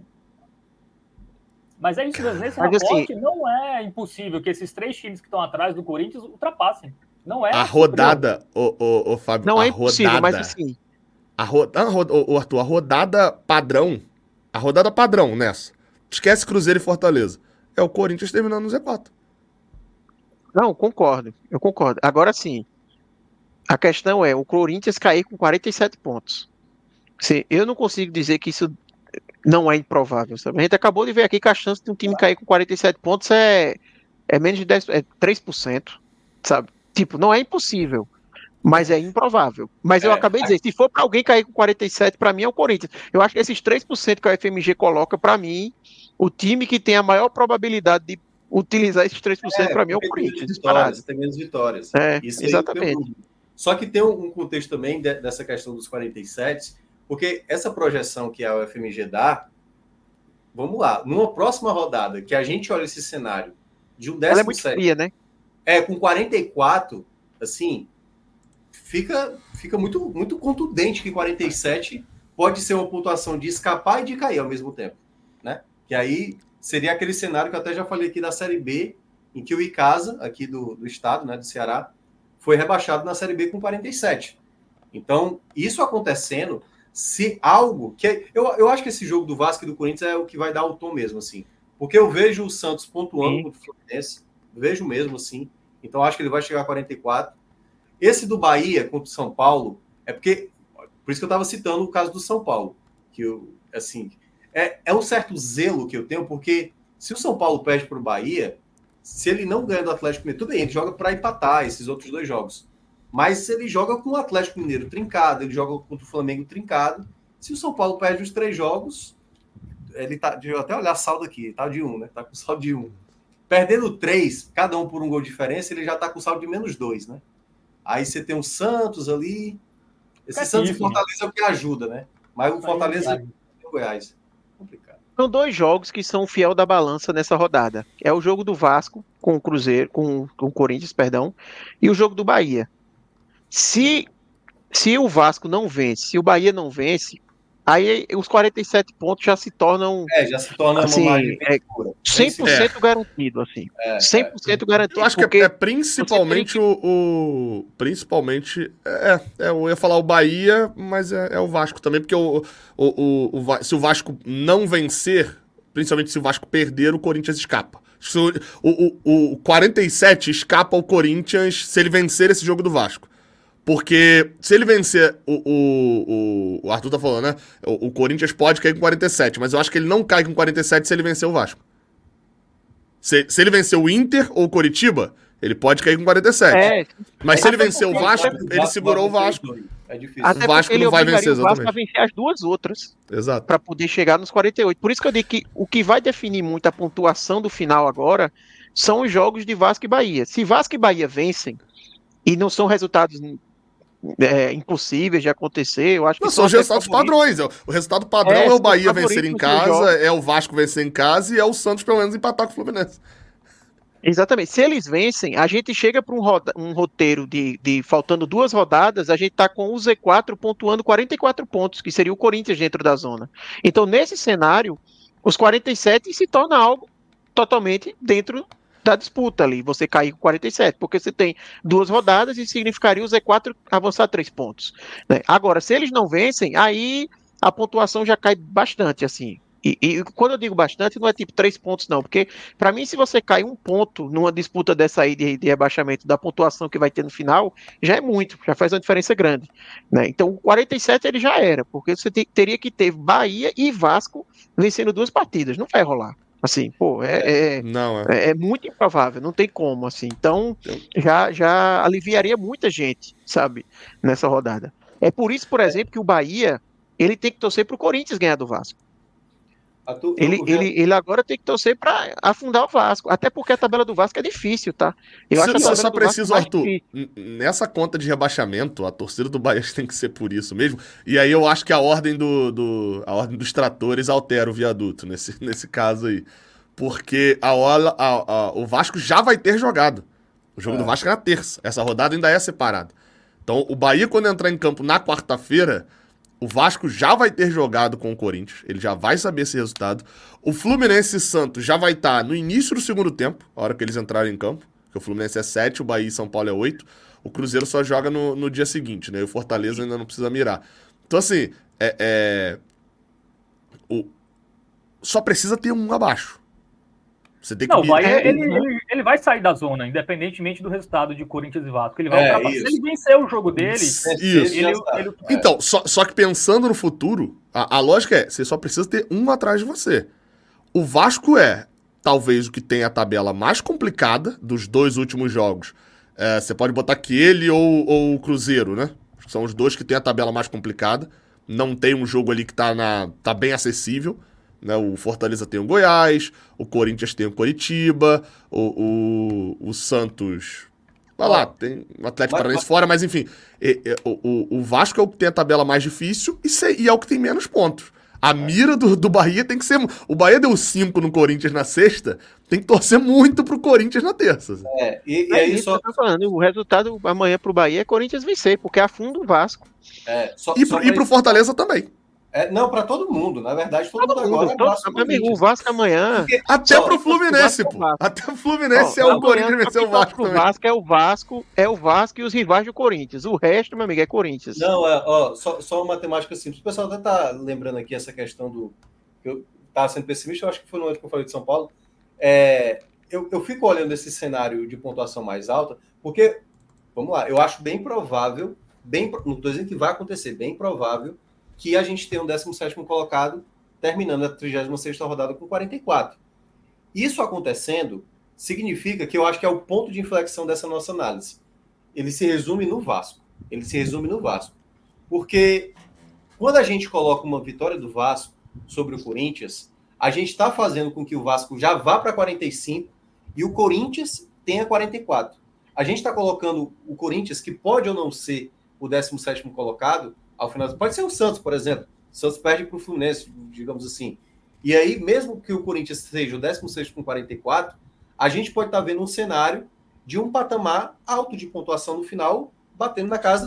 Mas é isso mesmo. Nesse mas raporte, assim... não é impossível que esses três times que estão atrás do Corinthians ultrapassem. Não é. A rodada, ô, ô, ô, Fábio, não a é impossível, rodada, mas assim... A rodada, o Arthur, a rodada padrão, a rodada padrão nessa, esquece Cruzeiro e Fortaleza, é o Corinthians terminando no Z quatro. Não, concordo, eu concordo. Agora sim, a questão é o Corinthians cair com quarenta e sete pontos. Sim, eu não consigo dizer que isso não é improvável, sabe? A gente acabou de ver aqui que a chance de um time cair com quarenta e sete pontos é, é menos de dez, é três por cento, sabe? Tipo, não é impossível, mas é improvável. Mas eu é, acabei de dizer, se for para alguém cair com quarenta e sete, para mim é o Corinthians. Eu acho que esses três por cento que a F M G coloca, para mim, o time que tem a maior probabilidade de utilizar esses três por cento, é, para mim é o Corinthians. Vitórias, tem menos vitórias. É, Isso exatamente. Só que tem um contexto também de, dessa questão dos quarenta e sete, porque essa projeção que a U F M G dá, vamos lá, numa próxima rodada, que a gente olha esse cenário de um décimo Ela é muito fria, né? É, com quarenta e quatro, assim, fica, fica muito, muito contundente que quarenta e sete pode ser uma pontuação de escapar e de cair ao mesmo tempo, né? Que aí seria aquele cenário que eu até já falei aqui da Série B, em que o Icasa, aqui do, do estado, né, do Ceará, foi rebaixado na Série B com quarenta e sete. Então, isso acontecendo, se algo... que eu, eu acho que esse jogo do Vasco e do Corinthians é o que vai dar o tom mesmo, assim. Porque eu vejo o Santos pontuando contra o Fluminense, vejo mesmo, assim. Então, acho que ele vai chegar a quarenta e quatro. Esse do Bahia contra o São Paulo, é porque... Por isso que eu estava citando o caso do São Paulo. Que eu, assim... É, é um certo zelo que eu tenho, porque se o São Paulo perde para o Bahia, se ele não ganha do Atlético Mineiro, tudo bem, ele joga para empatar esses outros dois jogos. Mas se ele joga com o Atlético Mineiro trincado, ele joga contra o Flamengo trincado, se o São Paulo perde os três jogos, ele tá, deixa eu até olhar saldo aqui, tá de um, né? Tá com saldo de um. Perdendo três, cada um por um gol de diferença, ele já tá com saldo de menos dois, né? Aí você tem o Santos ali. Esse Santos e Fortaleza é o que ajuda, né? Mas o Fortaleza é o Goiás. Complicado. São dois jogos que são fiel da balança nessa rodada. É o jogo do Vasco com o Cruzeiro, com, com o Corinthians, perdão, e o jogo do Bahia. Se se o Vasco não vence, se o Bahia não vence, aí os quarenta e sete pontos já se tornam... É, já se torna assim, uma margem é, pura. cem por cento é. garantido, assim. É, cem por cento é. garantido. Eu acho que é, é principalmente que... o, o... Principalmente... É, é, eu ia falar o Bahia, mas é, é o Vasco também, porque o, o, o, o, se o Vasco não vencer, principalmente se o Vasco perder, o Corinthians escapa. O, o, o quarenta e sete escapa ao Corinthians se ele vencer esse jogo do Vasco. Porque se ele vencer, o, o, o Arthur tá falando, né? O, o Corinthians pode cair com quarenta e sete, mas eu acho que ele não cai com quarenta e sete se ele vencer o Vasco. Se, se ele vencer o Inter ou o Coritiba, ele pode cair com quarenta e sete. É, mas se ele vencer o Vasco, ele segurou o Vasco. É difícil. Até o Vasco não vai vencer, exatamente. O Vasco vai vencer as duas outras. Exato. Para poder chegar nos quarenta e oito. Por isso que eu digo que o que vai definir muito a pontuação do final agora são os jogos de Vasco e Bahia. Se Vasco e Bahia vencem, e não são resultados... É, impossíveis de acontecer, eu acho que não, são os resultados padrões. O resultado padrão é, é o Bahia vencer em casa, é o Vasco vencer em casa e é o Santos pelo menos empatar com o Fluminense. Exatamente. Se eles vencem, a gente chega para um, um roteiro de, de faltando duas rodadas, a gente está com o Z quatro pontuando quarenta e quatro pontos, que seria o Corinthians dentro da zona. Então, nesse cenário, os quarenta e sete se torna algo totalmente dentro da disputa ali, você cair com quarenta e sete, porque você tem duas rodadas e significaria o Z quatro avançar três pontos. Né? Agora, se eles não vencem, aí a pontuação já cai bastante, assim. E, e quando eu digo bastante, não é tipo três pontos, não, porque para mim, se você cai um ponto numa disputa dessa aí de, de rebaixamento da pontuação que vai ter no final, já é muito, já faz uma diferença grande. Né? Então, o quarenta e sete ele já era, porque você te, teria que ter Bahia e Vasco vencendo duas partidas, não vai rolar. Assim, pô, é, é, não, é. é, é muito improvável, não tem como, assim. Então, já, já aliviaria muita gente, sabe, nessa rodada. É por isso, por exemplo, que o Bahia, ele tem que torcer pro Corinthians ganhar do Vasco. Tu, ele, ele, ele agora tem que torcer para afundar o Vasco, até porque a tabela do Vasco é difícil, tá? Eu acho que eu só preciso, Arthur, nessa conta de rebaixamento, a torcida do Bahia tem que ser por isso mesmo, e aí eu acho que a ordem, do, do, a ordem dos tratores altera o viaduto nesse, nesse caso aí, porque a, a, a, o Vasco já vai ter jogado, o jogo é. do Vasco é na terça, essa rodada ainda é separada. Então o Bahia, quando entrar em campo na quarta-feira, o Vasco já vai ter jogado com o Corinthians, ele já vai saber esse resultado. O Fluminense e Santos já vai estar no início do segundo tempo, a hora que eles entrarem em campo, porque o Fluminense é sete, o Bahia e São Paulo é oito. O Cruzeiro só joga no, no dia seguinte, né? E o Fortaleza ainda não precisa mirar. Então, assim, é, é... O... só precisa ter um abaixo. Você tem que não, o Bahia, ele, ele, ele vai sair da zona, independentemente do resultado de Corinthians e Vasco. Ele vai é, ultrapassar. Se ele vencer o jogo dele, isso. Ele, ele, ele... Então, só, só que pensando no futuro, a, a lógica é, você só precisa ter um atrás de você. O Vasco é, talvez, o que tem a tabela mais complicada dos dois últimos jogos. É, você pode botar que ele ou, ou o Cruzeiro, né? São os dois que tem a tabela mais complicada. Não tem um jogo ali que tá, na, tá bem acessível. Né, o Fortaleza tem o Goiás, o Corinthians tem o Coritiba, o, o, o Santos... Vai lá, tem o Atlético Paranaense fora, mas enfim, é, é, o, o Vasco é o que tem a tabela mais difícil e, se, e é o que tem menos pontos. A mira do, do Bahia tem que ser... O Bahia deu cinco no Corinthians na sexta, tem que torcer muito pro Corinthians na terça. Assim. É, e, e é aí isso só... que eu tô falando, o resultado amanhã pro Bahia é Corinthians vencer, porque afunda o Vasco. É, só, e, só pro, e pro Fortaleza também. É, não, para todo mundo, na verdade, todo, todo mundo agora todo, é Vasco. Meu amigo, o Vasco amanhã. Porque, até só, pro Fluminense, pô. É até o Fluminense ó, é o Corinthians vencer o Vasco. O Vasco é o Vasco, é o Vasco e os rivais do Corinthians. O resto, meu amigo, é Corinthians. Não, é, ó, só, só uma matemática simples. O pessoal até tá lembrando aqui essa questão do. Eu tava sendo pessimista, eu acho que foi no ano que eu falei de São Paulo. É, eu, eu fico olhando esse cenário de pontuação mais alta, porque, vamos lá, eu acho bem provável, bem, não estou dizendo que vai acontecer, bem provável que a gente tenha um décimo sétimo colocado terminando a trigésima sexta rodada com quarenta e quatro. Isso acontecendo significa que eu acho que é o ponto de inflexão dessa nossa análise. Ele se resume no Vasco. Ele se resume no Vasco. Porque quando a gente coloca uma vitória do Vasco sobre o Corinthians, a gente está fazendo com que o Vasco já vá para quarenta e cinco e o Corinthians tenha quarenta e quatro. A gente está colocando o Corinthians, que pode ou não ser o décimo sétimo colocado, ao final, pode ser o Santos, por exemplo. O Santos perde para o Fluminense, digamos assim. E aí, mesmo que o Corinthians seja o décimo sexto com quarenta e quatro, a gente pode estar vendo um cenário de um patamar alto de pontuação no final, batendo na casa do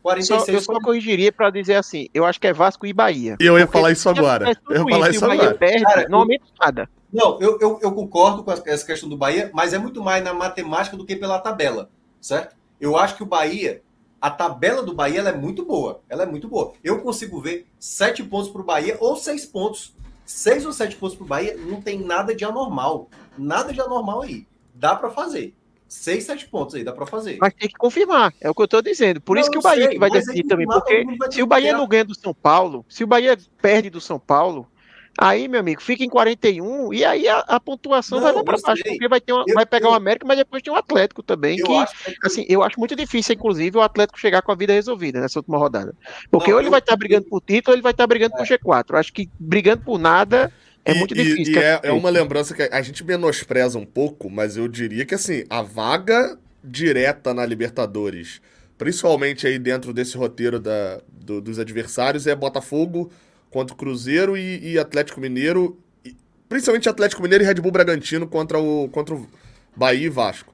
quarenta e seis Só, eu só corrigiria para dizer assim, eu acho que é Vasco e Bahia. E eu ia Porque falar isso se agora. acontece Eu ia tudo falar isso, isso e o Bahia agora. perde, Cara, não aumenta nada. Não, eu, eu, eu concordo com essa questão do Bahia, mas é muito mais na matemática do que pela tabela, certo? Eu acho que o Bahia, a tabela do Bahia ela é muito boa. Ela é muito boa. Eu consigo ver sete pontos para o Bahia ou seis pontos. Seis ou sete pontos para o Bahia não tem nada de anormal. Nada de anormal aí. Dá para fazer. Seis, sete pontos aí, dá para fazer. Mas tem que confirmar, é o que eu estou dizendo. Por Não, isso que eu o Bahia sei, que vai mas decidir aí também. confirmar, Porque todo mundo vai se ter o Bahia que- não ganha do São Paulo, se o Bahia perde do São Paulo, aí, meu amigo, fica em quarenta e um e aí a, a pontuação Não, vai lá para eu baixo, sei. porque vai, ter uma- Eu- vai pegar eu- o América, mas depois tem o Atlético também, Eu que, acho que... assim, eu acho muito difícil, inclusive, o Atlético chegar com a vida resolvida nessa última rodada. Porque Não, ou ele eu- vai estar brigando por título, ou ele vai estar brigando por G quatro. Eu acho que brigando por nada é E- muito e, difícil. E que é, é feito. uma lembrança que a gente menospreza um pouco, mas eu diria que assim, a vaga direta na Libertadores, principalmente aí dentro desse roteiro da, do- dos adversários, é Botafogo contra o Cruzeiro e, e Atlético Mineiro, e- principalmente Atlético Mineiro e Red Bull Bragantino contra o, contra o Bahia e Vasco.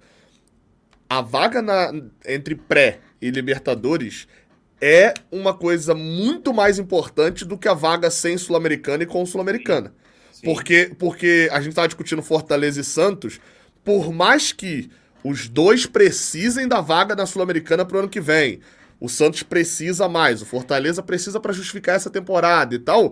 A vaga na, entre pré e Libertadores é uma coisa muito mais importante do que a vaga sem Sul-Americana e com Sul-Americana. Sim. Porque, porque a gente tava discutindo Fortaleza e Santos, por mais que os dois precisem da vaga na Sul-Americana pro ano que vem, o Santos precisa mais, o Fortaleza precisa para justificar essa temporada e tal,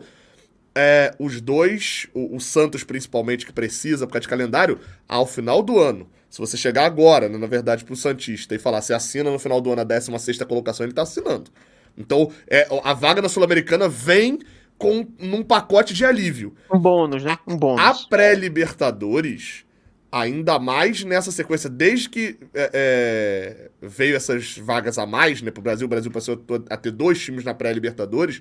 é, os dois, o, o Santos principalmente que precisa por causa de calendário, ao final do ano, se você chegar agora, né, na verdade, pro Santista e falar, se assina no final do ano a décima sexta colocação, ele tá assinando. Então, é, a vaga na Sul-Americana vem com num pacote de alívio. Um bônus, né? Um A bônus. pré-Libertadores, ainda mais nessa sequência, desde que é, é, veio essas vagas a mais, né, pro Brasil, o Brasil passou a ter dois times na pré-Libertadores,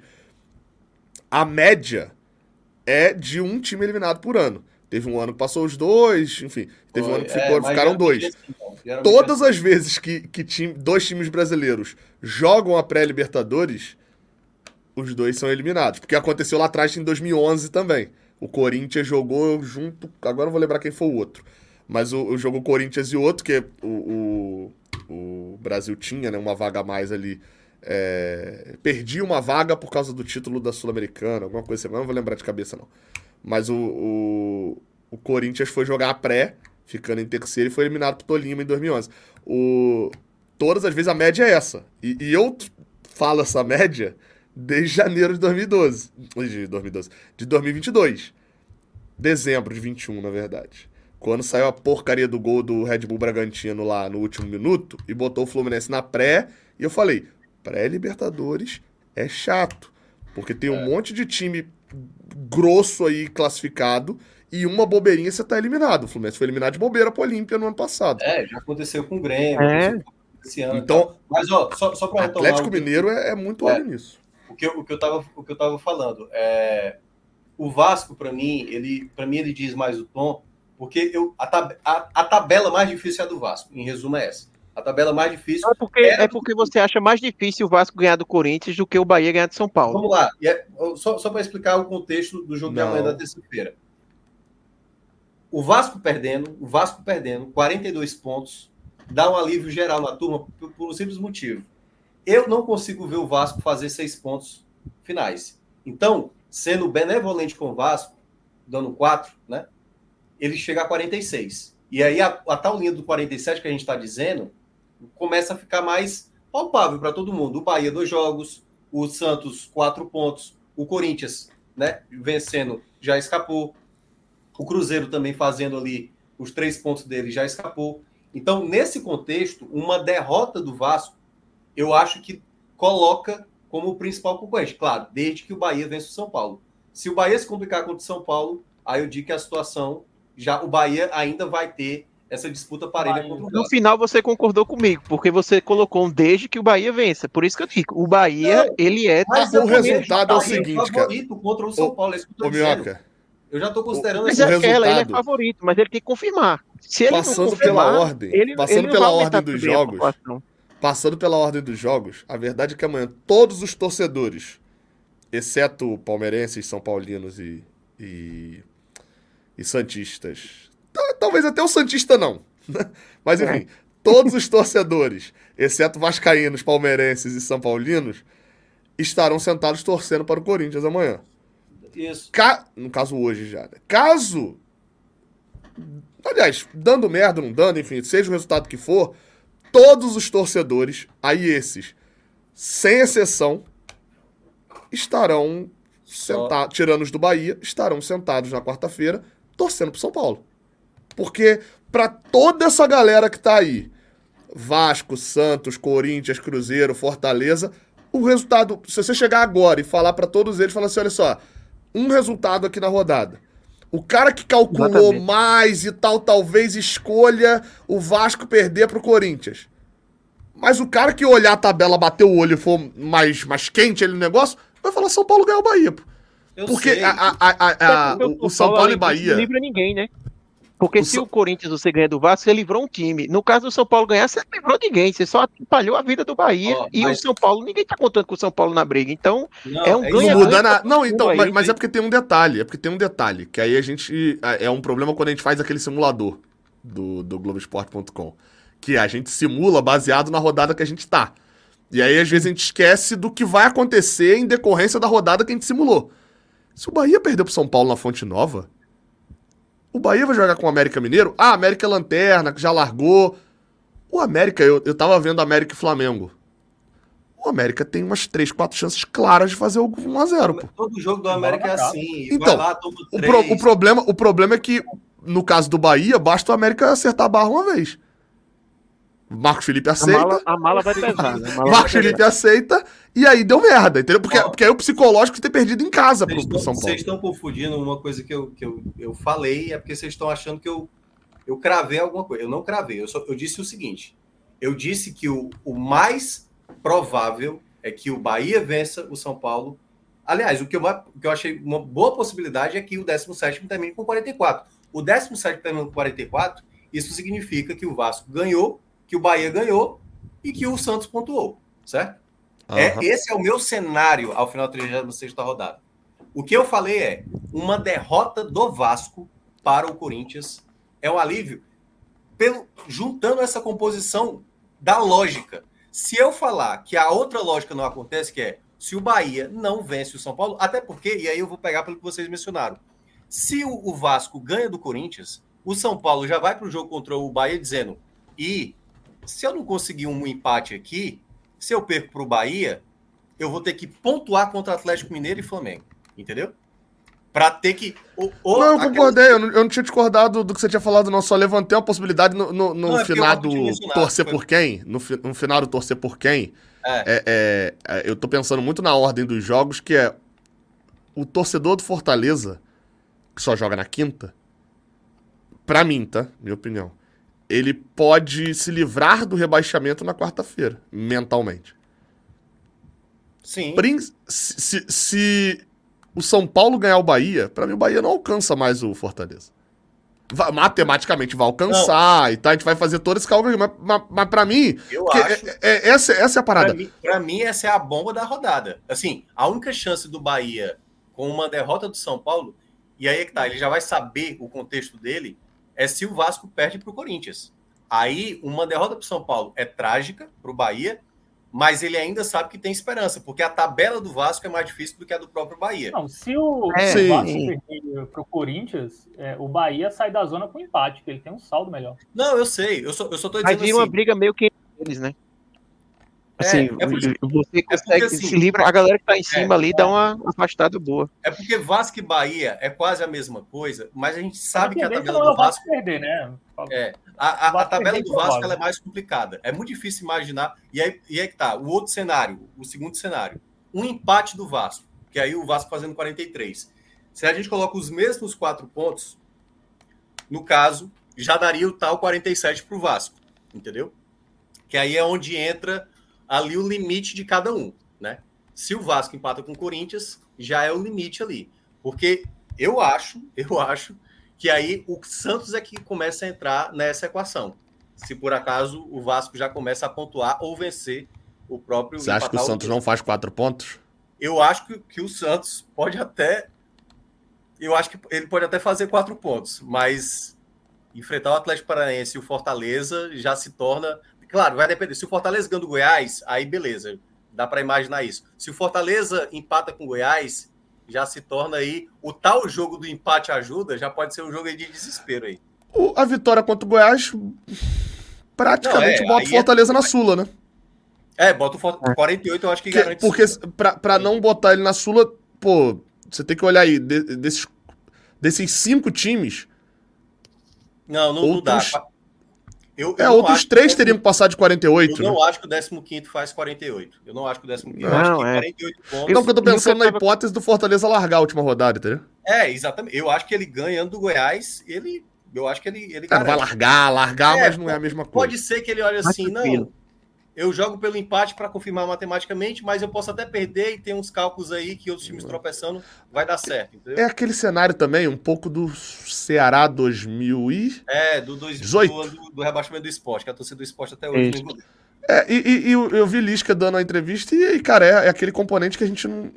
a média é de um time eliminado por ano. Teve um ano que passou os dois, enfim, teve um ano que É, ficou, mas ficaram geralmente dois. é assim, então. Geralmente Todas é as vezes que, que time, dois times brasileiros jogam a pré-Libertadores, os dois são eliminados. Porque aconteceu lá atrás em dois mil e onze também. O Corinthians jogou junto... Agora não vou lembrar quem foi o outro. Mas o, o jogo Corinthians e o outro, que o, o, o Brasil tinha, né, uma vaga a mais ali. É, perdia uma vaga por causa do título da Sul-Americana, alguma coisa assim. Agora não vou lembrar de cabeça, não. Mas o, o, o Corinthians foi jogar a pré, ficando em terceiro, e foi eliminado pro Tolima em dois mil e onze. O, todas as vezes a média é essa. E, e eu falo essa média desde janeiro de dois mil e doze. De dois mil e doze. De dois mil e vinte e dois. Dezembro de vinte e um, na verdade. Quando saiu a porcaria do gol do Red Bull Bragantino lá no último minuto e botou o Fluminense na pré, e eu falei, pré-Libertadores é chato. Porque tem um É. monte de time grosso aí classificado e uma bobeirinha você tá eliminado. O Fluminense foi eliminado de bobeira pro Olímpia no ano passado. É, já aconteceu com o Grêmio, É. aconteceu com esse ano. Então, e tal. Mas, ó, só, só para retomar. Atlético o que- Mineiro é, é muito É. olho nisso. O que, eu, o, que eu tava, o que eu tava falando. É, o Vasco, para mim, ele, para mim, ele diz mais o tom, porque eu, a, tab, a, a tabela mais difícil é a do Vasco. Em resumo, é essa. A tabela mais difícil. É porque, é porque você acha mais difícil o Vasco ganhar do Corinthians do que o Bahia ganhar de São Paulo. Vamos lá. E é- só só para explicar o contexto do jogo de Não. amanhã da terça-feira. O Vasco perdendo, o Vasco perdendo, quarenta e dois pontos, dá um alívio geral na turma por, por um simples motivo. Eu não consigo ver o Vasco fazer seis pontos finais. Então, sendo benevolente com o Vasco, dando quatro, né? Ele chega a quarenta e seis. E aí a, a tal linha do quarenta e sete que a gente está dizendo começa a ficar mais palpável para todo mundo. O Bahia, dois jogos, o Santos, quatro pontos, o Corinthians, né, vencendo, já escapou. O Cruzeiro também fazendo ali os três pontos dele, já escapou. Então, nesse contexto, uma derrota do Vasco, eu acho que coloca como o principal concorrente. Claro, desde que o Bahia vence o São Paulo. Se o Bahia se complicar contra o São Paulo, aí eu digo que a situação, já o Bahia ainda vai ter essa disputa parelha Bahia. contra o No Vasco. final você concordou comigo, porque você colocou um desde que o Bahia vença. Por isso que eu digo, o Bahia, Não, ele é... Mas o eu também resultado é o acho que seguinte, cara. favorito contra o São Ô, Paulo, é isso que eu tô Ô, dizendo. Minhoca, Eu já estou considerando Mas o é assim. aquela, ele é resultado- favorito, mas ele tem que confirmar. Se ele Passando não confirmar, pela ordem, ele, passando ele não pela vai aumentar ordem dos também a jogos, pontuação. passando pela ordem dos jogos, a verdade é que amanhã todos os torcedores, exceto palmeirenses, são paulinos e, e, e santistas, tal- talvez até o santista não, mas enfim, todos os torcedores, exceto vascaínos, palmeirenses e são paulinos, estarão sentados torcendo para o Corinthians amanhã. Isso. Ca... No caso hoje já, né? Caso... Aliás, dando merda, não dando, enfim, seja o resultado que for, todos os torcedores, aí esses, sem exceção, estarão sentados, tirando os do Bahia, estarão sentados na quarta-feira, torcendo pro São Paulo. Porque pra toda essa galera que tá aí, Vasco, Santos, Corinthians, Cruzeiro, Fortaleza, o resultado, se você chegar agora e falar pra todos eles, falar assim, olha só, um resultado aqui na rodada. O cara que calculou Exatamente. mais e tal, talvez escolha o Vasco perder pro Corinthians. Mas o cara que olhar a tabela, bater o olho e for mais, mais quente ali no negócio, vai falar São Paulo ganhar o Bahia, pô. Eu Porque a, a, a, a, o, o São Paulo e Bahia... Não livra ninguém, né? Porque o se São... o Corinthians você ganha do Vasco, você livrou um time. No caso do São Paulo ganhar, você não livrou ninguém. Você só atrapalhou a vida do Bahia. Oh, e mas... o São Paulo, ninguém tá contando com o São Paulo na briga. Então, não, é um ganha Não muda nada. Não, então, aí, mas, mas é porque tem um detalhe. É porque tem um detalhe. Que aí a gente... É um problema quando a gente faz aquele simulador do, do Globoesporte ponto com. Que a gente simula baseado na rodada que a gente tá. E aí, às vezes, a gente esquece do que vai acontecer em decorrência da rodada que a gente simulou. Se o Bahia perder pro São Paulo na Fonte Nova... O Bahia vai jogar com o América Mineiro? Ah, América é lanterna, que já largou. O América, eu, eu tava vendo América e Flamengo. O América tem umas três, quatro chances claras de fazer o um a zero, pô. Todo jogo do América é assim. Então, vai lá, toma o, pro, o, problema, o problema é que, no caso do Bahia, basta o América acertar a barra uma vez. Marcos Felipe aceita. A mala, a mala vai pesar, né? Marcos Felipe aceita e aí deu merda, entendeu? Porque, ó, porque aí o psicológico ter perdido em casa pro, pro São Paulo. Vocês estão confundindo uma coisa que, eu, que eu, eu falei, é porque vocês estão achando que eu, eu cravei alguma coisa. Eu não cravei, eu, só, eu disse o seguinte, eu disse que o, o mais provável é que o Bahia vença o São Paulo. Aliás, o que, eu, o que eu achei uma boa possibilidade é que o décimo sétimo termine com quarenta e quatro. O décimo sétimo termine com quarenta e quatro, isso significa que o Vasco ganhou, que o Bahia ganhou e que o Santos pontuou, certo? Uhum. É, esse é o meu cenário ao final da trigésima sexta rodada. O que eu falei é uma derrota do Vasco para o Corinthians é um alívio pelo, juntando essa composição da lógica. Se eu falar que a outra lógica não acontece, que é se o Bahia não vence o São Paulo, até porque, e aí eu vou pegar pelo que vocês mencionaram, se o, o Vasco ganha do Corinthians, o São Paulo já vai para o jogo contra o Bahia dizendo e se eu não conseguir um empate aqui, se eu perco para o Bahia, eu vou ter que pontuar contra Atlético Mineiro e Flamengo. Entendeu? Para ter que... Ou, ou não, eu concordei. Eu não, eu não tinha discordado do que você tinha falado, não. Só levantei uma possibilidade no, no, no não, é finado torcer foi... por quem? No, no finado torcer por quem? É. É, é, eu tô pensando muito na ordem dos jogos, que é o torcedor do Fortaleza, que só joga na quinta, pra mim, tá? Minha opinião. Ele pode se livrar do rebaixamento na quarta-feira, mentalmente. Sim. Se, se, se o São Paulo ganhar o Bahia, pra mim o Bahia não alcança mais o Fortaleza. Vai, matematicamente vai alcançar não. e tá, a gente vai fazer todo esse cálculo, mas, mas, mas pra mim, eu acho, é, é, essa, essa é a parada. Pra mim, pra mim, essa é a bomba da rodada. Assim, a única chance do Bahia com uma derrota do São Paulo, e aí é que tá, ele já vai saber o contexto dele, é se o Vasco perde para o Corinthians. Aí, uma derrota para o São Paulo é trágica para o Bahia, mas ele ainda sabe que tem esperança, porque a tabela do Vasco é mais difícil do que a do próprio Bahia. Não, se o, é, se o Vasco perder para o Corinthians, é, o Bahia sai da zona com empate, porque ele tem um saldo melhor. Não, eu sei, eu só, eu só tô dizendo assim... Mas uma briga meio que eles, né? Assim, é, é porque, você consegue é porque, assim, se livra, a galera que tá em cima é, ali é, dá uma afastada boa. É porque Vasco e Bahia é quase a mesma coisa, mas a gente sabe que a tabela do Vasco perder, né? É, a, a, a tabela do Vasco ela é mais complicada. É muito difícil imaginar. E aí, e aí que tá, o outro cenário, o segundo cenário, um empate do Vasco, que aí o Vasco fazendo quarenta e três. Se a gente coloca os mesmos quatro pontos, no caso, já daria o tal quarenta e sete pro Vasco, entendeu? Que aí é onde entra ali o limite de cada um, né? Se o Vasco empata com o Corinthians, já é o limite ali. Porque eu acho, eu acho que aí o Santos é que começa a entrar nessa equação. Se por acaso o Vasco já começa a pontuar ou vencer o próprio... Você acha que o Santos não faz quatro pontos? Eu acho que, que o Santos pode até... Eu acho que ele pode até fazer quatro pontos, mas enfrentar o Atlético Paranaense e o Fortaleza já se torna... Claro, vai depender. Se o Fortaleza ganha do Goiás, aí beleza, dá para imaginar isso. Se o Fortaleza empata com o Goiás, já se torna aí... O tal jogo do empate ajuda, já pode ser um jogo aí de desespero aí. O, a vitória contra o Goiás praticamente Não, é, bota o Fortaleza é... na Sula, né? É, bota o Fortaleza. quarenta e oito eu acho que, que garante. Porque pra, pra não botar ele na Sula, pô, você tem que olhar aí, de, desses, desses cinco times... Não, não, outros... não dá. Eu, eu é, não outros três que... teriam que passar de quarenta e oito. Eu né? não acho que o décimo quinto faz quarenta e oito. Eu não acho que o décimo quinto. Não, eu acho que é. quarenta e oito pontos. Não, porque eu tô pensando na hipótese do Fortaleza largar a última rodada, entendeu? É, exatamente. Eu acho que ele ganhando do Goiás, ele. Eu acho que ele. ele Cara, vai largar, largar, é, mas não é a mesma coisa. Pode ser que ele olhe assim, não. Eu jogo pelo empate para confirmar matematicamente, mas eu posso até perder e tem uns cálculos aí que outros times tropeçando vai dar certo. Entendeu? É aquele cenário também, um pouco do Ceará dois mil e... É, do, dois, do, do, do rebaixamento do esporte, que a torcida do esporte até hoje não É, e, e, e eu, eu vi Lisca dando a entrevista e, cara, é, é aquele componente que a gente não...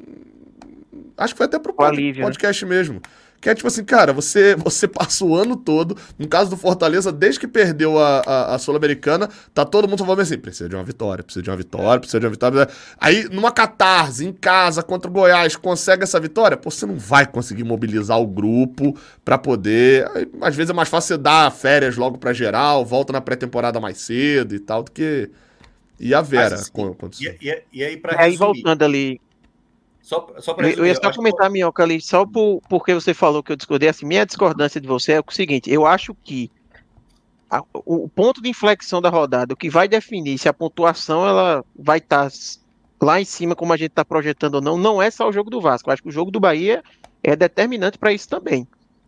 Acho que foi até pro pod, alívio, podcast né? mesmo. Que é tipo assim, cara, você, você passa o ano todo, no caso do Fortaleza, desde que perdeu a, a, a Sul-Americana, tá todo mundo falando assim, precisa de uma vitória, precisa de uma vitória, precisa de uma vitória. Aí, numa catarse, em casa, contra o Goiás, consegue essa vitória, pô, você não vai conseguir mobilizar o grupo pra poder... Aí, às vezes é mais fácil você dar férias logo pra geral, volta na pré-temporada mais cedo e tal, do que... E a Vera, assim, com, com e, e, e aí, pra e aí voltando ali... Só, só pra eu ia só comentar, que... Minhoca, ali, só por, porque você falou que eu discordei, assim, minha discordância de você é o seguinte, eu acho que a, o ponto de inflexão da rodada, o que vai definir se a pontuação ela vai estar tá lá em cima, como a gente está projetando ou não, não é só o jogo do Vasco, eu acho que o jogo do Bahia é determinante para isso também.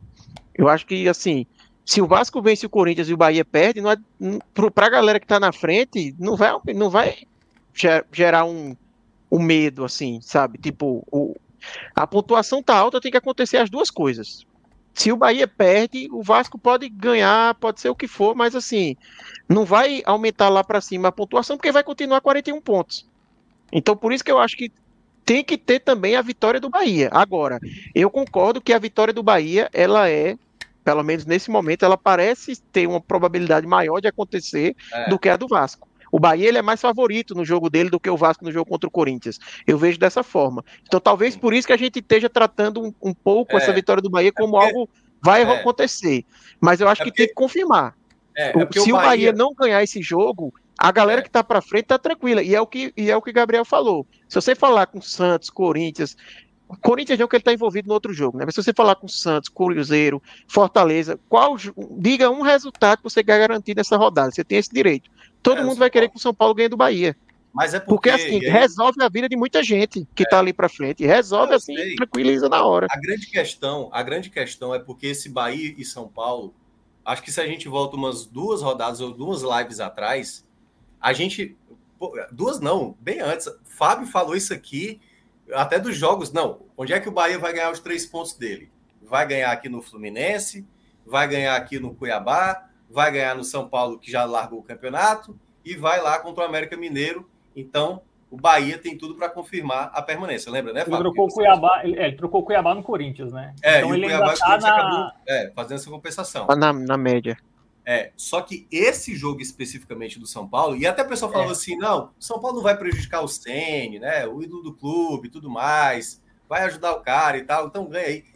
Eu acho que, assim, se o Vasco vence o Corinthians e o Bahia perde, não é, para a galera que está na frente, não vai, não vai gerar um o medo, assim, sabe? Tipo, o, a pontuação tá alta, tem que acontecer as duas coisas. Se o Bahia perde, o Vasco pode ganhar, pode ser o que for, mas assim, não vai aumentar lá para cima a pontuação, porque vai continuar quarenta e um pontos. Então, por isso que eu acho que tem que ter também a vitória do Bahia. Agora, eu concordo que a vitória do Bahia, ela é, pelo menos nesse momento, ela parece ter uma probabilidade maior de acontecer é. do que a do Vasco. O Bahia ele é mais favorito no jogo dele do que o Vasco no jogo contra o Corinthians. Eu vejo dessa forma. Então, talvez por isso que a gente esteja tratando um, um pouco é, essa vitória do Bahia como é porque, algo vai é, acontecer. Mas eu acho é que porque, tem que confirmar. É, é Se o Bahia... Bahia não ganhar esse jogo, a galera é. que está para frente está tranquila. E é, o que, e é o que o Gabriel falou. Se você falar com Santos, Corinthians... Corinthians não, que ele está envolvido no outro jogo, né? Mas se você falar com Santos, Cruzeiro, Fortaleza, qual, diga um resultado que você quer garantir nessa rodada. Você tem esse direito. Todo é, mundo vai querer que o São Paulo ganhe do Bahia. Mas é porque, porque assim, aí... resolve a vida de muita gente que está é. ali para frente. Resolve, assim, sei. tranquiliza na hora. A grande questão, a grande questão é porque esse Bahia e São Paulo, acho que se a gente volta umas duas rodadas ou duas lives atrás, a gente... Duas não, bem antes. Fábio falou isso aqui, até dos jogos. Não, onde é que o Bahia vai ganhar os três pontos dele? Vai ganhar aqui no Fluminense, vai ganhar aqui no Cuiabá, vai ganhar no São Paulo, que já largou o campeonato, e vai lá contra o América Mineiro. Então, o Bahia tem tudo para confirmar a permanência. Lembra, né, Fábio? Ele trocou o Cuiabá, ele, é, ele trocou o Cuiabá no Corinthians, né? É, então e ele o Cuiabá ainda tá na... acabou é, fazendo essa compensação. Tá na, na média. É, só que esse jogo especificamente do São Paulo, e até o pessoal falou é. assim, não, o São Paulo não vai prejudicar o Ceni, né, o ídolo do clube e tudo mais, vai ajudar o cara e tal, então ganha aí.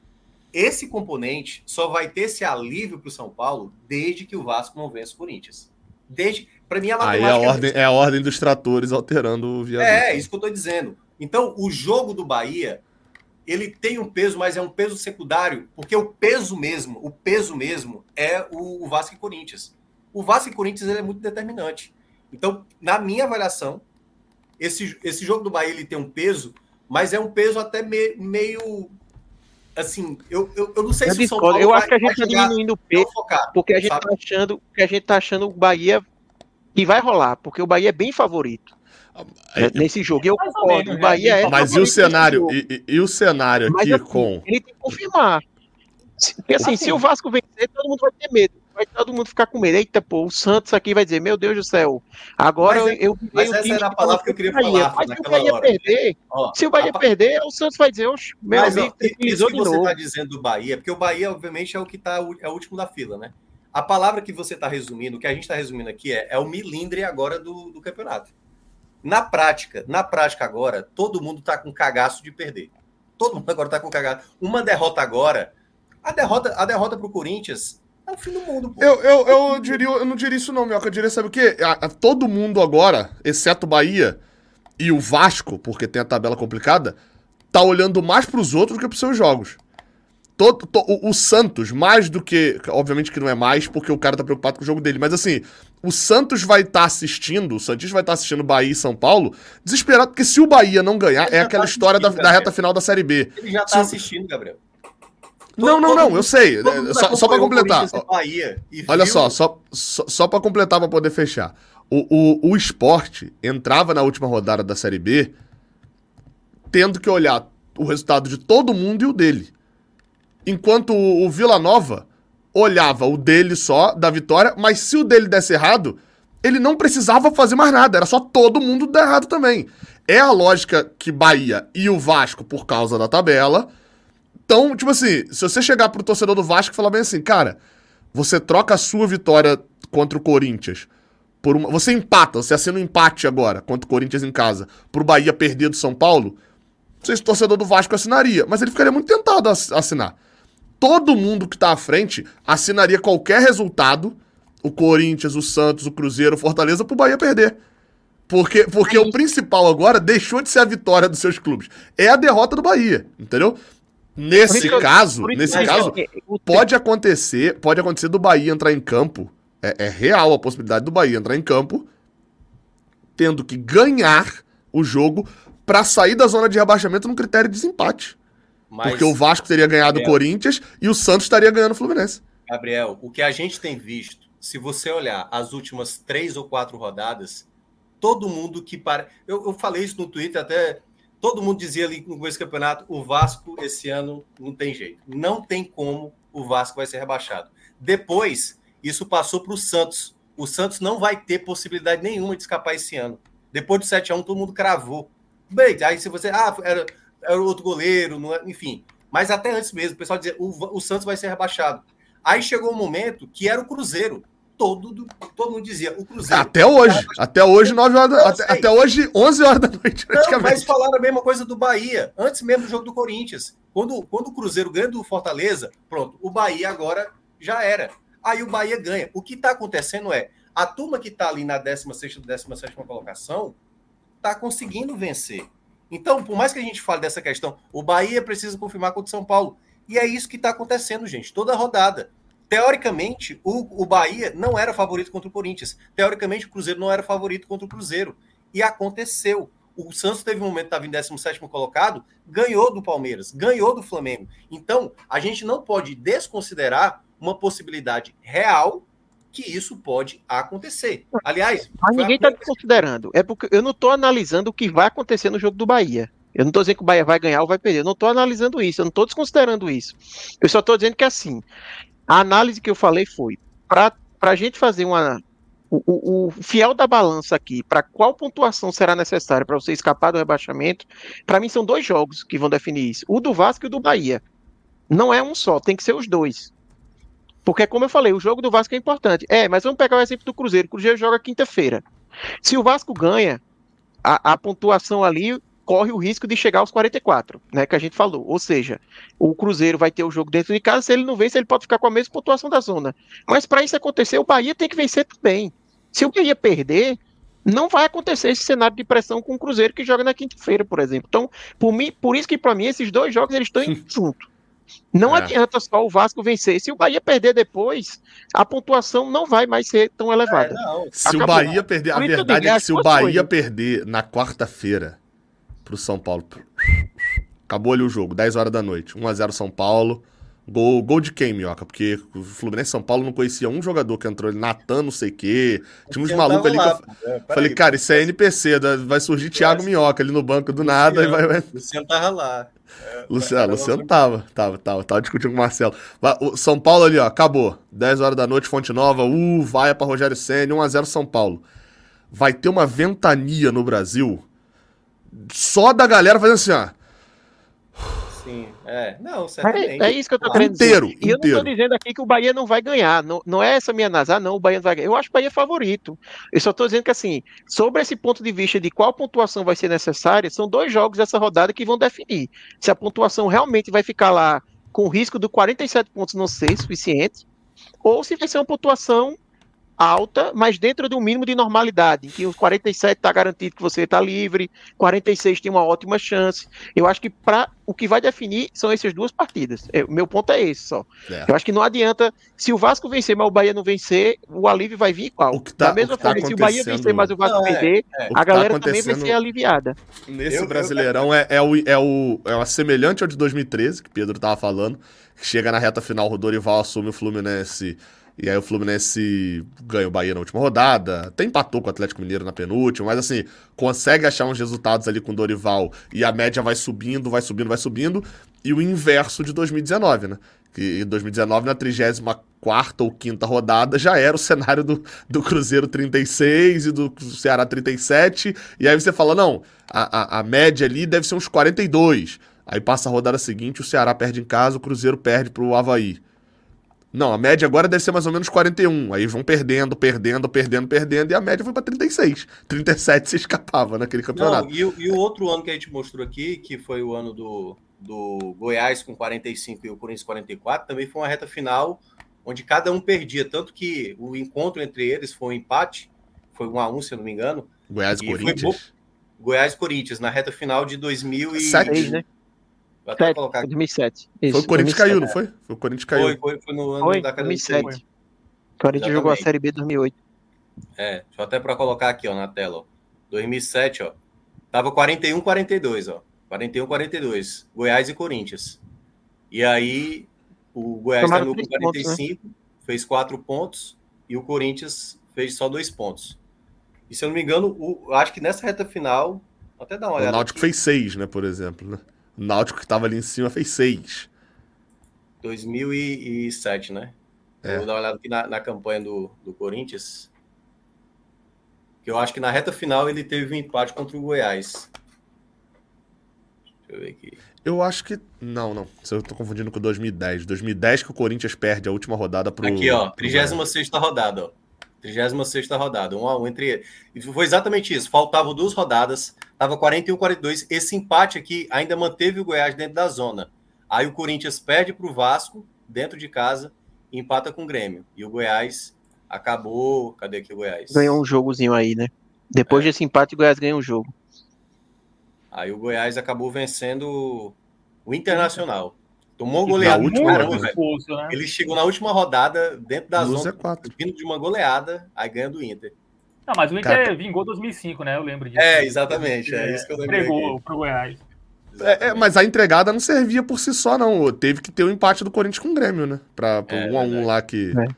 Esse componente só vai ter esse alívio para o São Paulo desde que o Vasco não vença o Corinthians. Desde, para mim, a matemática... Aí a ordem, é a ordem dos tratores alterando o viaduto. É, isso que eu estou dizendo. Então, o jogo do Bahia, ele tem um peso, mas é um peso secundário, porque o peso mesmo, o peso mesmo é o, o Vasco e Corinthians. O Vasco e Corinthians ele é muito determinante. Então, na minha avaliação, esse, esse jogo do Bahia ele tem um peso, mas é um peso até me, meio... Assim, eu, eu, eu não sei eu se o São Paulo Eu vai, acho que a gente está diminuindo o peso, focado, porque a gente está achando, que a gente tá achando o Bahia que vai rolar, porque o Bahia é bem favorito. É, nesse jogo, eu concordo, o Bahia é... Mas e o cenário, e, e, e o cenário aqui assim, com... Ele tem que confirmar. Porque assim, assim, se o Vasco vencer, todo mundo vai ter medo. Vai todo mundo ficar com medo. Eita, pô, o Santos aqui vai dizer, meu Deus do céu, agora mas, eu... eu mas essa era a palavra que eu queria falar mas se o Bahia hora. perder, Ó, se o Bahia a... perder, o Santos vai dizer, oxe, meu mas, amigo, ó, isso que você está dizendo do Bahia, porque o Bahia, obviamente, é o que tá, é o último da fila, né? A palavra que você está resumindo, o que a gente está resumindo aqui é, é o milindre agora do, do campeonato. Na prática, na prática agora, todo mundo está com cagaço de perder. Todo mundo agora está com cagaço. Uma derrota agora, a derrota, a derrota para o Corinthians é o fim do mundo. Pô. Eu, eu, eu, diria, eu não diria isso não, Mioca. Eu diria, sabe o quê? A, a, todo mundo agora, exceto o Bahia e o Vasco, porque tem a tabela complicada, tá olhando mais para os outros do que para os seus jogos. Todo, to, o, o Santos, mais do que... Obviamente que não é mais, porque o cara tá preocupado com o jogo dele. Mas assim, o Santos vai estar tá assistindo, o Santista vai estar tá assistindo Bahia e São Paulo, desesperado, porque se o Bahia não ganhar, ele é aquela tá história da, da reta final da Série B. Ele já tá se assistindo, Gabriel. Não, não, não, eu sei. Só, só pra completar. Bahia Olha só, só, só, só pra completar, pra poder fechar. O, o, o Sport entrava na última rodada da Série B tendo que olhar o resultado de todo mundo e o dele. Enquanto o, o Vila Nova olhava o dele só, da vitória, mas se o dele desse errado, ele não precisava fazer mais nada, era só todo mundo dar errado também. É a lógica que Bahia e o Vasco, por causa da tabela... Então, tipo assim, se você chegar pro torcedor do Vasco e falar bem assim, cara, você troca a sua vitória contra o Corinthians por uma... Você empata, você assina um empate agora contra o Corinthians em casa, pro Bahia perder do São Paulo, não sei se o torcedor do Vasco assinaria, mas ele ficaria muito tentado a assinar. Todo mundo que tá à frente assinaria qualquer resultado, o Corinthians, o Santos, o Cruzeiro, o Fortaleza, pro Bahia perder. Porque, porque o principal agora deixou de ser a vitória dos seus clubes. É a derrota do Bahia, entendeu? Nesse caso, nesse caso, pode acontecer, pode acontecer do Bahia entrar em campo, é, é real a possibilidade do Bahia entrar em campo, tendo que ganhar o jogo pra sair da zona de rebaixamento num critério de desempate. Mas, porque o Vasco teria ganhado Gabriel, o Corinthians e o Santos estaria ganhando o Fluminense. Gabriel, o que a gente tem visto, se você olhar as últimas três ou quatro rodadas, todo mundo que para... Eu, eu falei isso no Twitter até... Todo mundo dizia ali com esse campeonato, o Vasco esse ano não tem jeito. Não tem como o Vasco vai ser rebaixado. Depois, isso passou para o Santos. O Santos não vai ter possibilidade nenhuma de escapar esse ano. Depois do sete a um, todo mundo cravou. Bem, aí se você... Ah, era, era outro goleiro, não é, enfim. Mas até antes mesmo, o pessoal dizia, o, o Santos vai ser rebaixado. Aí chegou um momento que era o Cruzeiro. Todo, todo mundo dizia, o Cruzeiro... Até hoje, até hoje, nove horas da, até, até hoje, onze horas da noite, praticamente. Não, mas falaram a mesma coisa do Bahia, antes mesmo do jogo do Corinthians. Quando, quando o Cruzeiro ganha do Fortaleza, pronto, o Bahia agora já era. Aí o Bahia ganha. O que está acontecendo é, a turma que está ali na décima sexta, décima sétima colocação, está conseguindo vencer. Então, por mais que a gente fale dessa questão, o Bahia precisa confirmar contra o São Paulo. E é isso que está acontecendo, gente, toda a rodada. Teoricamente, o, o Bahia não era favorito contra o Corinthians. Teoricamente, o Cruzeiro não era favorito contra o Cruzeiro. E aconteceu. O Santos teve um momento que estava em décimo sétimo colocado, ganhou do Palmeiras, ganhou do Flamengo. Então, a gente não pode desconsiderar uma possibilidade real que isso pode acontecer. Aliás... Mas ninguém está desconsiderando. É porque eu não estou analisando o que vai acontecer no jogo do Bahia. Eu não estou dizendo que o Bahia vai ganhar ou vai perder. Eu não estou analisando isso. Eu não estou desconsiderando isso. Eu só estou dizendo que, assim... A análise que eu falei foi, para a gente fazer uma... O, o, o fiel da balança aqui, para qual pontuação será necessária para você escapar do rebaixamento, para mim são dois jogos que vão definir isso. O do Vasco e o do Bahia. Não é um só, tem que ser os dois. Porque, como eu falei, o jogo do Vasco é importante. É, mas vamos pegar o exemplo do Cruzeiro. O Cruzeiro joga quinta-feira. Se o Vasco ganha, a, a pontuação ali... corre o risco de chegar aos quarenta e quatro, né, que a gente falou. Ou seja, o Cruzeiro vai ter o jogo dentro de casa, se ele não vence, ele pode ficar com a mesma pontuação da zona. Mas para isso acontecer, o Bahia tem que vencer também. Se o Bahia perder, não vai acontecer esse cenário de pressão com o Cruzeiro que joga na quinta-feira, por exemplo. Então, por, mim, por isso que para mim esses dois jogos eles estão juntos. Não é. adianta só o Vasco vencer. Se o Bahia perder depois, a pontuação não vai mais ser tão elevada. É, se Acabou. o Bahia perder, a verdade é que se o Bahia perder na quarta-feira pro São Paulo, acabou ali o jogo, dez horas da noite, um a zero São Paulo, gol, gol de quem, Mioca? Porque o Fluminense e São Paulo não conhecia um jogador que entrou ali, Natan, não sei o quê, tinha uns malucos ali lá, que eu é, falei, aí, cara, isso é N P C, vai surgir Thiago Minhoca ali no banco do nada. Luciano, e vai... Luciano tava lá. É, Luciano, Luciano tava, tava, tava, tava discutindo com o Marcelo. O São Paulo ali, ó, acabou, dez horas da noite, Fonte Nova, uh, vai pra Rogério Ceni, um a zero São Paulo. Vai ter uma ventania no Brasil só da galera fazendo assim, ó. Sim, É, não, certamente. É, é isso que eu tô Ah, querendo inteiro, dizer. E eu não inteiro. tô dizendo aqui que o Bahia não vai ganhar. Não, não é essa minha nazar, não, o Bahia não vai ganhar. Eu acho o Bahia favorito. Eu só tô dizendo que, assim, sobre esse ponto de vista de qual pontuação vai ser necessária, são dois jogos dessa rodada que vão definir se a pontuação realmente vai ficar lá com o risco do quarenta e sete pontos não ser suficiente, ou se vai ser uma pontuação alta, mas dentro do mínimo de normalidade, em que os quarenta e sete está garantido que você está livre, quarenta e seis tem uma ótima chance. Eu acho que para o que vai definir são essas duas partidas. É, o meu ponto é esse só. É. Eu acho que não adianta, se o Vasco vencer, mas o Bahia não vencer, o alívio vai vir igual. O que tá- da mesma o que tá forma, se o Bahia acontecendo- vencer, mas o Vasco Não, é, perder, é. O que a tá galera também vai acontecendo- ser aliviada. Nesse Eu- eu Brasileirão é, é, o, é, o, é o semelhante ao de dois mil e treze, que o Pedro tava falando, que chega na reta final, o Dorival assume o Fluminense, e aí o Fluminense ganha o Bahia na última rodada, até empatou com o Atlético Mineiro na penúltima, mas assim, consegue achar uns resultados ali com o Dorival, e a média vai subindo, vai subindo, vai subindo, e o inverso de dois mil e dezenove, né? Que em dois mil e dezenove, na trigésima quarta ou quinta rodada, já era o cenário do, do Cruzeiro trinta e seis e do Ceará trinta e sete, e aí você fala, não, a, a, a média ali deve ser uns quarenta e dois. Aí passa a rodada seguinte, o Ceará perde em casa, o Cruzeiro perde pro Avaí. Não, a média agora deve ser mais ou menos quarenta e um. Aí vão perdendo, perdendo, perdendo, perdendo, e a média foi pra trinta e seis. trinta e sete se escapava naquele campeonato. Não, e, o- e o outro ano que a gente mostrou aqui, que foi o ano do, do Goiás com quarenta e cinco e o Corinthians quarenta e quatro, também foi uma reta final onde cada um perdia. Tanto que o encontro entre eles foi um empate, foi um a um, se eu não me engano. Goiás e E foi Corinthians. Goiás e Corinthians, na reta final de dois mil e... Sete. né? Vou até Sete, colocar aqui. dois mil e sete. Isso, Foi o Corinthians dois mil e sete. caiu, não foi? Foi o Corinthians caiu. Foi, foi, foi no ano Foi, da queda do dois mil e sete. Corinthians. O Corinthians jogou a Exatamente. Série B dois mil e oito. É, só até para colocar aqui, ó, na tela, ó. dois mil e sete, ó. Tava quarenta e um, quarenta e dois, ó. quarenta e um, quarenta e dois. Goiás e Corinthians. E aí o Goiás Tomaram terminou com três quarenta e pontos, cinco, fez quatro pontos e o Corinthians fez só dois pontos. E se eu não me engano, o, acho que nessa reta final, vou até dar uma O olhada. Náutico aqui, fez seis, né, por exemplo. Né? O Náutico que tava ali em cima fez seis. dois mil e sete, né? É. Vou dar uma olhada aqui na, na campanha do, do Corinthians. Que eu acho que na reta final ele teve um empate contra o Goiás. Deixa eu ver aqui. Eu acho que... Não, não. Eu tô confundindo com dois mil e dez. dois mil e dez que o Corinthians perde a última rodada pro... Aqui, ó, pro trigésima sexta rodada, ó. trigésima sexta rodada, um a um entre eles. E foi exatamente isso. Faltavam duas rodadas, tava quarenta e um, quarenta e dois. Esse empate aqui ainda manteve o Goiás dentro da zona. Aí o Corinthians perde pro Vasco, dentro de casa, e empata com o Grêmio. E o Goiás acabou... Cadê aqui o Goiás? Ganhou um jogozinho aí, né? Depois É. desse empate, o Goiás ganhou um jogo. Aí o Goiás acabou vencendo o Internacional. Tomou Na goleada. última Caramba, rodada. velho. Esforço, né? Ele chegou na última rodada, dentro da Luz zona, é quatro. vindo de uma goleada, aí ganha do Inter. Não, mas o Inter Cara, vingou dois mil e cinco, né? Eu lembro disso. É, exatamente. É isso que eu lembrei Entregou aqui. pro Goiás. É, é, mas a entregada não servia por si só, não. Teve que ter o empate do Corinthians com o Grêmio, né? Pra, pro É, um a um verdade. lá que... É.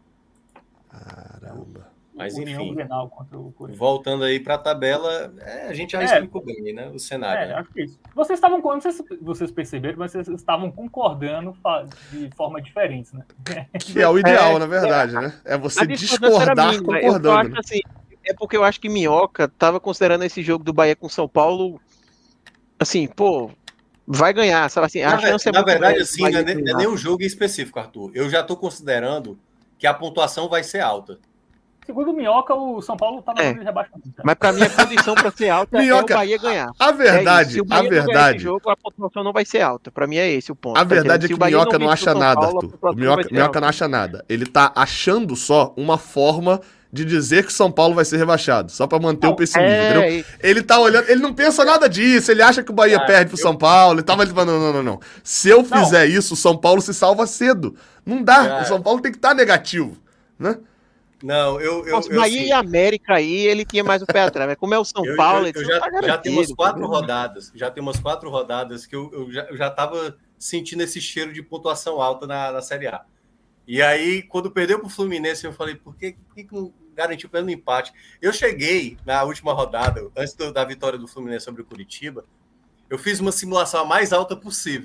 Caramba. Mas União enfim, Grenal contra o Corinthians. voltando aí para a tabela, é, a gente já É. explicou bem, né? O cenário. É, né? acho que é isso. Vocês estavam, não sei se vocês perceberam, mas vocês estavam concordando fa- de forma diferente, né? Que é o ideal, É, na verdade, né? É você A discordância era discordar mínima. Eu concordando. acho né? assim, é porque eu acho que Minhoca tava considerando esse jogo do Bahia com São Paulo, assim, pô, vai ganhar, sabe assim, a Na, ve- chance é na muito verdade, grande do assim, não Bahia é, nem, não é ganhar. nem um jogo em específico, Arthur. Eu já estou considerando que a pontuação vai ser alta. Segundo o Minhoca, o São Paulo estava É. no rebaixamento. Mas pra mim a condição pra ser alta é o Minhoca, Bahia ganhar. A É isso. verdade, Se o a Bahia não ganhar esse verdade, jogo, a pontuação não vai ser alta. Pra mim é esse o ponto. a tá verdade é entendendo? Se que o o Bahia Minhoca não vence o acha São nada, Paulo, a Arthur. O pontuação Minhoca, vai ser Minhoca alta. não acha nada. Ele tá achando só uma forma de dizer que o São Paulo vai ser rebaixado, só pra manter Não, o pessimismo, entendeu? É, e- Ele tá olhando, ele não pensa nada disso, ele acha que o Bahia Ah, perde pro eu- São Paulo, ele tava ele fala, não, não, não, não. Se eu fizer isso, o São Paulo se salva cedo. Não dá, Cara. o São Paulo tem que estar negativo, né? Não, eu. eu, Nossa, eu Bahia assim, e América aí, ele tinha mais o pé atrás. Mas como é o São eu- Paulo, eu- ele eu disse, já, tá já tem garantido, umas quatro entendeu? rodadas. Já tem umas quatro rodadas que eu, eu, já, eu já tava sentindo esse cheiro de pontuação alta na, na Série A. E aí, quando perdeu pro Fluminense, eu falei, por que, por que que não garantiu pelo empate? Eu cheguei na última rodada, antes do- da vitória do Fluminense sobre o Curitiba, eu fiz uma simulação a mais alta possível.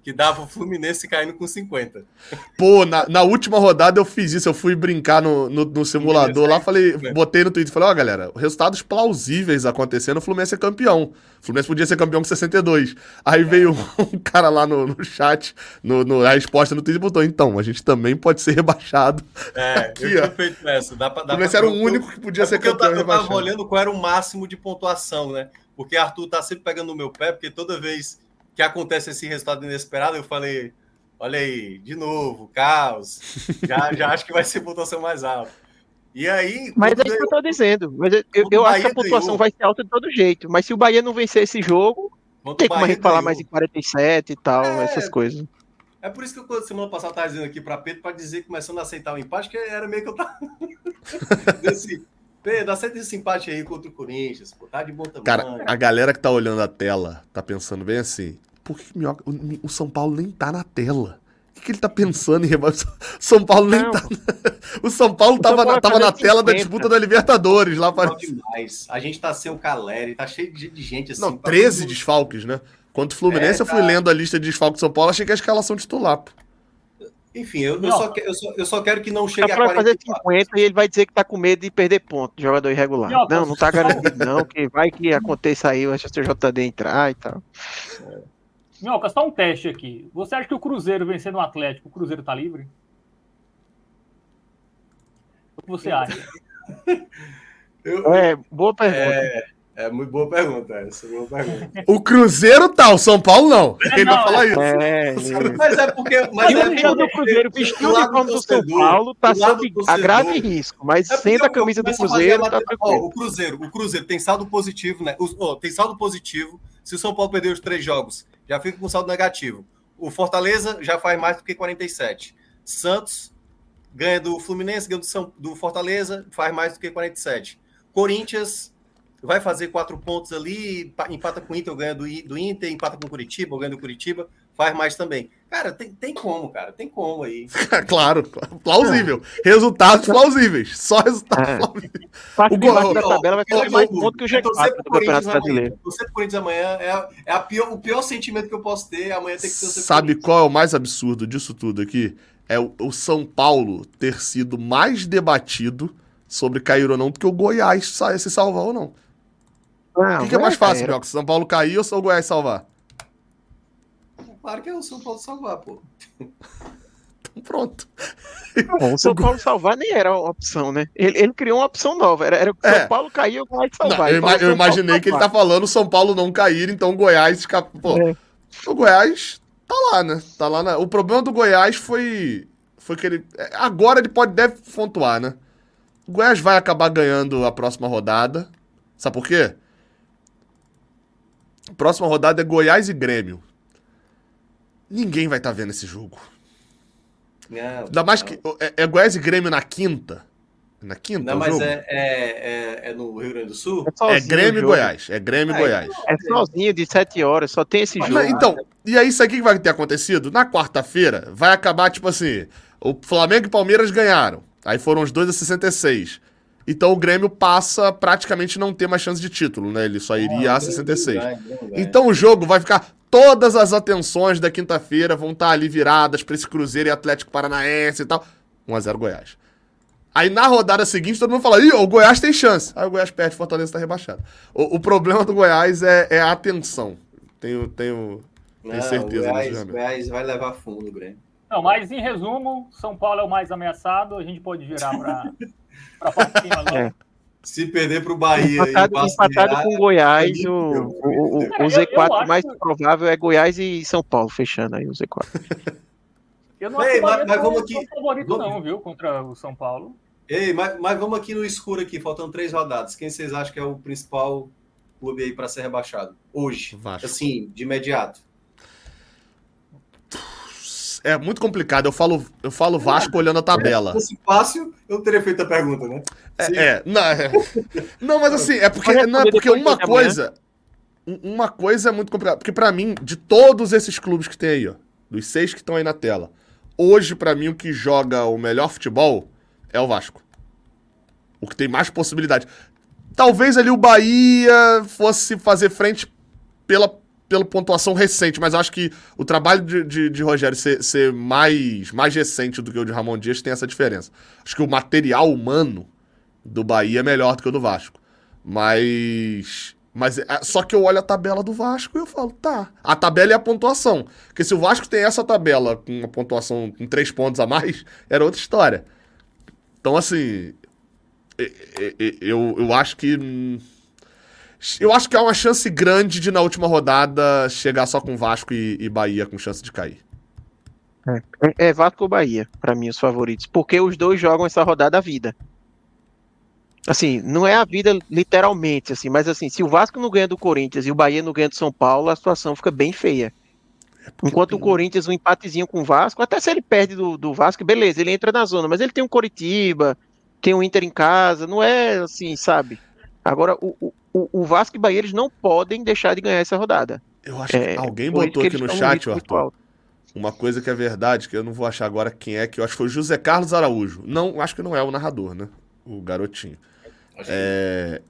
que dava o Fluminense caindo com cinquenta. Pô, na, na última rodada eu fiz isso, eu fui brincar no, no, no simulador lá, falei, botei no Twitter, falei, ó, oh, galera, resultados plausíveis acontecendo, o Fluminense é campeão. O Fluminense podia ser campeão com sessenta e dois. Aí veio um cara lá no, no chat, no, no, a resposta no Twitter, e botou, então, a gente também pode ser rebaixado. É, aqui, eu ó. tinha feito essa. Dá pra, dá o Fluminense pra... era o único que podia é ser campeão campeão eu tava, eu rebaixado. tava olhando qual era o máximo de pontuação, né? Porque Arthur tá sempre pegando no meu pé, porque toda vez que acontece esse resultado inesperado, eu falei, olha aí, de novo, caos, já, já acho que vai ser pontuação mais alta. E aí... Mas é isso que eu tô dizendo, mas eu, eu, eu acho que a pontuação ganhou, vai ser alta de todo jeito, mas se o Bahia não vencer esse jogo, não tem como a gente falar mais em quarenta e sete e tal, é, essas coisas. É por isso que eu, semana passada, estava dizendo aqui para Pedro, para dizer, começando a aceitar o empate, que era meio que eu tava... Desse... Pedro, aceita esse empate aí contra o Corinthians, pô, tá de bom tamanho. Cara, a galera que tá olhando a tela tá pensando bem assim, por que Minhoca, o, o São Paulo nem tá na tela? O que, que ele tá pensando em rebaixar? São Paulo nem não. tá... O São Paulo o tava, São Paulo na, tava na tela cinquenta. Da disputa da Libertadores. Lá parece. Demais. A gente tá sem o Caleri, tá cheio de, de gente assim. Não, treze desfalques, né? Quanto o Fluminense, é, tá... eu fui lendo a lista de desfalques do São Paulo, achei que a escalação titular, pô. Enfim, eu, eu, só, eu, só, eu só quero que não chegue tá a quarenta e quatro. Fazer cinquenta e ele vai dizer que tá com medo de perder ponto, de jogador irregular. Não, não, não tá garantido não, que vai que aconteça aí o S T J D entrar e tal. Minhoca, só um teste aqui. Você acha que o Cruzeiro vencendo o Atlético, o Cruzeiro tá livre? O que você acha? eu, é, boa pergunta. É... É muito boa pergunta, essa boa pergunta. O Cruzeiro tá, o São Paulo não. Quem vai falar isso? É, mas é porque... Mas e é o time do Cruzeiro vestindo o uniforme do São Paulo tá sob a grave risco, mas é sendo a camisa do Cruzeiro, tá tranquilo. O Cruzeiro, o Cruzeiro tem saldo positivo, né? O, oh, tem saldo positivo. Se o São Paulo perder os três jogos, já fica com saldo negativo. O Fortaleza já faz mais do que quarenta e sete. Santos ganha do Fluminense, ganha do, São, do Fortaleza, faz mais do que quarenta e sete. Corinthians... vai fazer quatro pontos ali, empata com o Inter, ganha do, do Inter, empata com o Curitiba, ganha do Curitiba, faz mais também. Cara, tem, tem como, cara, tem como aí. Claro, plausível. Resultados plausíveis, só resultados é. plausíveis. O gol da tabela vai fazer mais ponto que o G quatro do Campeonato Brasileiro. Você pro Corinthians amanhã é, é a pior, o pior sentimento que eu posso ter, amanhã tem que ser o Sabe qual é o mais absurdo disso tudo aqui? É o, o São Paulo ter sido mais debatido sobre cair ou não do que o Goiás se salvar ou não. O que, que é mais fácil, Mioca? Se São Paulo cair ou se o Goiás salvar? Claro que é o São Paulo salvar, pô. Então pronto. Bom, o São Paulo salvar nem era uma opção, né? Ele, ele criou uma opção nova. Era, era o é. São Paulo cair e o Goiás salvar. Não, eu, ima eu imaginei que ele tá falando o São Paulo não cair, então o Goiás ficar... Pô, é. O Goiás tá lá, né? Tá lá na... O problema do Goiás foi... Foi que ele... Agora ele pode, deve pontuar, né? O Goiás vai acabar ganhando a próxima rodada. Sabe por quê? Próxima rodada é Goiás e Grêmio. Ninguém vai estar tá vendo esse jogo. Não, Ainda mais não. que é, é Goiás e Grêmio na quinta. Na quinta, não, o mas jogo? É, é, é, é no Rio Grande do Sul? É, é Grêmio e Goiás. É Grêmio e é, Goiás. É sozinho, de sete horas, só tem esse mas, jogo. Mas, então, e aí isso aqui que vai ter acontecido? Na quarta-feira, vai acabar, tipo assim, o Flamengo e Palmeiras ganharam. Aí foram os dois a sessenta e seis. Então o Grêmio passa a praticamente não ter mais chance de título, né? Ele só iria ah, a sessenta e seis. Bem, bem, bem. Então o jogo vai ficar... Todas as atenções da quinta-feira vão estar ali viradas para esse Cruzeiro e Atlético Paranaense e tal. um a zero Goiás. Aí na rodada seguinte todo mundo fala, ih, o Goiás tem chance. Aí o Goiás perde, o Fortaleza tá rebaixado. O, o problema do Goiás é, é a atenção. Tenho, tenho, tenho não, certeza o Goiás, disso. O Goiás vai levar fundo o Grêmio. Não, mas em resumo, São Paulo é o mais ameaçado, a gente pode virar para para parte cima agora. É. Se perder para o Bahia... Empatado, empatado com Goiás, o, o, o, o Z quatro eu, eu mais que... provável é Goiás e São Paulo, fechando aí o Z quatro. Eu não acho que mas, mas vamos aqui... favorito vamos... não, viu, contra o São Paulo. Ei, mas, mas vamos aqui no escuro aqui, faltando três rodadas. Quem vocês acham que é o principal clube aí para ser rebaixado? Hoje, Vasco. Assim, de imediato. É muito complicado. Eu falo, eu falo Vasco é, olhando a tabela. Se fosse fácil, eu não teria feito a pergunta, né? É, é, não, é. Não, mas assim, é porque, não, é porque uma coisa. Uma coisa é muito complicada. Porque pra mim, de todos esses clubes que tem aí, ó, dos seis que estão aí na tela, hoje, pra mim, o que joga o melhor futebol é o Vasco. O que tem mais possibilidade. Talvez ali o Bahia fosse fazer frente pela pela pontuação recente, mas eu acho que o trabalho de, de, de Rogério ser, ser mais, mais recente do que o de Ramon Dias tem essa diferença. Acho que o material humano do Bahia é melhor do que o do Vasco. Mas... Mas só que eu olho a tabela do Vasco e eu falo, tá, a tabela é a pontuação. Porque se o Vasco tem essa tabela com uma pontuação com três pontos a mais, era outra história. Então, assim, eu, eu acho que... Eu acho que há uma chance grande de, na última rodada, chegar só com Vasco e, e Bahia com chance de cair. É, é Vasco ou Bahia, pra mim, os favoritos. Porque os dois jogam essa rodada à vida. Assim, não é a vida literalmente, assim, mas assim, se o Vasco não ganha do Corinthians e o Bahia não ganha do São Paulo, a situação fica bem feia. Enquanto tem... o Corinthians, um empatezinho com o Vasco, até se ele perde do, do Vasco, beleza, ele entra na zona, mas ele tem um Coritiba, tem um Inter em casa, não é assim, sabe? Agora, o, o, o Vasco e Bahia, eles não podem deixar de ganhar essa rodada. Eu acho é, que alguém botou que aqui no chat, Arthur, uma coisa que é verdade, que eu não vou achar agora quem é, que eu acho que foi o José Carlos Araújo. Não, acho que não é o narrador, né? O garotinho. É...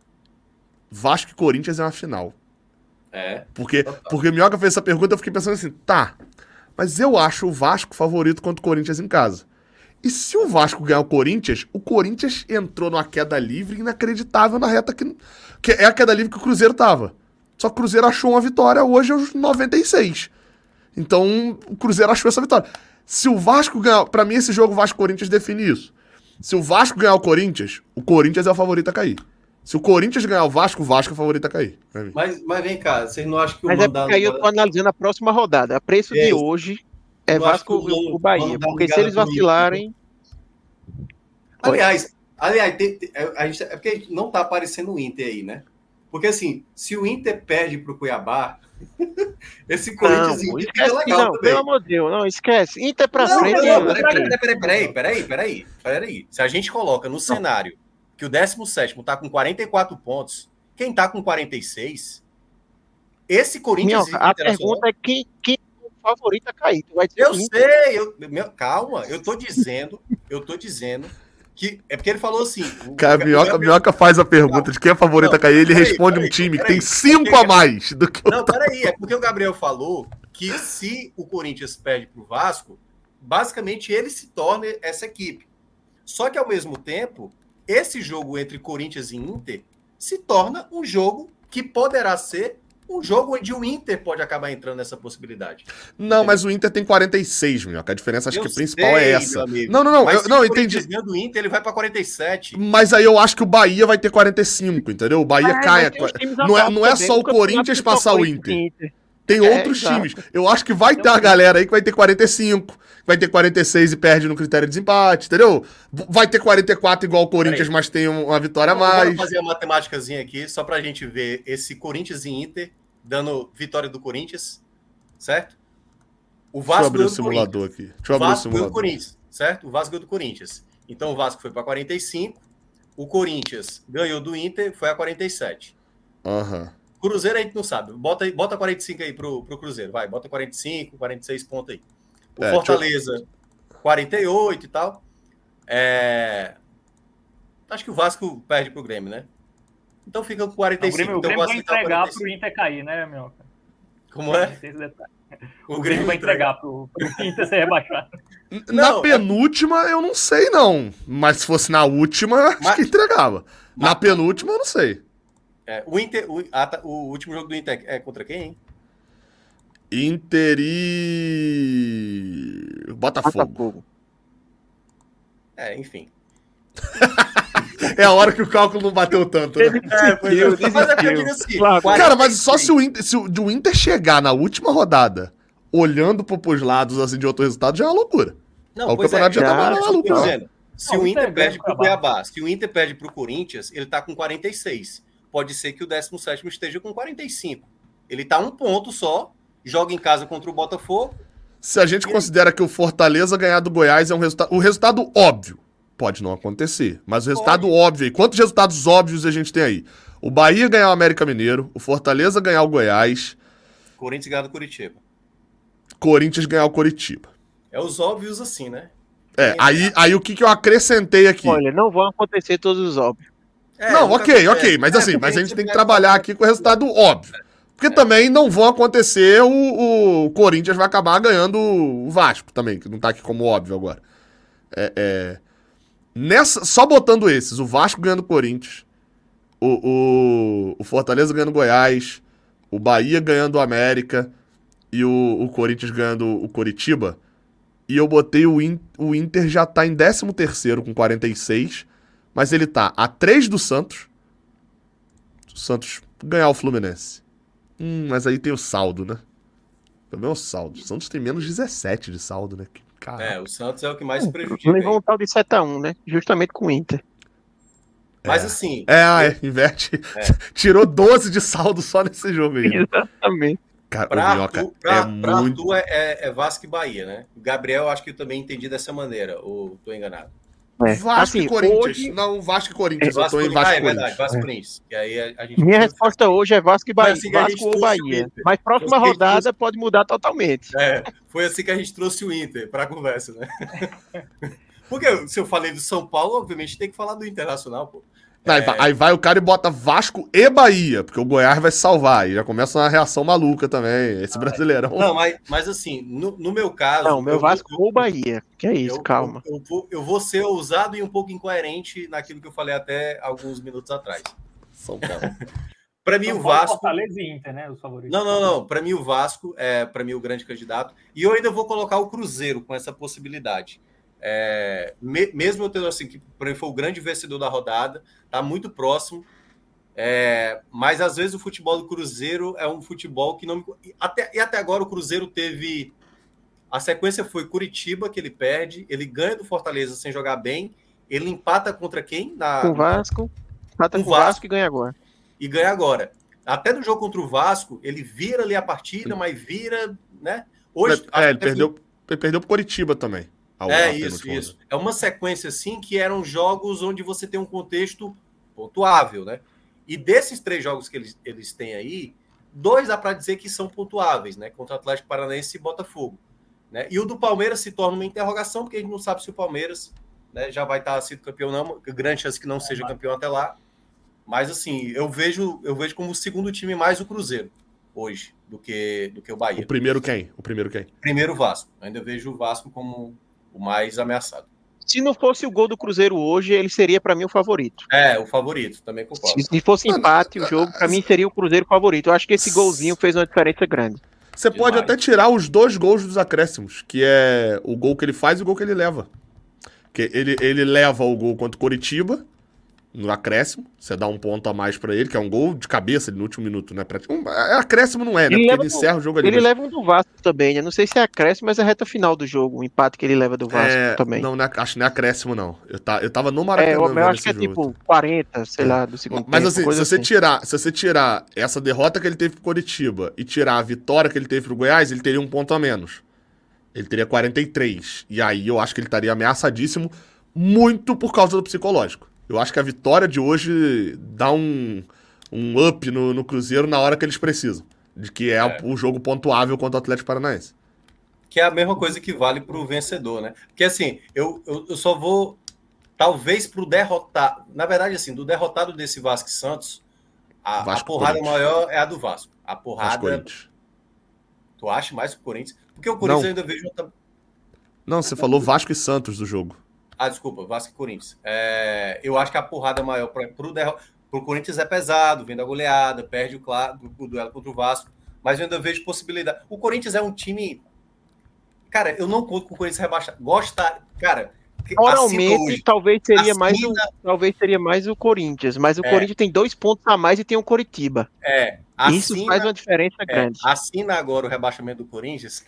Vasco e Corinthians é uma final. É. Porque, porque o Minhoca fez essa pergunta, eu fiquei pensando assim, tá, mas eu acho o Vasco favorito contra o Corinthians em casa. E se o Vasco ganhar o Corinthians, o Corinthians entrou numa queda livre inacreditável na reta que, que é a queda livre que o Cruzeiro tava. Só que o Cruzeiro achou uma vitória hoje aos noventa e seis. Então, o Cruzeiro achou essa vitória. Se o Vasco ganhar, pra mim esse jogo Vasco-Corinthians define isso. Se o Vasco ganhar o Corinthians, o Corinthians é o favorito a cair. Se o Corinthians ganhar o Vasco, o Vasco é o favorito a cair. Mas, mas vem cá, vocês não acham que o Mas mandado... é porque aí eu tô analisando a próxima rodada. A preço é, de hoje é Vasco e o Bahia. Porque se eles vacilarem... Aliás, aliás tem, tem, a gente, é porque a gente não tá aparecendo o Inter aí, né? Porque assim, se o Inter perde pro Cuiabá, esse Corinthians não, Inter fica legal não, também. Pelo amor de Deus, não, esquece. Inter pra não, frente. Não, não, peraí, peraí, peraí, peraí, peraí, peraí, peraí. Se a gente coloca no cenário que o décimo sétimo tá com quarenta e quatro pontos, quem tá com quarenta e seis, esse Corinthians... Minhoca, a pergunta é quem, quem é o favorito a cair? Tu vai dizer eu sei, eu, meu, calma, eu tô dizendo, eu tô dizendo que... É porque ele falou assim... O, Cara, o Minhoca, Minhoca faz a pergunta não, de quem é favorito não, a cair, ele peraí, responde peraí, um time peraí, que tem cinco porque, a mais do que o... Não, peraí, é porque o Gabriel falou que se o Corinthians perde pro Vasco, basicamente ele se torna essa equipe. Só que, ao mesmo tempo, esse jogo entre Corinthians e Inter se torna um jogo que poderá ser um jogo onde o Inter pode acabar entrando nessa possibilidade. Não, entendeu? Mas o Inter tem quarenta e seis, Minhoca. A diferença acho eu que a principal sei, é essa. Não, não, não. Mas eu, se não, o entendi. Corinthians do Inter, ele vai para quarenta e sete. Mas aí eu acho que o Bahia vai ter quarenta e cinco, entendeu? O Bahia ah, cai. Não é, não é só o Corinthians passar o Inter. Inter. Tem é, outros exato. times. Eu acho que vai ter a galera aí que vai ter quarenta e cinco, vai ter quarenta e seis e perde no critério de desempate, entendeu? Vai ter quarenta e quatro igual o Corinthians, mas tem uma vitória a mais. Vamos fazer a matemáticazinha aqui, só pra gente ver esse Corinthians e Inter dando vitória do Corinthians, certo? O Vasco Deixa eu abrir o simulador aqui. Deixa eu abrir o Vasco simulador. do Corinthians, certo? O Vasco ganhou do Corinthians. Então o Vasco foi para quarenta e cinco, o Corinthians ganhou do Inter, foi a quarenta e sete. Aham. Uhum. Cruzeiro a gente não sabe. Bota, bota quarenta e cinco aí pro, pro Cruzeiro. Vai, bota quarenta e cinco, quarenta e seis pontos aí. O é, Fortaleza, eu... quarenta e oito e tal. É... Acho que o Vasco perde pro Grêmio, né? Então fica com quarenta e cinco. Não, o Grêmio, então o Grêmio vai entregar pro Inter cair, né, meu? Como é? O, o Grêmio vai entregar pro, pro Inter ser rebaixado. Na não, penúltima, é... eu não sei, não. Mas se fosse na última, acho Mas... que entregava. Mas... Na penúltima, eu não sei. É, o, Inter, o, ah, tá, o último jogo do Inter é contra quem, hein? Inter e... Botafogo. Botafogo. É, enfim. É a hora que o cálculo não bateu tanto, né? É, pois é. Mas é que eu digo assim, cara, mas só se o Inter, se o Inter chegar na última rodada olhando pros lados assim, de outro resultado, já é uma loucura. Não, o campeonato é, já, já tá maluco. Se não, o Inter perde pro Cuiabá, se o Inter perde pro Corinthians, ele tá com quarenta e seis. Pode ser que o décimo sétimo esteja com quarenta e cinco. Ele tá um ponto só, joga em casa contra o Botafogo. Se a gente considera ele... que o Fortaleza ganhar do Goiás é um resultado... O resultado óbvio pode não acontecer, mas o resultado pode. óbvio... Quantos resultados óbvios a gente tem aí? O Bahia ganhar o América Mineiro, o Fortaleza ganhar o Goiás... Corinthians ganhar do Curitiba. Corinthians ganhar o Curitiba. É os óbvios assim, né? É, aí, aí o que, que eu acrescentei aqui? Olha, não vão acontecer todos os óbvios. É, não, ok, ok, mas assim, mas a gente tem que trabalhar aqui com o resultado óbvio. Porque também não vão acontecer, o, o Corinthians vai acabar ganhando o Vasco também, que não tá aqui como óbvio agora. É, é, nessa, só botando esses, o Vasco ganhando o Corinthians, o, o, o Fortaleza ganhando o Goiás, o Bahia ganhando o América e o, o Corinthians ganhando o Coritiba, e eu botei o, In, o Inter já tá em décimo terceiro com quarenta e seis, mas ele tá a três do Santos, o Santos ganhar o Fluminense. Hum, mas aí tem o saldo, né? Também é o saldo. O Santos tem menos dezessete de saldo, né? Caraca. É, o Santos é o que mais prejudica. Levou um tal de sete a um, né? Justamente com o Inter. Mas É. assim... É, ah, é, inverte. É. Tirou doze de saldo só nesse jogo aí. Né? Exatamente. Cara, pra o Minhoca Arthur, pra, é pra muito... Arthur é, é, é Vasco e Bahia, né? O Gabriel, acho que eu também entendi dessa maneira, ou tô enganado? É. Vasco assim, e Corinthians. Hoje... Não, Vasco e Corinthians. É, eu tô em Vasco, Vasco ah, e é verdade, Corinthians. Vasco e É. Corinthians. Que aí a, a gente Minha resposta hoje é Vasco e Bahia. Foi assim que a gente Vasco ou trouxe o Bahia. Inter. Mas próxima Foi assim que a gente rodada trouxe- pode mudar totalmente. É, foi assim que a gente trouxe o Inter para a conversa, né? Porque se eu falei do São Paulo, obviamente tem que falar do Internacional, pô. Aí, vai, aí vai o cara e bota Vasco e Bahia, porque o Goiás vai se salvar. E já começa uma reação maluca também. Esse brasileirão. Não, mas, mas assim, no, no meu caso... Não, meu eu- Vasco eu- ou Bahia. Que é isso, eu, calma. Eu, eu, vou, eu vou ser ousado e um pouco incoerente naquilo que eu falei até alguns minutos atrás. São Paulo. Para mim, São o Paulo, Vasco... Fortaleza e Inter, né? Os favoritos. Não, não, não. Para mim, o Vasco é, para mim, o grande candidato. E eu ainda vou colocar o Cruzeiro com essa possibilidade. É, me, mesmo eu tendo assim, que para mim foi o grande vencedor da rodada, tá muito próximo. É, mas às vezes o futebol do Cruzeiro é um futebol que não me. Até, e até agora o Cruzeiro teve. A sequência foi Curitiba, que ele perde, ele ganha do Fortaleza sem jogar bem, ele empata contra quem? Na, Com o Vasco. Mata Com com o o Vasco. Vasco e ganha agora. e ganha agora. Até no jogo contra o Vasco, ele vira ali a partida, mas vira, né? Hoje, É, ele até perdeu, ele perdeu pro Coritiba também. a- É a isso, penúltima isso. É uma sequência assim que eram jogos onde você tem um contexto pontuável, né? E desses três jogos que eles, eles têm aí, dois dá para dizer que são pontuáveis, né? Contra o Atlético Paranaense e Botafogo. Né? E o do Palmeiras se torna uma interrogação, porque a gente não sabe se o Palmeiras, né, já vai estar sido campeão, não. Grande chance que não seja campeão até lá. Mas assim, eu vejo, eu vejo como o segundo time mais o Cruzeiro hoje do que, do que o Bahia. O primeiro quem? O primeiro quem? Primeiro o Vasco. Eu ainda vejo o Vasco como o mais ameaçado. Se não fosse o gol do Cruzeiro hoje, ele seria pra mim o favorito. É, o favorito, também concordo. Se fosse empate o jogo, pra mim seria o Cruzeiro favorito. Eu acho que esse golzinho fez uma diferença grande. Você pode Demais. até tirar os dois gols dos acréscimos, que é o gol que ele faz e o gol que ele leva. Que ele, ele leva o gol contra o Coritiba, no acréscimo, você dá um ponto a mais pra ele, que é um gol de cabeça ali no último minuto, né? Um, é, acréscimo não é, né? Ele Porque leva ele do- encerra o jogo ali. Ele mas- leva um do Vasco também, né? Não sei se é acréscimo, mas é a reta final do jogo, o empate que ele leva do Vasco É, também. Não, não é- acho que não é acréscimo, não. Eu, tá, eu tava no é, Maracanã eu, eu vendo acho que é esse jogo. tipo quarenta, sei lá, do segundo Mas tempo, assim, se coisa você, assim. tirar, se você tirar essa derrota que ele teve pro Coritiba e tirar a vitória que ele teve pro Goiás, ele teria um ponto a menos. Ele teria quarenta e três. E aí eu acho que ele estaria ameaçadíssimo, muito por causa do psicológico. Eu acho que a vitória de hoje dá um, um up no, no Cruzeiro na hora que eles precisam. De que é, É. o, o jogo pontuável contra o Atlético Paranaense. Que é a mesma coisa que vale para o vencedor, né? Porque assim, eu, eu, eu só vou, talvez para o derrotado. Na verdade, assim, do derrotado desse Vasco e Santos, a, a Vasco, porrada Corinthians. maior é a do Vasco. A Mas porrada. Corinthians. Tu acha mais que o Corinthians? Porque o Corinthians Não. eu ainda vejo. outra- Não, você falou Vasco e Santos do jogo. Ah, desculpa, Vasco e Corinthians. É, eu acho que a porrada maior para o derro... pro Corinthians é pesado, vendo a goleada, perde o, cla... o duelo contra o Vasco. Mas eu ainda vejo possibilidade. O Corinthians é um time. Cara, eu não conto com o Corinthians rebaixado. Gosta. Cara. assina Moralmente, hoje. talvez seria, mais o, Assina- talvez seria mais o Corinthians, mas o É. Corinthians tem dois pontos a mais e tem o Coritiba. É, Isso assina- faz uma diferença É, grande. assina agora o rebaixamento do Corinthians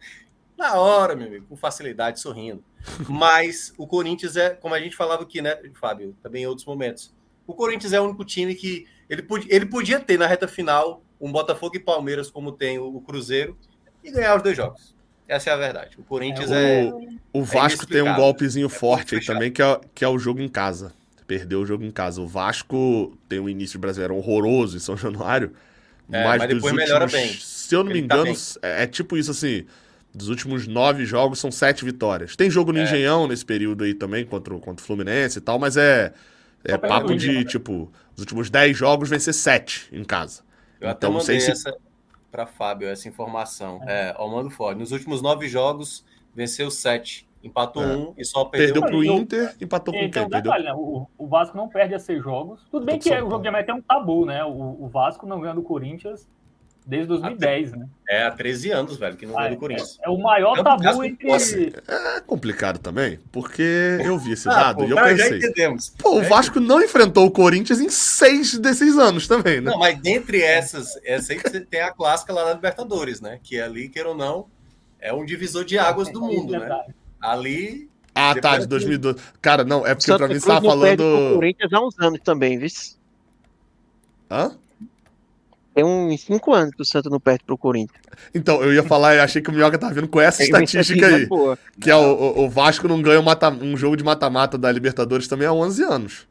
na hora, meu amigo, com facilidade, sorrindo. Mas o Corinthians é, como a gente falava aqui, né, Fábio, também em outros momentos, o Corinthians é o único time que ele podia, ele podia ter na reta final um Botafogo e Palmeiras como tem o, o Cruzeiro e ganhar os dois jogos. Essa é a verdade. O Corinthians é... O, o Vasco tem um inexplicável. golpezinho É forte aí fechado. também, que é, que é o jogo em casa. Perdeu o jogo em casa. O Vasco tem um início brasileiro horroroso em São Januário. É, mas mas dos depois melhora últimos- bem. Se eu não me Ele tá engano, bem. é, é tipo isso assim. Dos últimos nove jogos, são sete vitórias. Tem jogo no É. Engenhão nesse período aí também, contra, o- contra o Fluminense e tal, mas é, é Só pega papo o de, Engenhão, né? tipo, os últimos dez jogos vencer sete em casa. Eu até Então, não sei mandei se- essa para Fábio, essa informação. É, ó, mando forte. Nos últimos nove jogos, venceu sete, empatou É. um e só perdeu, Perdeu um. pro eu- Inter, empatou com E tem quem? um Perdeu? detalhe, né? O, o Vasco não perde a seis jogos. Tudo bem Contra que São o jogo Paulo. de amanhã tem um tabu, né? O, o Vasco não ganha do Corinthians desde dois mil e dez, né? É, há treze anos, velho, que não Ah, ganha é, do Corinthians. é o maior Tanto tabu gasto entre. posse. É complicado também, porque eu vi esse Ah, dado pô, e eu não, já pensei. entendemos. Pô, o Já Vasco não enfrentou o Corinthians em seis desses anos também, né? Não, mas dentre essas, essa aí você tem a clássica lá da Libertadores, né? Que ali, queira ou não, é um divisor de águas do mundo, né? Ali. Ah, tá, depois- de dois mil e doze. Cara, não, é O porque Santa pra mim Cruz você tava não perde pro falando. Corinthians há uns anos também, viu? Hã? Tem uns cinco anos que o Santa não perde pro Corinthians. Então, eu ia falar, eu achei que o Minhoca tava vindo com essa É uma estatística aí. boa. Que é o, o- o Vasco não ganha um, mata- um jogo de mata-mata da Libertadores também há onze anos.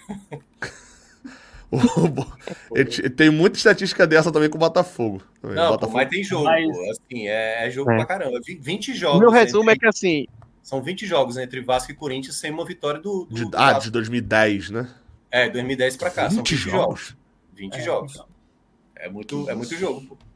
O- ele t- tem muita estatística dessa também com o Botafogo. Também. Não, pô, Botafogo. mas tem jogo, Mas- pô. Assim, é, é jogo É. pra caramba. Vi- vinte O jogos. meu resumo é entre- que assim, São vinte jogos entre Vasco e Corinthians sem uma vitória do, do, De- do ah, Vasco. de dois mil e dez, né? É, dois mil e dez pra cá. São vinte vinte jogos. jogos. vinte É, jogos. então. É muito, é muito jogo, pô.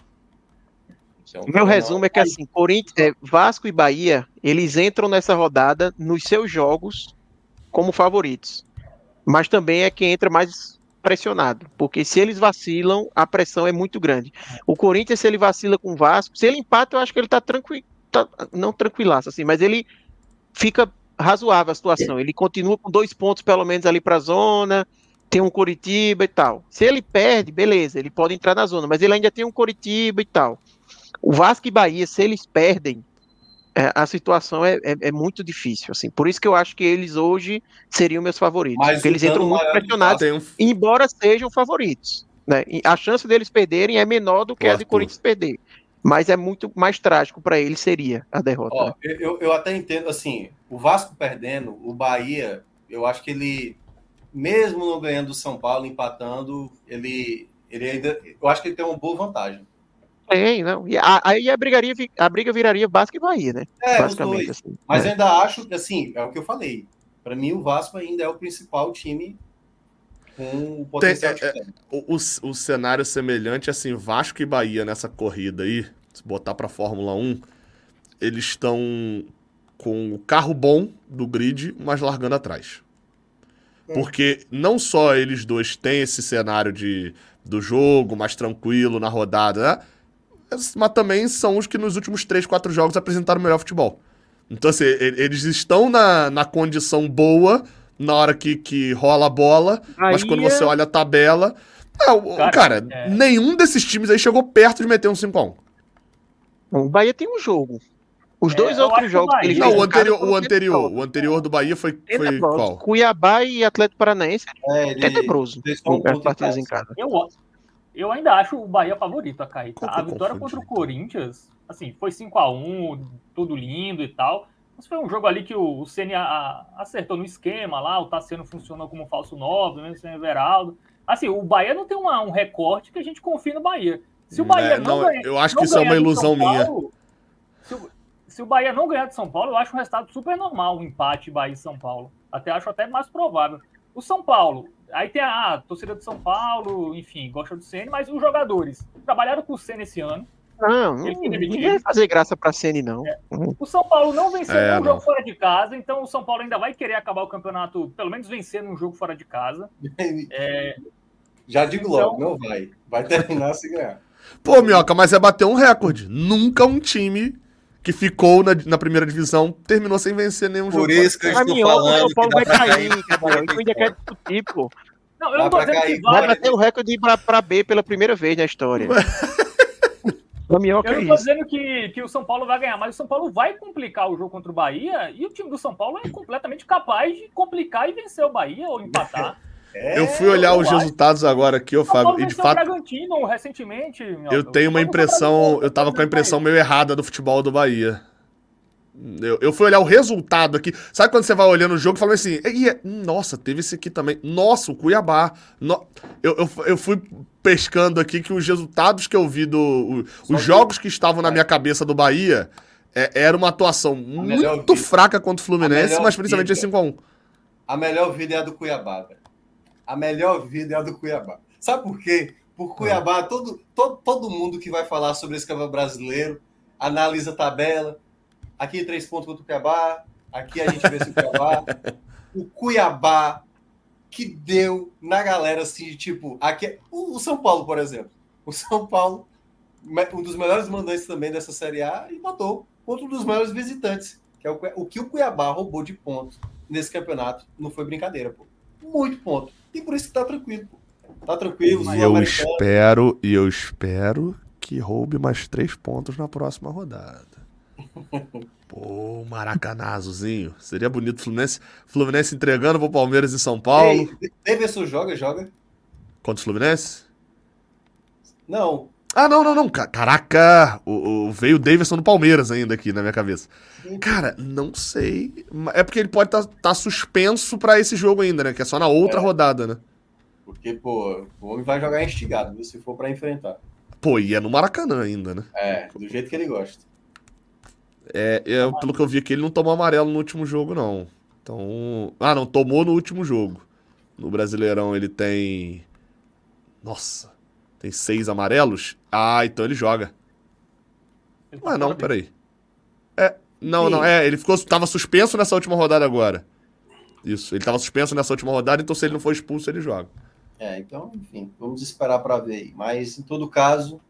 Então, o meu não- resumo é que assim, Corinthians, é, Vasco e Bahia, eles entram nessa rodada nos seus jogos como favoritos. Mas também é quem entra mais pressionado, porque se eles vacilam, a pressão é muito grande. O Corinthians, se ele vacila com o Vasco, se ele empata, eu acho que ele tá tranquilo, tá, não tranquilaço assim, mas ele fica razoável a situação. Ele continua com dois pontos pelo menos ali para a zona, tem um Coritiba e tal. Se ele perde, beleza, ele pode entrar na zona, mas ele ainda tem um Coritiba e tal. O Vasco e Bahia, se eles perdem, é, a situação é, é, é muito difícil, assim. Por isso que eu acho que eles hoje seriam meus favoritos, Mas porque o eles entram dano muito maior do pressionados, Tem um, embora sejam favoritos, né? E a chance deles perderem é menor do que Ô, a de Arthur. Corinthians perder. Mas é muito mais trágico para eles seria a derrota. Ó, né? eu, eu- eu até entendo, assim, o Vasco perdendo, o Bahia, eu acho que ele, mesmo não ganhando do São Paulo, empatando, ele, ele ainda, eu acho que ele tem uma boa vantagem. Tem, não. E a- aí a, brigaria, vi- a briga viraria Vasco e Bahia, né? É, os Basicamente, dois. assim. Mas É. eu ainda acho que, assim, é o que eu falei. Para mim, o Vasco ainda é o principal time com o potencial Tem- é- de vitória. o, o, o cenário semelhante, assim, Vasco e Bahia nessa corrida aí, se botar pra Fórmula um, eles estão com o carro bom do grid, mas largando atrás. Porque não só eles dois têm esse cenário de, do jogo mais tranquilo na rodada, né? Mas também são os que nos últimos três, quatro jogos apresentaram o melhor futebol. Então, assim, e- eles estão na, na condição boa na hora que, que rola a bola, mas quando Bahia- você olha a tabela... Não, o- Cara, cara, é- nenhum desses times aí chegou perto de meter um cinco a um. O Bahia tem um jogo. Os É, dois eu acho outros que o jogos que eles Bahia- Não, o jogaram anterior, foram o anterior, tenebrosos. o anterior do Bahia foi, foi Tenebrosos. qual? Cuiabá e Atlético Paranaense, É, ele tenebroso. fez só um As ponto partidas em em casa. Eu, eu ainda acho o Bahia favorito a cair. Tá? Qual que A eu vitória confundi, contra o então? Corinthians, assim, foi cinco a um, tudo lindo e tal. Mas foi um jogo ali que o, o Ceni a- a- acertou no esquema lá, o Tassiano funcionou como falso nove, mesmo sem Everaldo. Assim, o Bahia não tem uma- um recorte que a gente confie no Bahia. Se o Bahia É, não, não, ganha, eu acho não que isso é uma ganhar do ilusão São minha. Paulo, se, o, se o Bahia não ganhar de São Paulo, eu acho um resultado super normal, um empate Bahia e São Paulo. Até acho até mais provável. O São Paulo, aí tem a, a torcida de São Paulo, enfim, gosta do Ceni, mas os jogadores trabalharam com o Ceni esse ano. Não, não Ele foi demitido. ninguém vai fazer graça pra Ceni, não. O São Paulo não venceu É, nenhum não. jogo fora de casa, então o São Paulo ainda vai querer acabar o campeonato, pelo menos vencendo um jogo fora de casa. É, Já digo Então- logo, não vai. Vai terminar se ganhar. Pô, Minhoca, mas é bater um recorde. Nunca um time que ficou na, na primeira divisão terminou sem vencer nenhum jogo. Por isso que eu Pra estou mim, ó, o falando São que Paulo dá vai pra cair, cair. Gabriel. Isso ainda quer discutir, pô. não, eu Dá não tô pra dizendo cair. que Vai vai. bater o recorde de ir pra, pra B pela primeira vez na história. Pra Minhoca Eu é não tô isso. dizendo que, que o São Paulo vai ganhar, mas o São Paulo vai complicar o jogo contra o Bahia e o time do São Paulo é completamente capaz de complicar e vencer o Bahia ou empatar. É, Eu fui olhar eu os acho. resultados agora aqui, ô O São Paulo Fábio, e de venceu fato o Bragantino recentemente. Minhoca. eu tenho uma O São Paulo impressão, venceu o eu tava com a impressão Bahia. meio errada do futebol do Bahia. Eu, eu fui olhar o resultado aqui. Sabe quando você vai olhando o jogo e fala assim, "Ih, nossa, teve esse aqui também. Nossa, o Cuiabá. No-" Eu, eu, eu fui pescando aqui que os resultados que eu vi do. o- Só os que- jogos que estavam na minha cabeça do Bahia é, era uma atuação melhor muito vida- fraca contra o Fluminense, melhor mas principalmente em vida. cinco a um. A melhor vida é a do Cuiabá, velho. A melhor vida é a do Cuiabá. Sabe por quê? por Cuiabá, todo, todo, todo mundo que vai falar sobre esse campeonato brasileiro, analisa a tabela. Aqui três pontos contra o Cuiabá, aqui a gente vê se o Cuiabá. O Cuiabá que deu na galera, assim, tipo, aqui, o, o São Paulo, por exemplo. O São Paulo, um dos melhores mandantes também dessa Série A, e matou contra um dos melhores visitantes, que é o, o que o Cuiabá roubou de pontos nesse campeonato. Não foi brincadeira, pô. Muito ponto. E por isso que tá tranquilo, pô. Tá tranquilo. E eu espero, e eu espero que roube mais três pontos na próxima rodada. Pô, Maracanazozinho. Seria bonito. Fluminense, Fluminense entregando pro Palmeiras e São Paulo. Ei, Davidson joga, joga. Contra o Fluminense? Não. Ah, não, não, não. Caraca, o, o, veio o Davidson no Palmeiras ainda aqui na minha cabeça. Cara, não sei. É porque ele pode estar tá, tá suspenso pra esse jogo ainda, né? Que é só na outra é. rodada, né? Porque, pô, o homem vai jogar instigado, viu? Se for pra enfrentar. Pô, e é no Maracanã ainda, né? É, do jeito que ele gosta. É, é, pelo que eu vi aqui, ele não tomou amarelo no último jogo, não. Então. Ah, não, tomou no último jogo. No Brasileirão ele tem. Nossa, tem seis amarelos? Ah, então ele joga. Ele tá ah, não, peraí. É, não, Sim. não, é, ele ficou, tava suspenso nessa última rodada agora. Isso, ele tava suspenso nessa última rodada, então se ele não for expulso, ele joga. É, então, enfim, vamos esperar para ver aí. Mas, em todo caso,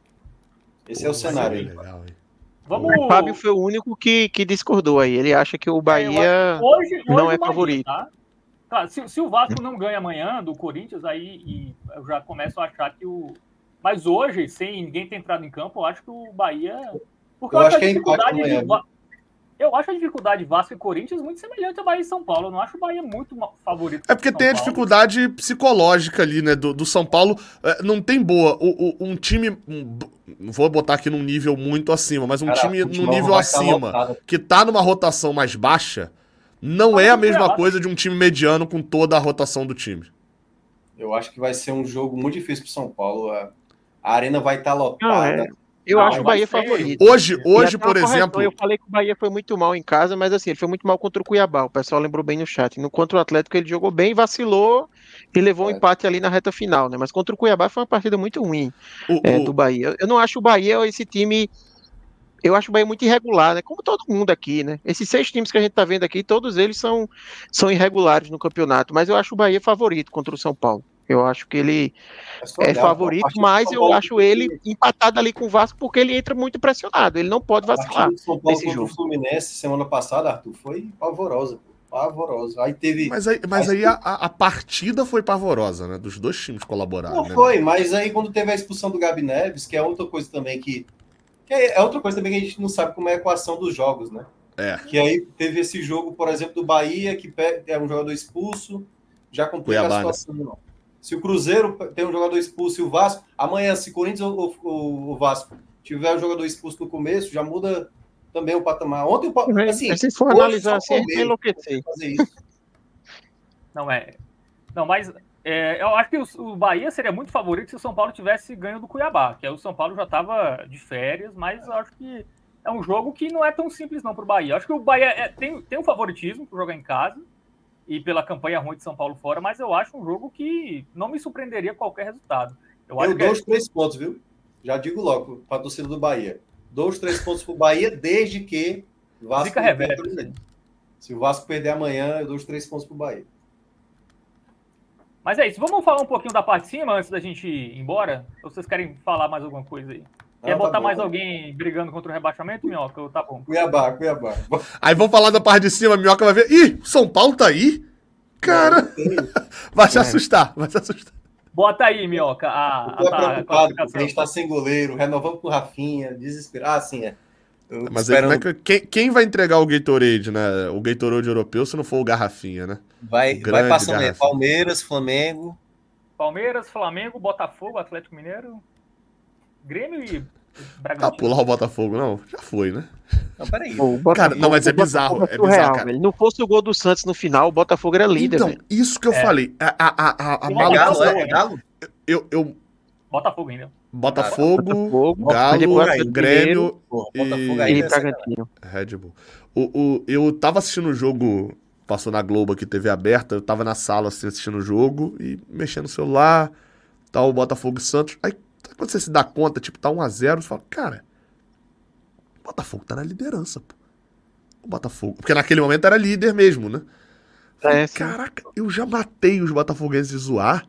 esse Pô, é o cenário aí. Legal, hein? Vamos... O Fábio foi o único que, que discordou aí. Ele acha que o Bahia é, hoje, hoje não é Bahia, favorito. Tá? Claro, se, se o Vasco não ganha amanhã do Corinthians, aí e eu já começo a achar que o... Mas hoje, sem ninguém ter entrado em campo, eu acho que o Bahia... Porque eu, eu acho que a dificuldade é de... Eu acho a dificuldade Vasco e Corinthians muito semelhante a Bahia e São Paulo. Eu não acho o Bahia muito favorito. É porque tem a dificuldade psicológica ali, né? Do, do São Paulo. É, não tem boa. O, o, um time. Um, vou botar aqui num nível muito acima, mas um Cara, time num nível acima, que tá numa rotação mais baixa, não mas é a mesma é coisa de um time mediano com toda a rotação do time. Eu acho que vai ser um jogo muito difícil pro São Paulo. A, a arena vai estar tá lotada. Não, é. Eu não, acho o Bahia favorito. Hoje, hoje por exemplo... Eu falei que o Bahia foi muito mal em casa, mas assim, ele foi muito mal contra o Cuiabá. O pessoal lembrou bem no chat. No contra o Atlético ele jogou bem, vacilou e levou é. um empate ali na reta final, né? Mas contra o Cuiabá foi uma partida muito ruim o, é, o... do Bahia. Eu não acho o Bahia esse time... Eu acho o Bahia muito irregular, né? Como todo mundo aqui, né? Esses seis times que a gente tá vendo aqui, todos eles são, são irregulares no campeonato. Mas eu acho o Bahia favorito contra o São Paulo. Eu acho que ele é, é favorito, mas eu acho ele empatado ali com o Vasco porque ele entra muito pressionado. Ele não pode vacilar. O São Paulo contra o Fluminense semana passada, Arthur, foi pavorosa. Pavorosa. Aí teve. Mas aí, mas aí a, a partida foi pavorosa, né? Dos dois times colaboraram. Não né? foi, mas aí quando teve a expulsão do Gabi Neves, que é outra coisa também que. que é outra coisa também que a gente não sabe como é a equação dos jogos, né? É. Que aí teve esse jogo, por exemplo, do Bahia, que é um jogador expulso, já complica Cuiabá, a situação, né? não. Se o Cruzeiro tem um jogador expulso e o Vasco, amanhã, se o Corinthians ou o Vasco tiver um jogador expulso no começo, já muda também o patamar. Ontem o assim, se for analisar assim, é enlouquecer. Fazer isso. Não é. Não, mas é, eu acho que o, o Bahia seria muito favorito se o São Paulo tivesse ganho do Cuiabá, que aí o São Paulo já estava de férias, mas eu acho que é um jogo que não é tão simples não para o Bahia. Eu acho que o Bahia é, tem, tem um favoritismo para jogar em casa, e pela campanha ruim de São Paulo fora, mas eu acho um jogo que não me surpreenderia qualquer resultado. Eu, eu acho dou que os é... três pontos, viu? Já digo logo, para a torcida do Bahia. Dou os três pontos para o Bahia, desde que o Vasco perder. Se o Vasco perder amanhã, eu dou os três pontos para o Bahia. Mas é isso. Vamos falar um pouquinho da parte de cima antes da gente ir embora? Ou vocês querem falar mais alguma coisa aí? Quer ah, botar tá mais alguém brigando contra o rebaixamento, Minhoca? Tá bom. Cuiabá, Cuiabá. Aí vamos falar da parte de cima, Minhoca vai ver. Ih, São Paulo tá aí? Cara, não, vai te é. assustar, vai te assustar. Bota aí, Minhoca. A, eu tô a, preocupado, a, a, a gente tá sem goleiro, renovamos com o Rafinha, desesperado. Ah, sim, é. Eu Mas aí, como é que, quem, quem vai entregar o Gatorade, né? O Gatorade europeu, se não for o Garrafinha, né? Vai, vai passando aí. Palmeiras, Flamengo. Palmeiras, Flamengo, Botafogo, Atlético Mineiro, Grêmio e Bragantino. Ah, pular o Botafogo, não? Já foi, né? Não, peraí. Pô, cara, não, mas é bizarro. É, é bizarro, cara. Não fosse o gol do Santos no final, o Botafogo era líder. Então, velho. isso que eu é. falei. A, a, a, a maluquice. É Galo? Eu, eu... Botafogo ainda. Botafogo, Botafogo Galo, aí, Grêmio pô, e, Botafogo aí, e Bragantino. Red Bull. O, o, eu tava assistindo o jogo, passou na Globo aqui, T V aberta, eu tava na sala assim, assistindo o jogo e mexendo no celular. tá o Botafogo e Santos. Aí quando você se dá conta, tipo, tá um a zero, você fala, cara, o Botafogo tá na liderança, pô. O Botafogo. Porque naquele momento era líder mesmo, né? Falei, É, sim. caraca, eu já matei os botafoguenses de zoar.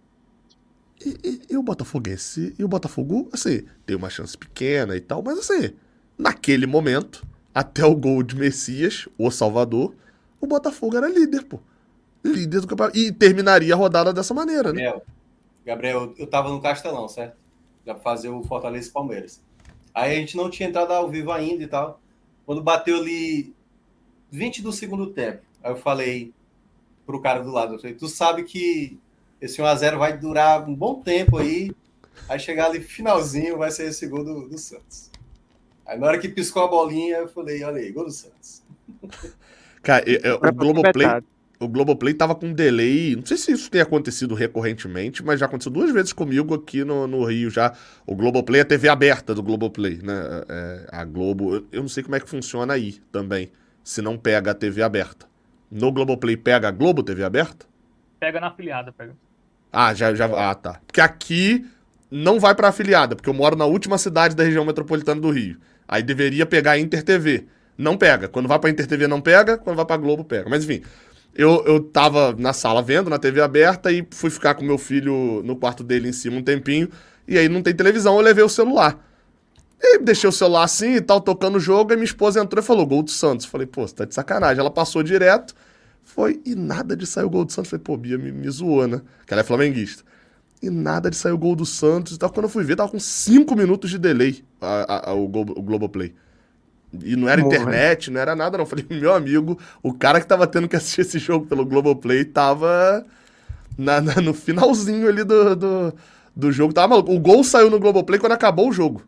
E, e, e o Botafoguense. E o Botafogo, assim, tem uma chance pequena e tal, mas assim, naquele momento, até o gol de Messias, o Salvador, o Botafogo era líder, pô. Líder do campeonato. E terminaria a rodada dessa maneira, né? Gabriel, Gabriel, eu tava no Castelão, certo? Já pra fazer o Fortaleza e Palmeiras. Aí a gente não tinha entrado ao vivo ainda e tal. Quando bateu ali vinte do segundo tempo, aí eu falei pro cara do lado, eu falei, tu sabe que esse um a zero vai durar um bom tempo aí, aí chegar ali finalzinho vai ser esse gol do, do Santos. Aí na hora que piscou a bolinha, eu falei, olha aí, gol do Santos. Cara, eu, eu, o Globoplay... O Globoplay tava com um delay, não sei se isso tem acontecido recorrentemente, mas já aconteceu duas vezes comigo aqui no, no Rio já. O Globoplay, a T V aberta do Globoplay, né? É, a Globo, eu, eu não sei como é que funciona aí também, se não pega a T V aberta. No Globoplay pega a Globo T V aberta? Pega na afiliada, pega. Ah, já, já, ah, tá. Porque aqui não vai pra afiliada, porque eu moro na última cidade da região metropolitana do Rio. Aí deveria pegar a Inter T V. Não pega. Quando vai pra Inter T V não pega, quando vai pra Globo pega. Mas enfim... Eu, eu tava na sala vendo, na T V aberta, e fui ficar com meu filho no quarto dele em cima um tempinho, e aí não tem televisão, eu levei o celular. E deixei o celular assim e tal, tocando o jogo, e minha esposa entrou e falou, gol do Santos. Falei, pô, você tá de sacanagem. Ela passou direto, foi, e nada de sair o gol do Santos. Falei, pô, Bia me, me zoou, né? Que ela é flamenguista. E nada de sair o gol do Santos e tal. Quando eu fui ver, tava com cinco minutos de delay a, a, a, o, o Globoplay. E não era internet, não era nada, não. Falei, meu amigo, o cara que tava tendo que assistir esse jogo pelo Globoplay tava na, na, no finalzinho ali do, do, do jogo. Tava maluco. O gol saiu no Globoplay quando acabou o jogo.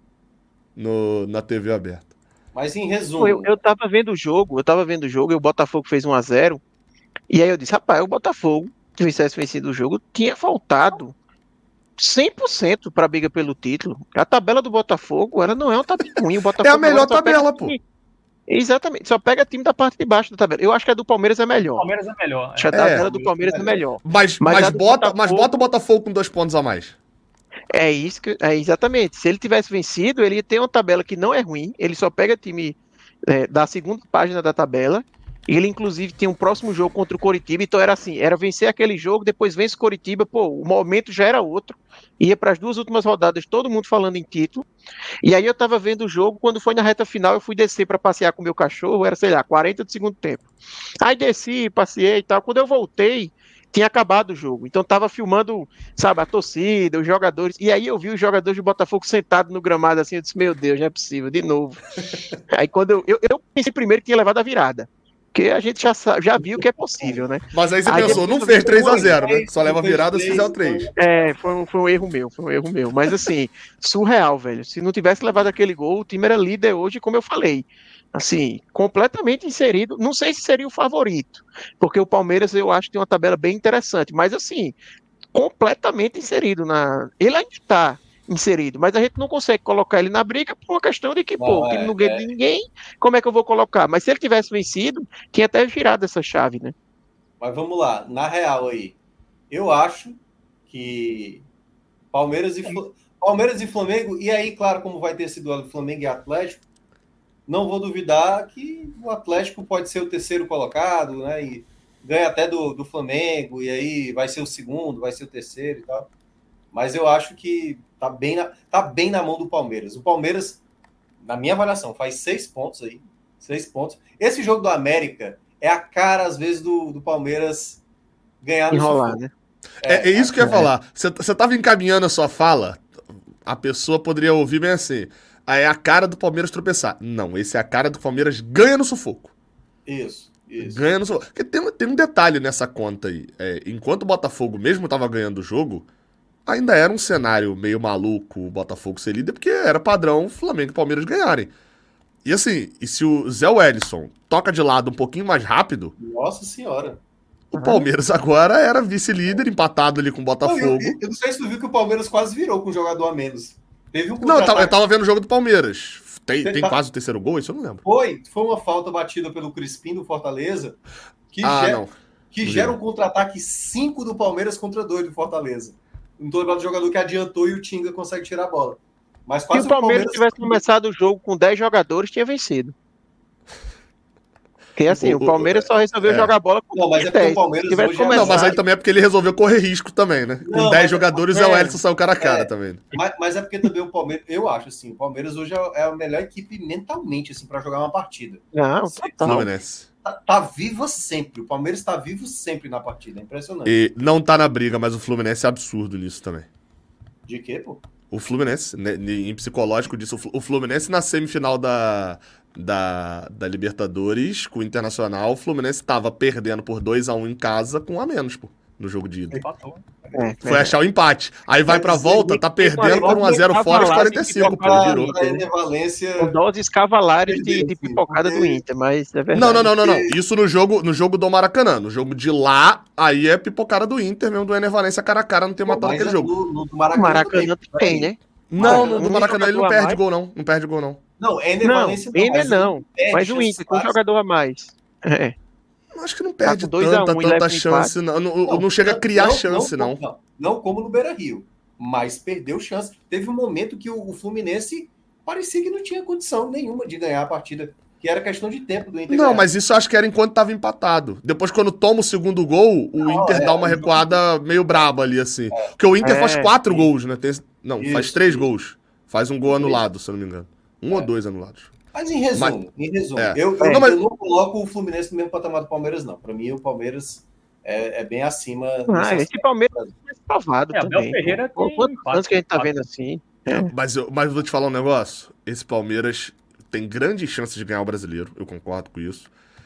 No, na T V aberta. Mas em resumo... Eu, eu tava vendo o jogo, eu tava vendo o jogo e o Botafogo fez um a zero. E aí eu disse, rapaz, o Botafogo, se tivesse vencido o jogo, tinha faltado cem por cento para a briga pelo título. A tabela do Botafogo, ela não é uma tabela ruim. O Botafogo é a melhor tabela, time... pô. Exatamente, só pega time da parte de baixo da tabela. Eu acho que a do Palmeiras é melhor. O Palmeiras é melhor. Acho que a tabela é. do Palmeiras é melhor. Mas, mas, mas, bota, Botafogo... mas bota o Botafogo com dois pontos a mais. É isso que. É exatamente. Se ele tivesse vencido, ele ia ter uma tabela que não é ruim. Ele só pega time é, da segunda página da tabela. Ele, inclusive, tem um próximo jogo contra o Coritiba, então era assim, era vencer aquele jogo, depois vence o Coritiba, pô, o momento já era outro, ia para as duas últimas rodadas, todo mundo falando em título, e aí eu tava vendo o jogo, quando foi na reta final, eu fui descer para passear com o meu cachorro, era, sei lá, quarenta do segundo tempo. Aí desci, passeei e tal, quando eu voltei, tinha acabado o jogo, então tava filmando, sabe, a torcida, os jogadores, e aí eu vi os jogadores do Botafogo sentados no gramado assim, eu disse, meu Deus, não é possível, de novo. Aí quando eu, eu, eu pensei primeiro que tinha levado a virada, porque a gente já, já viu que é possível, né? Mas aí você aí pensou, não fez três a zero, né? Só leva virada se fizer o três. É, foi um, foi um erro meu, foi um erro meu. Mas assim, surreal, velho. Se não tivesse levado aquele gol, o time era líder hoje, como eu falei. Assim, completamente inserido. Não sei se seria o favorito, porque o Palmeiras eu acho que tem uma tabela bem interessante. Mas assim, completamente inserido na... Ele ainda está inserido, mas a gente não consegue colocar ele na briga por uma questão de que, não, pô, o time é, não ganha é. de ninguém, como é que eu vou colocar? Mas se ele tivesse vencido, tinha até virado essa chave, né? Mas vamos lá, na real aí, eu acho que Palmeiras e, Fl... Palmeiras e Flamengo, e aí, claro, como vai ter esse duelo Flamengo e Atlético, não vou duvidar que o Atlético pode ser o terceiro colocado, né, e ganha até do, do Flamengo, e aí vai ser o segundo, vai ser o terceiro e tal. Mas eu acho que tá bem, na, tá bem na mão do Palmeiras. O Palmeiras, na minha avaliação, faz seis pontos aí. Seis pontos. Esse jogo do América é a cara, às vezes, do, do Palmeiras ganhar no Enrolar, né? É, é, é isso que eu ia falar. Você tava encaminhando a sua fala, a pessoa poderia ouvir bem assim. Aí é a cara do Palmeiras tropeçar. Não, esse é a cara do Palmeiras ganha no sufoco. Isso. Isso. Ganha no sufoco. Porque tem, tem um detalhe nessa conta aí. É, enquanto o Botafogo mesmo tava ganhando o jogo, ainda era um cenário meio maluco o Botafogo ser líder, porque era padrão Flamengo e Palmeiras ganharem. E assim, e se o Zé Wellison toca de lado um pouquinho mais rápido... Nossa senhora! O Palmeiras agora era vice-líder, empatado ali com o Botafogo. Não, eu, eu não sei se tu viu que o Palmeiras quase virou com um jogador a menos. Teve um não, eu tava, eu tava vendo o jogo do Palmeiras. Tem, tem quase o terceiro gol? Isso eu não lembro. Foi, foi uma falta batida pelo Crispim do Fortaleza, que ah, gera, não. que gera um contra-ataque cinco do Palmeiras contra dois do Fortaleza. Não tô lembrado do jogador que adiantou e o Tinga consegue tirar a bola. Mas Se quase o Palmeiras tivesse começado o jogo com dez jogadores, tinha vencido. Porque assim, o, O- o- Palmeiras só resolveu é. jogar bola com Não, mas é porque dez. o Palmeiras Se tivesse hoje é- começado, Não, mas aí também é porque ele resolveu correr risco também, né? Com Não, dez mas- jogadores, é- é o Ellison saiu cara a cara é. também. Mas, mas é porque também o Palmeiras, eu acho assim, o Palmeiras hoje é é a melhor equipe mentalmente assim para jogar uma partida. Não, Sim, total. Fluminense. Tá, tá viva sempre. O Palmeiras está vivo sempre na partida. É impressionante. E não tá na briga, mas o Fluminense é absurdo nisso também. De quê, pô? O Fluminense, né, em psicológico disso, o Flu- o Fluminense na semifinal da, da, da Libertadores com o Internacional, o Fluminense tava perdendo por dois a um em casa com um a menos, pô, no jogo de ida. Empatou. É, Foi é. achar o empate. Aí vai pra volta, tá perdendo por um a zero fora aos quarenta e cinco, pô, A, virou. a Ener Valência. Com doses cavalares de, de pipocada do Inter, mas é verdade. Não, não, não, não, não. Isso no jogo, no jogo do Maracanã. No jogo de lá, aí é pipocada do Inter mesmo, do Ener Valência cara a cara, não tem matado Mas aquele é jogo. No, no, do O Maracanã, Maracanã tem, né? Não, no, Maracanã, no um Maracanã ele não jogador a perde mais. gol, não. Não perde gol, não. Não, Ener Não, Valência Ener mas não. perde Mas o chances Inter, com um fáceis. jogador a mais. É. Acho que não Tá perde com dois a um tanta, e leva tanta um chance, não. Não, não chega a criar chance, não. Não, não como no Beira-Rio, mas perdeu chance. Teve um momento que o, o Fluminense parecia que não tinha condição nenhuma de ganhar a partida, que era questão de tempo do Inter Não, ganhar. mas isso eu acho que era enquanto tava empatado. Depois, quando toma o segundo gol, o Não, Inter é, dá uma é, recuada meio braba ali, assim. Porque o Inter É, faz quatro sim. gols, né? Tem- não, Isso, faz três isso. gols. Faz um gol anulado, se eu não me engano. Um É. ou dois anulados. Mas em resumo, em resumo, é. eu, eu, É. não, mas... eu não coloco o Fluminense no mesmo patamar do Palmeiras, não. Para mim, o Palmeiras é, é bem acima. Ah, nesse esse Palmeiras é provado É, Abel também. Ferreira Pô, tem quantos impacto, anos que a gente tá impacto. vendo assim? É. Mas, eu, mas eu vou te falar um negócio. Esse Palmeiras tem grandes chances de ganhar o brasileiro. Eu concordo com isso.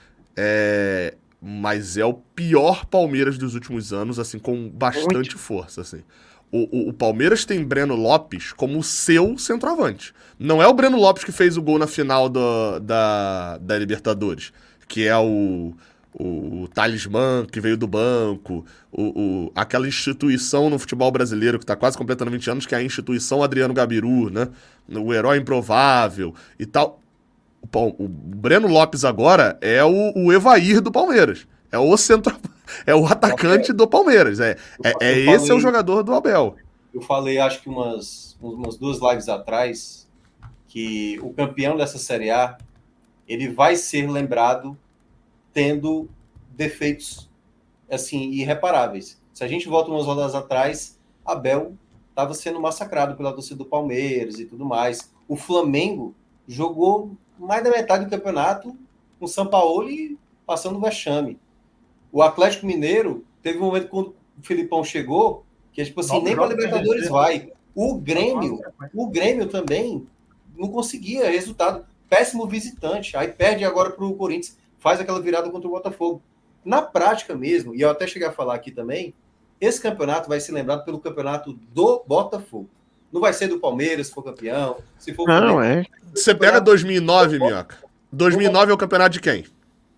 É, mas é o pior Palmeiras dos últimos anos, assim, com bastante Muito. força, assim. O, o, o Palmeiras tem Breno Lopes como seu centroavante. Não é o Breno Lopes que fez o gol na final do, da, da Libertadores, que é o, o, o talismã que veio do banco, o, o, aquela instituição no futebol brasileiro que está quase completando vinte anos, que é a instituição Adriano Gabiru, né? O herói improvável e tal. O, Pal- o Breno Lopes agora é o, o Evair do Palmeiras. É o centro, é o atacante do Palmeiras. É, é, é Eu esse é o falei- jogador do Abel. Eu falei, acho que umas, umas duas lives atrás, que o campeão dessa Série A, ele vai ser lembrado tendo defeitos, assim, irreparáveis. Se a gente volta umas rodadas atrás, Abel estava sendo massacrado pela torcida do Palmeiras e tudo mais. O Flamengo jogou mais da metade do campeonato com o Sampaoli passando vexame. O Atlético Mineiro teve um momento quando o Filipão chegou, que é tipo assim, Nove nem para jogos sem Libertadores vencer. vai. O Grêmio, o Grêmio também não conseguia resultado. Péssimo visitante. Aí perde agora para o Corinthians, faz aquela virada contra o Botafogo. Na prática mesmo, e eu até cheguei a falar aqui também, esse campeonato vai ser lembrado pelo campeonato do Botafogo. Não vai ser do Palmeiras, se for campeão, se for... Não, é. Você pega dois mil e nove, Minhoca. dois mil e nove é o campeonato de quem?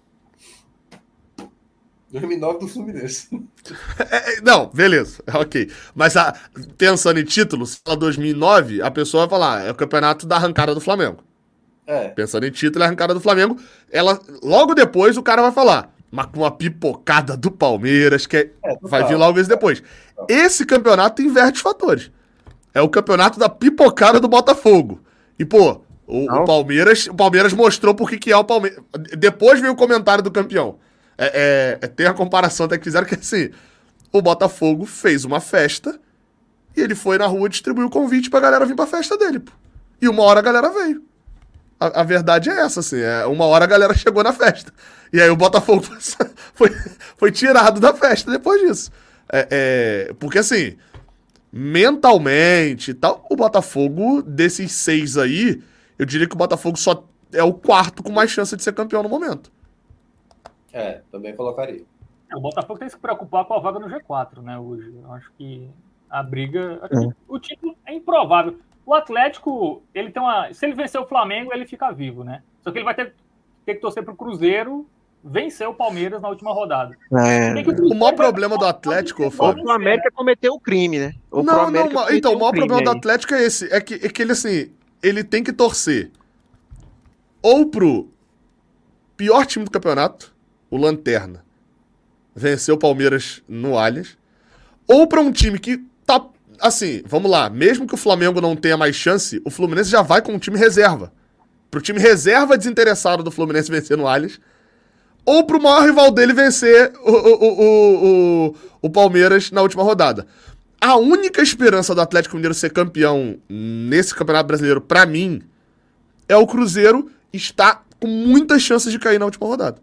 dois mil e nove do Fluminense. É, não, beleza, ok. Mas a, pensando em título, se fala dois mil e nove, a pessoa vai falar, é o campeonato da arrancada do Flamengo. É. Pensando em título, é a arrancada do Flamengo. Ela, logo depois o cara vai falar, mas com uma pipocada do Palmeiras, que é- É, total. vai vir logo isso depois. Esse campeonato inverte os fatores. É o campeonato da pipocada do Botafogo. E, pô, o, Não. o Palmeiras, o Palmeiras mostrou por que que é o Palmeiras. Depois veio o comentário do campeão. É, é, é, tem a comparação até que fizeram que assim, o Botafogo fez uma festa e ele foi na rua distribuir o convite pra galera vir pra festa dele, pô. E uma hora a galera veio. A, a verdade é essa, assim, é, uma hora a galera chegou na festa. E aí o Botafogo foi, foi tirado da festa depois disso. É, é, porque assim, mentalmente e tal, o Botafogo, desses seis aí, eu diria que o Botafogo só é o quarto com mais chance de ser campeão no momento. É, também colocaria. É, o Botafogo tem que se preocupar com a vaga no G quatro, né, hoje. Eu acho que a briga... acho que o título é improvável. O Atlético, ele tem uma... se ele vencer o Flamengo, ele fica vivo, né? Só que ele vai ter, ter que torcer pro Cruzeiro vencer o Palmeiras na última rodada. É. Tem que O maior Cruzeiro vai- problema do Atlético, ô Ou Fábio... pro América cometeu o crime, né? Ou pro Não, não, América ma- cometeu então, o maior crime problema do aí. Atlético é esse. É que, é que ele, assim, ele tem que torcer ou pro pior time do campeonato, o Lanterna, vencer o Palmeiras no Allianz, ou pra um time que tá assim, vamos lá. Mesmo que o Flamengo não tenha mais chance, o Fluminense já vai com um time reserva. Pro time reserva desinteressado do Fluminense vencer no Allianz, ou pro maior rival dele vencer o, o, o, o, o Palmeiras na última rodada. A única esperança do Atlético Mineiro ser campeão nesse Campeonato Brasileiro, pra mim, é o Cruzeiro estar com muitas chances de cair na última rodada.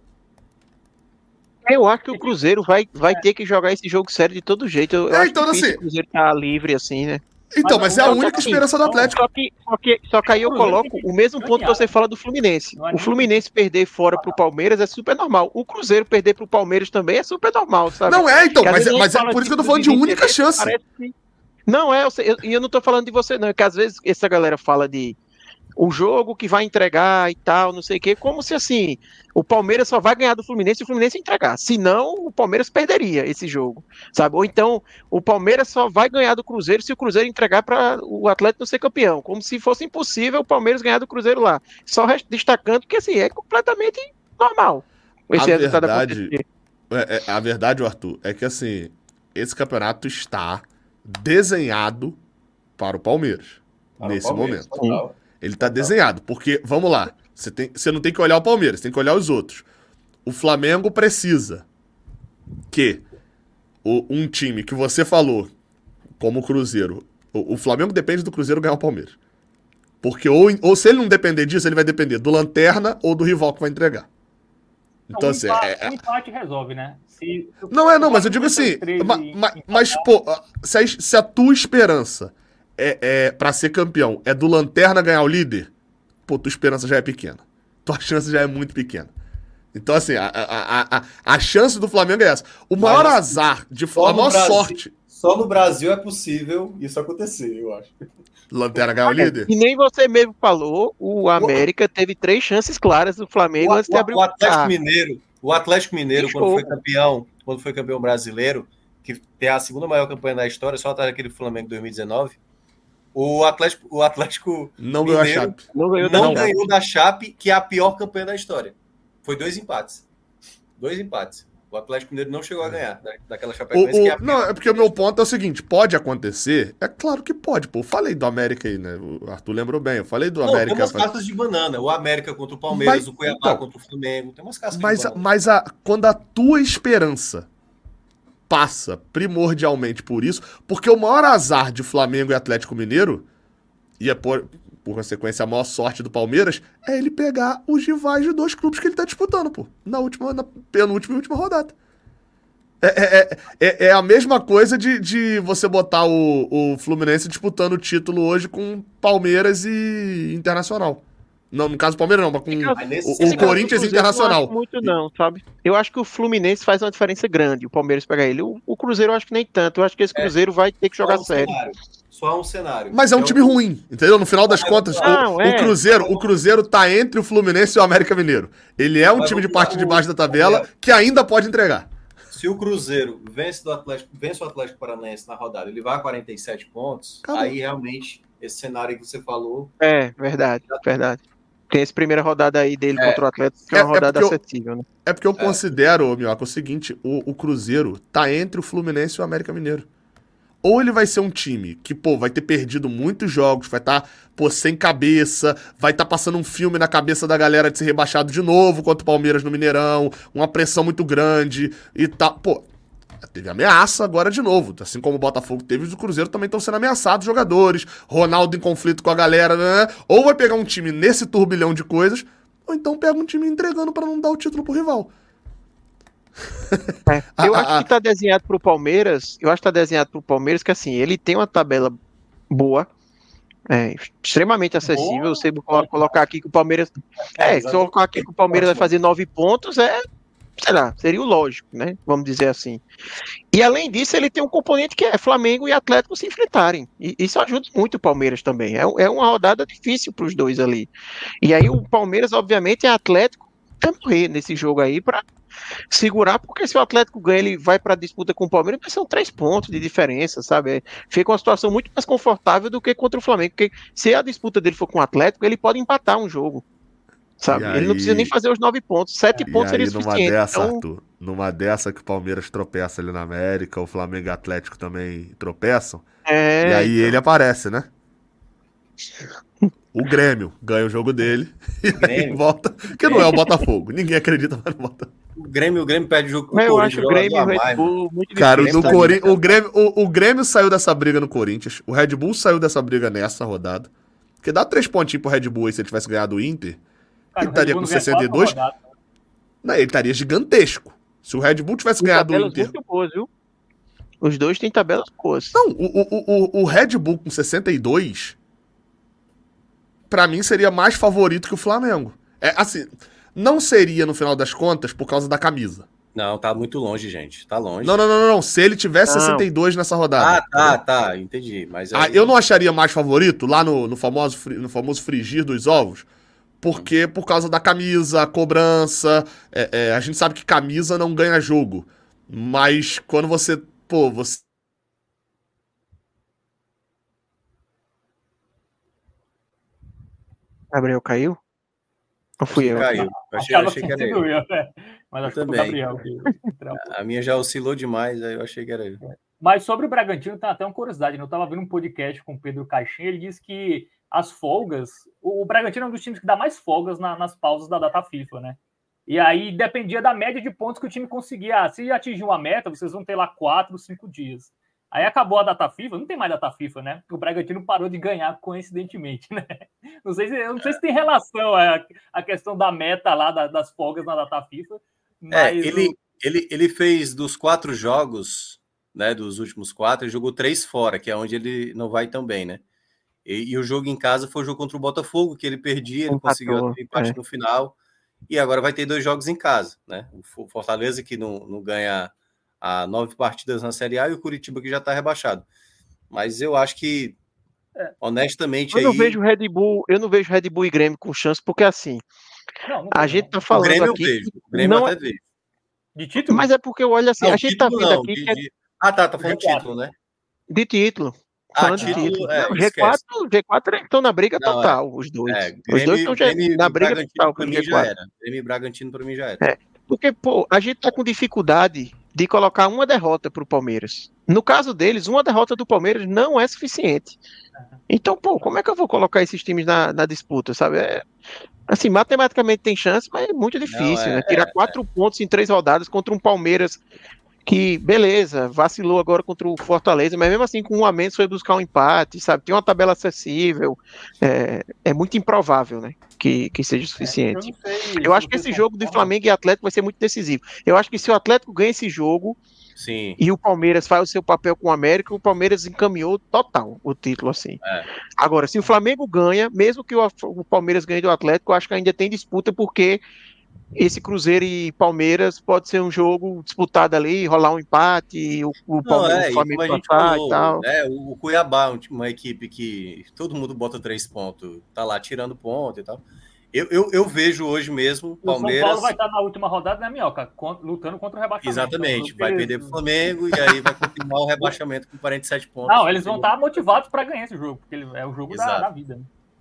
Eu acho que o Cruzeiro vai, vai ter que jogar esse jogo sério de todo jeito. Eu É, acho então, difícil assim- o Cruzeiro tá livre assim, né? Então, Mas mas é a não, única assim, esperança do Atlético. Só que, só que, só que aí eu O Cruzeiro coloco tem que o mesmo ponto que ganhar, você fala do Fluminense. Não é O nem- Fluminense perder fora pro Palmeiras é super normal. O Cruzeiro perder pro Palmeiras também é super normal, sabe? Não é, então, Que às mas, vezes é, a mas gente é fala por isso que eu tô de falando de única interesse, chance. parece que- Não é, eu sei- eu- e eu não tô falando de você, não. É que às vezes essa galera fala de o jogo que vai entregar e tal, não sei o quê, como se assim, o Palmeiras só vai ganhar do Fluminense se o Fluminense entregar. Senão, o Palmeiras perderia esse jogo, sabe? Ou então, o Palmeiras só vai ganhar do Cruzeiro se o Cruzeiro entregar para o Atlético não ser campeão. Como se fosse impossível o Palmeiras ganhar do Cruzeiro lá. Só res- destacando que, assim, é completamente normal esse A resultado verdade- acontecer. É, é, a verdade, Arthur, é que assim, esse campeonato está desenhado para o Palmeiras. Para o nesse Palmeiras, momento. total. Ele tá desenhado, porque, vamos lá, você, tem, você não tem que olhar o Palmeiras, tem que olhar os outros. O Flamengo precisa que o- um time que você falou, como o Cruzeiro, o, o Flamengo depende do Cruzeiro ganhar o Palmeiras. Porque ou, ou se ele não depender disso, ele vai depender do Lanterna ou do rival que vai entregar. Então, um assim, empate, é- é- um empate resolve, né? Se, se o- não é, não, o mas eu digo Flamengo assim, treze ma- e ma- empatar, mas, pô, se a, se a tua esperança é, é para ser campeão é do Lanterna ganhar o líder, pô, tua esperança já é pequena. Tua chance já é muito pequena. Então, assim, a, a, a, a, a chance do Flamengo é essa. O maior Mas, azar, de, só a no maior Brasil- sorte, Só no Brasil é possível isso acontecer, eu acho. Lanterna ganhar o líder. E nem você mesmo falou, o América teve três chances claras do Flamengo O, antes de o- abrir o Atlético Ah, Mineiro, o Atlético Mineiro, Que quando jogo. foi campeão, quando foi campeão brasileiro, que tem a segunda maior campanha da história, só atrás daquele Flamengo dois mil e dezenove, o Atlético, o Atlético Não ganhou a Mineiro Chape. Não ganhou não da Chape. ganhou da Chape, que é a pior campanha da história. Foi dois empates. Dois empates. O Atlético Mineiro não chegou a ganhar da- daquela O- Chapecoense, que é a o- não, pior. é porque o meu ponto é o seguinte: pode acontecer? É claro que pode, pô. Eu falei do América aí, né? O Arthur lembrou bem. Eu falei do Não, América. tem umas cartas de banana. O América contra o Palmeiras, Mas, o Cuiabá então, contra o Flamengo. Tem umas cascas Mas, de a- banana. mas a, quando a tua esperança passa primordialmente por isso, porque o maior azar de Flamengo e Atlético Mineiro, e é por, por consequência a maior sorte do Palmeiras, é ele pegar os rivais de dois clubes que ele tá disputando, pô, na última, na penúltima e última rodada. É, é, é, é a mesma coisa de, de você botar o, o Fluminense disputando o título hoje com Palmeiras e Internacional. Não, no caso Palmeiras não, mas com Mas nesse o, o cenário, Corinthians e Cruzeiro eu não Internacional. acho muito não, sabe? Eu acho que o Fluminense faz uma diferença grande, o Palmeiras pegar ele. O, o Cruzeiro eu acho que nem tanto. Eu acho que esse É. Cruzeiro vai ter que só jogar um sério. cenário. Só um cenário. Mas é um Que time ruim, entendeu? No final das Não, contas, não, o, é. o Cruzeiro, o Cruzeiro tá entre o Fluminense e o América Mineiro. Ele é um Mas time de o- parte de o- baixo da tabela o- que ainda pode entregar. Se o Cruzeiro vence, do Atlético, vence o Atlético Paranaense na rodada, ele vai a quarenta e sete pontos, Acabou. aí realmente, esse cenário que você falou, É, verdade, verdade. Tem essa primeira rodada aí dele É. contra o Atlético, que é É- uma é rodada porque eu- acessível, né? É porque eu considero, Mioca, o seguinte: o, o Cruzeiro tá entre o Fluminense e o América Mineiro. Ou ele vai ser um time que, pô, vai ter perdido muitos jogos, vai estar, pô, sem cabeça, vai estar passando um filme na cabeça da galera de ser rebaixado de novo contra o Palmeiras no Mineirão, uma pressão muito grande e tal. Pô, teve ameaça agora de novo. Assim como o Botafogo teve, o Cruzeiro também estão sendo ameaçados, jogadores, Ronaldo em conflito com a galera, né? Ou vai pegar um time nesse turbilhão de coisas, ou então pega um time entregando pra não dar o título pro rival. É, eu Ah, acho ah, que tá desenhado pro Palmeiras. Eu acho que tá desenhado pro Palmeiras que assim, ele tem uma tabela boa, é, extremamente acessível. Boa. Você colo- colocar aqui que o Palmeiras. É, se eu colocar aqui que o Palmeiras vai fazer nove pontos, é. Sei lá, seria o lógico, né? Vamos dizer assim. E além disso, ele tem um componente que é Flamengo e Atlético se enfrentarem. E isso ajuda muito o Palmeiras também. É, é uma rodada difícil para os dois ali. E aí o Palmeiras, obviamente, é Atlético até morrer nesse jogo aí para segurar, porque se o Atlético ganha, ele vai para a disputa com o Palmeiras, mas são três pontos de diferença, sabe? É, fica uma situação muito mais confortável do que contra o Flamengo, porque se a disputa dele for com o Atlético, ele pode empatar um jogo. Sabe? E Ele aí- não precisa nem fazer os nove pontos. Sete E pontos seria aí, numa suficiente. dessa, Então, Arthur, numa dessa que o Palmeiras tropeça ali na América, o Flamengo e o Atlético também tropeçam, é, e aí então. ele aparece, né? O Grêmio ganha o jogo dele e aí Grêmio. volta, que não é o Botafogo. Ninguém acredita, mas não volta. O Grêmio, o Grêmio perde o jogo com Mas o eu Corinthians. acho o Grêmio e o jogador a Red mais, Bull muito Cara, o, difícil. do tá Corin- ligado? o, Grêmio, o, o Grêmio saiu dessa briga no Corinthians, o Red Bull saiu dessa briga nessa rodada. Porque dá três pontinhos pro Red Bull aí se ele tivesse ganhado o Inter. Cara, Ele o Red estaria Bull com não ganha sessenta e quatro dois. rodadas. Não, ele estaria gigantesco. Se o Red Bull tivesse Tem ganhado o tabelas Inter. muito boas, viu? Os dois têm tabelas boas. Não, o, o, o, o Red Bull com sessenta e dois, pra mim, seria mais favorito que o Flamengo. É assim, não seria no final das contas por causa da camisa. Não, tá muito longe, gente. Tá longe. Não, não, não, não, não. Se ele tivesse Não. sessenta e dois nessa rodada. Ah, tá, tá. Entendi. Mas Ah, aí- eu não acharia mais favorito lá no, no, famoso, fri- no famoso frigir dos ovos, porque por causa da camisa, a cobrança, é, é, a gente sabe que camisa não ganha jogo, mas quando você, pô, você... Gabriel caiu? Ou fui eu? Caiu. Eu achei, Achava achei que que era tinha eu. sido eu, né? Mas acho que foi o também. Gabriel que entrou. A minha já oscilou demais, aí eu achei que era eu. Mas sobre o Bragantino, tem até uma curiosidade. Né? Eu estava vendo um podcast com o Pedro Caixinha, ele disse que as folgas. O, o Bragantino é um dos times que dá mais folgas na- nas pausas da data FIFA, né? E aí dependia da média de pontos que o time conseguia. Ah, se atingir uma meta, vocês vão ter lá quatro, cinco dias. Aí acabou a data FIFA, não tem mais data FIFA, né? O Bragantino parou de ganhar coincidentemente, né? Não sei se, eu não sei se tem relação a, a questão da meta lá, da- das folgas na data FIFA. É, Mas ele, o- ele, ele fez dos quatro jogos, né, dos últimos quatro, ele jogou três fora, que é onde ele não vai tão bem, né? E, e o jogo em casa foi o jogo contra o Botafogo, que ele perdia, ele Empatou, conseguiu o empate é. no final, e agora vai ter dois jogos em casa, né? O Fortaleza, que não, não ganha há nove partidas na Série A, e o Curitiba, que já está rebaixado. Mas eu acho que, honestamente, Eu não aí, vejo Red Bull, eu não vejo Red Bull e Grêmio com chance, porque assim, não, não a tem, gente não. tá o falando Grêmio eu aqui. vejo. O Grêmio não eu é- até vejo. De título? Mas é porque eu olho assim, Não, a gente tá título vendo não, aqui de- que é de- Ah, tá, tá falando G quatro. título, né? de título. Ah, Falando de título, título. é, Não, esquece. G quatro, G quatro estão na briga Não, total, os dois. É, os dois Grêmio, estão já Grêmio na e briga Bragantino total pra pelo mim G já quatro. era. Grêmio e Bragantino pra mim já era. É. Porque, pô, a gente tá com dificuldade de colocar uma derrota pro Palmeiras. No caso deles, uma derrota do Palmeiras não é suficiente. Então, pô, como é que eu vou colocar esses times na, na disputa, sabe? É, assim, matematicamente tem chance, mas é muito difícil, é, né? Tirar quatro pontos em três rodadas contra um Palmeiras que, beleza, vacilou agora contra o Fortaleza, mas mesmo assim, com um a menos foi buscar um empate, sabe? Tem uma tabela acessível. É, é muito improvável, né? Que, que seja suficiente. Eu, não sei Eu se acho que vocês esse jogo de concordam. Flamengo e Atlético vai ser muito decisivo. Eu acho que se o Atlético ganha esse jogo Sim. e o Palmeiras faz o seu papel com o América, o Palmeiras encaminhou total o título, assim. É. Agora, se o Flamengo ganha, mesmo que o, o Palmeiras ganhe do Atlético, eu acho que ainda tem disputa, porque esse Cruzeiro e Palmeiras pode ser um jogo disputado ali, rolar um empate, o, o, Não, Palmeiras, é, o e Flamengo como a gente passar falou, e tal. né, o o Cuiabá, um- uma equipe que todo mundo bota três pontos, tá lá tirando ponto e tal. Eu, eu, eu vejo hoje mesmo O São Palmeiras. Paulo vai estar na última rodada, né, Minhoca? Con- Lutando contra o rebaixamento. Exatamente, Então, vai eles- perder pro Flamengo e aí vai continuar o rebaixamento com quarenta e sete pontos. Não, eles vão estar motivados para ganhar esse jogo, porque ele é o jogo da, Exato. da vida. Né?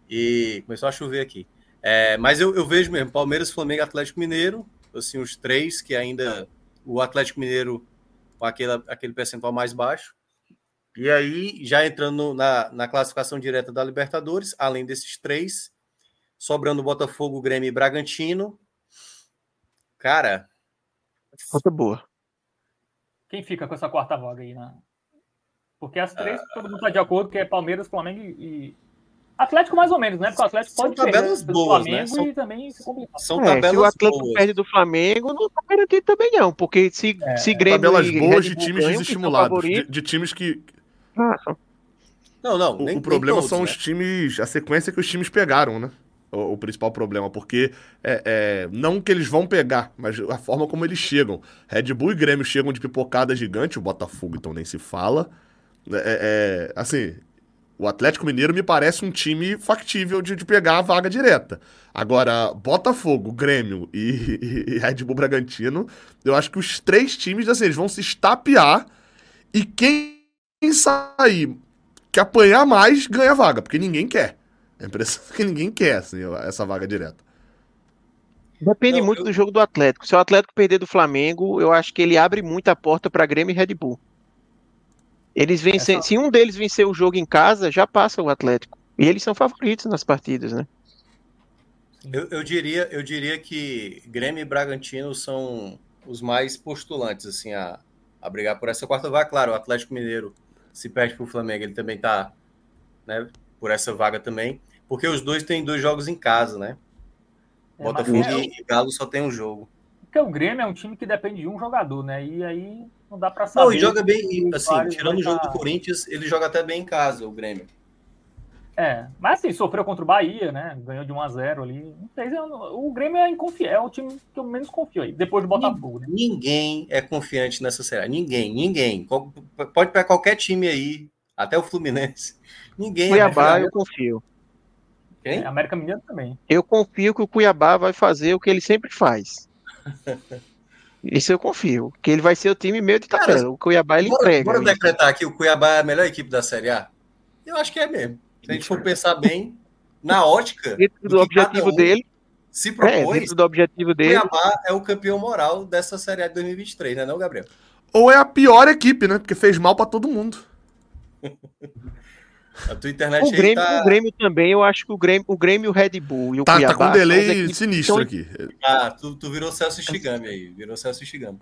E começou a chover aqui. É, mas eu, eu vejo mesmo Palmeiras, Flamengo e Atlético Mineiro, assim, os três que ainda. O Atlético Mineiro com aquele, aquele percentual mais baixo. E aí, já entrando no- na, na classificação direta da Libertadores, além desses três, sobrando Botafogo, Grêmio e Bragantino. Cara, Conta boa. Quem fica com essa quarta vaga aí, né? Porque as três, todo mundo está de acordo que é Palmeiras, Flamengo e. Atlético mais ou menos, né? Porque o Atlético São pode perder tabelas do boas, Flamengo né? São- e também se complicar. são É, se o tabelas Atlético boas. perde do Flamengo, não tá garantido também não, porque se, É, se Grêmio Tabelas e boas Red de Bull times ganham, que são desestimulados, de, favoritos, de times que... ah, são- Não, não. O, nem- o nem problema todos, são né? os times, a sequência que os times pegaram, né? O, o principal problema, porque é, é, não que eles vão pegar, mas a forma como eles chegam. Red Bull e Grêmio chegam de pipocada gigante, o Botafogo então nem se fala. É, é, assim, o Atlético Mineiro me parece um time factível de, de pegar a vaga direta. Agora, Botafogo, Grêmio e, e Red Bull Bragantino, eu acho que os três times, assim, eles vão se estapear e quem sair que apanhar mais ganha vaga, porque ninguém quer. É a impressão que ninguém quer, assim, essa vaga direta. Depende Não, muito eu- do jogo do Atlético. Se o Atlético perder do Flamengo, eu acho que ele abre muita porta para Grêmio e Red Bull. Eles vencem, Essa- se um deles vencer o jogo em casa, já passa o Atlético. E eles são favoritos nas partidas, né? Eu, eu diria, eu diria que Grêmio e Bragantino são os mais postulantes assim a, a brigar por essa quarta vaga. Claro, o Atlético Mineiro, se perde para o Flamengo, ele também está, né, por essa vaga também, porque os dois têm dois jogos em casa, né? É, mas Botafogo é- e Galo só tem um jogo. Porque o Grêmio é um time que depende de um jogador, né? E aí não dá pra saber. Não, e joga bem, se e, assim, Soares tirando vai o jogo tá- do Corinthians, ele joga até bem em casa, o Grêmio. É, mas assim, sofreu contra o Bahia, né? Ganhou de um a zero ali. Não sei, eu não- o Grêmio é inconfiável, é o time que eu menos confio aí, depois do Botafogo, né? Ninguém é confiante nessa série. Ninguém, ninguém. Qual- Pode pegar qualquer time aí, até o Fluminense. Ninguém é Cuiabá, eu confiante. confio. Quem? É, América Mineiro também. Eu confio que o Cuiabá vai fazer o que ele sempre faz. Isso eu confio. Que ele vai ser o time meio de Cara, tabela. O Cuiabá, ele Bora, entrega bora isso. decretar que o Cuiabá é a melhor equipe da Série A? Eu acho que é mesmo. Se a gente for pensar bem, na ótica Dentro do do que cada objetivo um dele, se é, propôs, dentro do objetivo dele, Cuiabá é o campeão moral dessa Série A de dois mil e vinte e três, né, não, Gabriel? Ou é a pior equipe, né? Porque fez mal pra todo mundo. A tua internet o aí Grêmio, tá... o Grêmio também, eu acho que o Grêmio, o Grêmio, o Red Bull e o Tá, tá Cuiabá com um são as delay equipes que sinistro estão- aqui. Ah, tu, tu virou Celso Shigami aí. Virou Celso Shigami.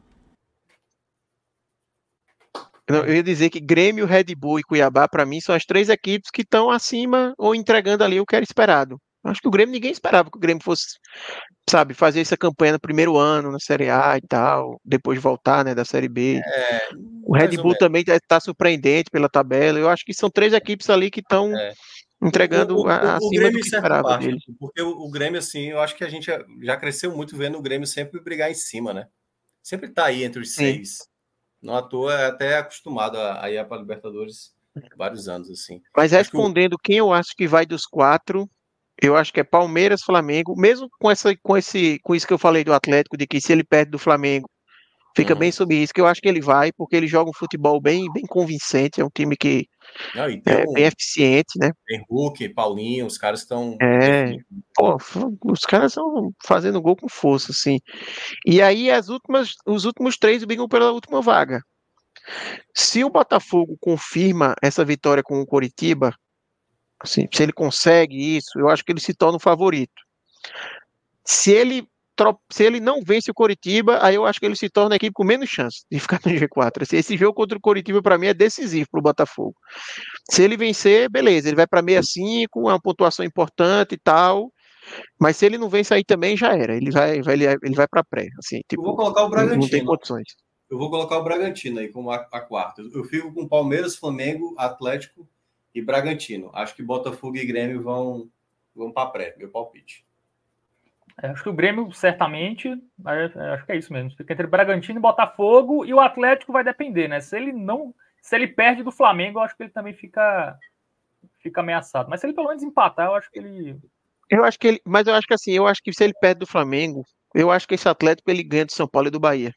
Não, eu ia dizer que Grêmio, Red Bull e Cuiabá, para mim, são as três equipes que estão acima ou entregando ali o que era esperado. Acho que o Grêmio, ninguém esperava que o Grêmio fosse, sabe, fazer essa campanha no primeiro ano, na Série A e tal, depois voltar, né, da Série B. É, O Red mais ou Bull menos. também está surpreendente pela tabela. Eu acho que são três equipes ali que estão É. entregando O, o, a- o, o acima Grêmio do em que certa esperava parte, dele. porque o, o Grêmio, assim, eu acho que a gente já, já cresceu muito vendo o Grêmio sempre brigar em cima, né? Sempre tá aí entre os Sim. seis. Não à toa, é até acostumado a, a ir para a Libertadores vários anos, assim. Mas Acho que o, respondendo quem eu acho que vai dos quatro, eu acho que é Palmeiras, Flamengo, mesmo com essa, com esse, com isso que eu falei do Atlético, de que se ele perde do Flamengo, fica Uhum. bem sob isso, que eu acho que ele vai, porque ele joga um futebol bem, bem convincente, é um time que Não, e tem, é um, bem eficiente, né? tem Hulk, Paulinho, os caras estão É, pô, f- os caras estão fazendo gol com força, assim. E aí as últimas, os últimos três brigam pela última vaga. Se o Botafogo confirma essa vitória com o Coritiba, assim, se ele consegue isso, eu acho que ele se torna o favorito. Se ele, tro- se ele não vence o Coritiba, aí eu acho que ele se torna a equipe com menos chance de ficar no G quatro. Assim, esse jogo contra o Coritiba, para mim, é decisivo para o Botafogo. Se ele vencer, beleza, ele vai para sessenta e cinco, é uma pontuação importante e tal. Mas se ele não vence aí também, já era. Ele vai, vai, ele vai para pré. Assim, Eu tipo, vou colocar o não, não tem Bragantino. condições. Eu vou colocar o Bragantino aí como a, a quarta. Eu fico com Palmeiras, Flamengo, Atlético e Bragantino. Acho que Botafogo e Grêmio vão, vão para pré, meu palpite. É, acho que o Grêmio, certamente, é, é, acho que é isso mesmo. Fica entre Bragantino e Botafogo, e o Atlético vai depender, né? Se ele não. Se ele perde do Flamengo, eu acho que ele também fica, fica ameaçado. Mas se ele pelo menos empatar, eu acho que ele. Eu acho que ele, mas eu acho que assim, eu acho que se ele perde do Flamengo, eu acho que esse Atlético ele ganha do São Paulo e do Bahia.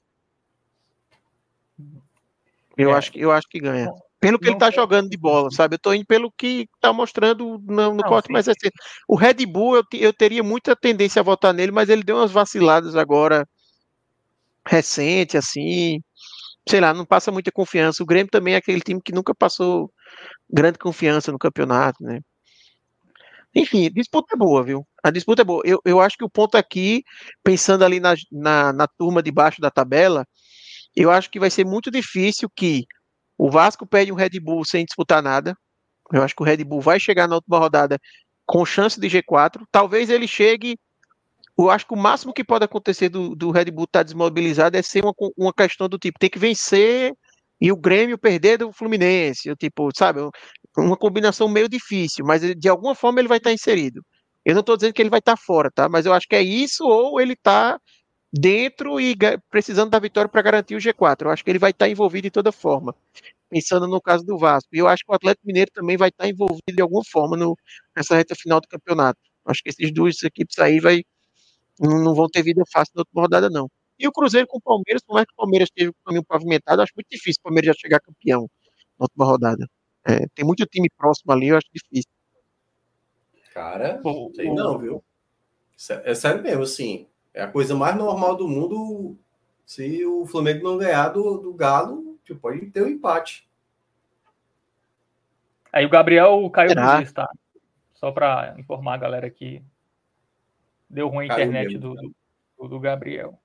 Eu É. acho que eu acho que ganha. Pelo que ele Não tá sei. jogando de bola, sabe? Eu tô indo pelo que tá mostrando no, no Não, corte sim. mais recente. O Red Bull, eu, te- eu teria muita tendência a votar nele, mas ele deu umas vaciladas agora recente, assim. Sei lá, não passa muita confiança. O Grêmio também é aquele time que nunca passou grande confiança no campeonato, né? Enfim, disputa é boa, viu? A disputa é boa. Eu, eu acho que o ponto aqui, pensando ali na, na, na turma de baixo da tabela, eu acho que vai ser muito difícil que o Vasco perde um Red Bull sem disputar nada. Eu acho que o Red Bull vai chegar na última rodada com chance de G quatro. Talvez ele chegue. Eu acho que o máximo que pode acontecer do, do Red Bull estar desmobilizado é ser uma, uma questão do tipo, tem que vencer e o Grêmio perder do Fluminense. Eu, tipo, sabe, uma combinação meio difícil, mas de alguma forma ele vai estar inserido. Eu não estou dizendo que ele vai estar fora, tá? Mas eu acho que é isso ou ele está dentro e ga- precisando da vitória para garantir o G quatro. Eu acho que ele vai estar envolvido de toda forma, pensando no caso do Vasco. E eu acho que o Atlético Mineiro também vai estar envolvido de alguma forma no, nessa reta final do campeonato. Acho que esses duas equipes aí vai, não, não vão ter vida fácil na última rodada, não. E o Cruzeiro com o Palmeiras, por mais que o Palmeiras esteja com o caminho pavimentado, acho muito difícil o Palmeiras já chegar campeão na última rodada. É, tem muito time próximo ali, eu acho difícil. Cara, O- sei o- não, viu? Sé- É sério mesmo, assim. É a coisa mais normal do mundo. Se o Flamengo não ganhar do, do Galo, tipo, pode ter um empate. Aí o Gabriel caiu Será? do Luiz, tá? Só para informar a galera aqui. Deu ruim a Caiu internet mesmo, do, do, do Gabriel.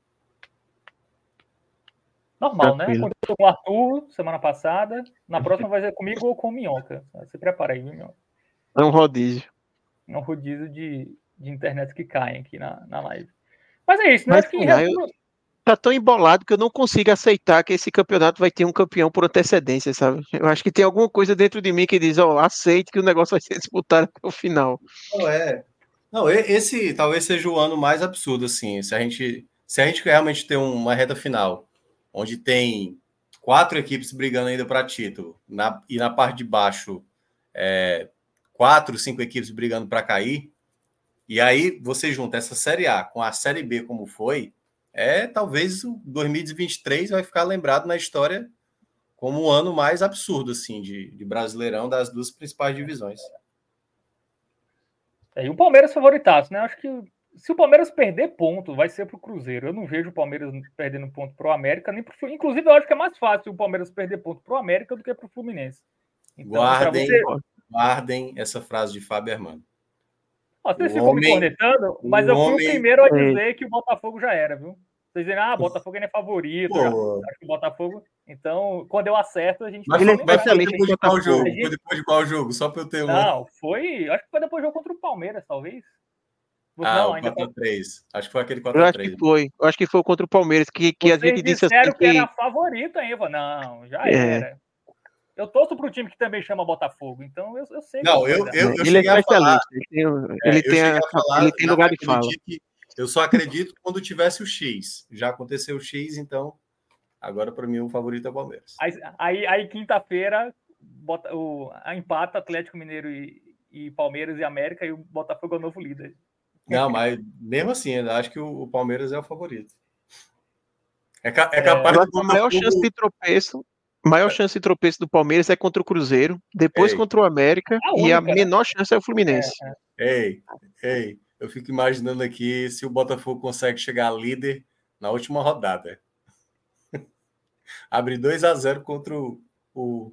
Normal, né? Tranquilo. Aconteceu com o Arthur semana passada. Na próxima vai ser comigo ou com o Minhoca. Se prepara aí, viu, Minhoca? É um rodízio. É um rodízio de, de internet que caem aqui na, na live. Mas é isso, né? Mas, Acho que em sei lá, resumo, Tá tão embolado que eu não consigo aceitar que esse campeonato vai ter um campeão por antecedência, sabe? Eu acho que tem alguma coisa dentro de mim que diz, ó, aceite que o negócio vai ser disputado até o final. Não é. Não, e- esse talvez seja o ano mais absurdo, assim. Se a gente, se a gente realmente ter uma reta final, onde tem quatro equipes brigando ainda para título, na, e na parte de baixo, é, quatro, cinco equipes brigando para cair, e aí você junta essa Série A com a Série B como foi, é talvez o dois mil e vinte e três vai ficar lembrado na história como o ano mais absurdo, assim, de, de Brasileirão das duas principais divisões. é, e o Palmeiras favoritaço, né? Acho que se o Palmeiras perder ponto, vai ser pro Cruzeiro. Eu não vejo o Palmeiras perdendo ponto pro América, nem pro Flu- Inclusive, eu acho que é mais fácil o Palmeiras perder ponto pro América do que pro Fluminense. Então, para Guardem, você. guardem essa frase de Fábio Hermano. Ó, vocês O ficam me homem- cornetando, mas o eu fui homem- o primeiro a É. dizer que o Botafogo já era, viu? Vocês dizem, ah, Botafogo ainda é favorito. já. Pô, Acho que o Botafogo. Então, quando eu acerto, a gente mas Ele foi, é mas foi especialista depois em de qual Botafogo. jogo? A gente- Foi depois de qual jogo? Só para eu ter uma. Não, foi. Acho que foi depois do jogo contra o Palmeiras, talvez. Ah, não, o ainda quatro a três. Acho que foi aquele Eu quatro a acho três. que foi. Eu acho que foi contra o Palmeiras, que, que a Vocês gente disse assim disseram que que... era favorito ainda. Não, já É. era. Eu torço pro time que também chama Botafogo, então eu, eu sei. Não, que vai eu, dar. eu, eu ele é cheguei a falar. especialista. Ele tem, é, ele eu tem, cheguei a- a falar ele tem na- lugar de naquele fala. dia que eu só acredito quando tivesse o X. Já aconteceu o X, então agora para mim o favorito é o Palmeiras. Aí, aí, aí quinta-feira, bota, o, a empata Atlético Mineiro e, e Palmeiras e América, e o Botafogo é o novo líder. Não, mas mesmo assim, eu acho que o, o Palmeiras é o favorito. É, ca- é capaz Eu do acho que a maior Botafogo- chance de tropeço, maior chance de tropeço do Palmeiras é contra o Cruzeiro, depois Ei. contra o América, A e a única, né? menor chance é o Fluminense. Ei, ei, eu fico imaginando aqui se o Botafogo consegue chegar líder na última rodada. Abre dois a zero contra o, o,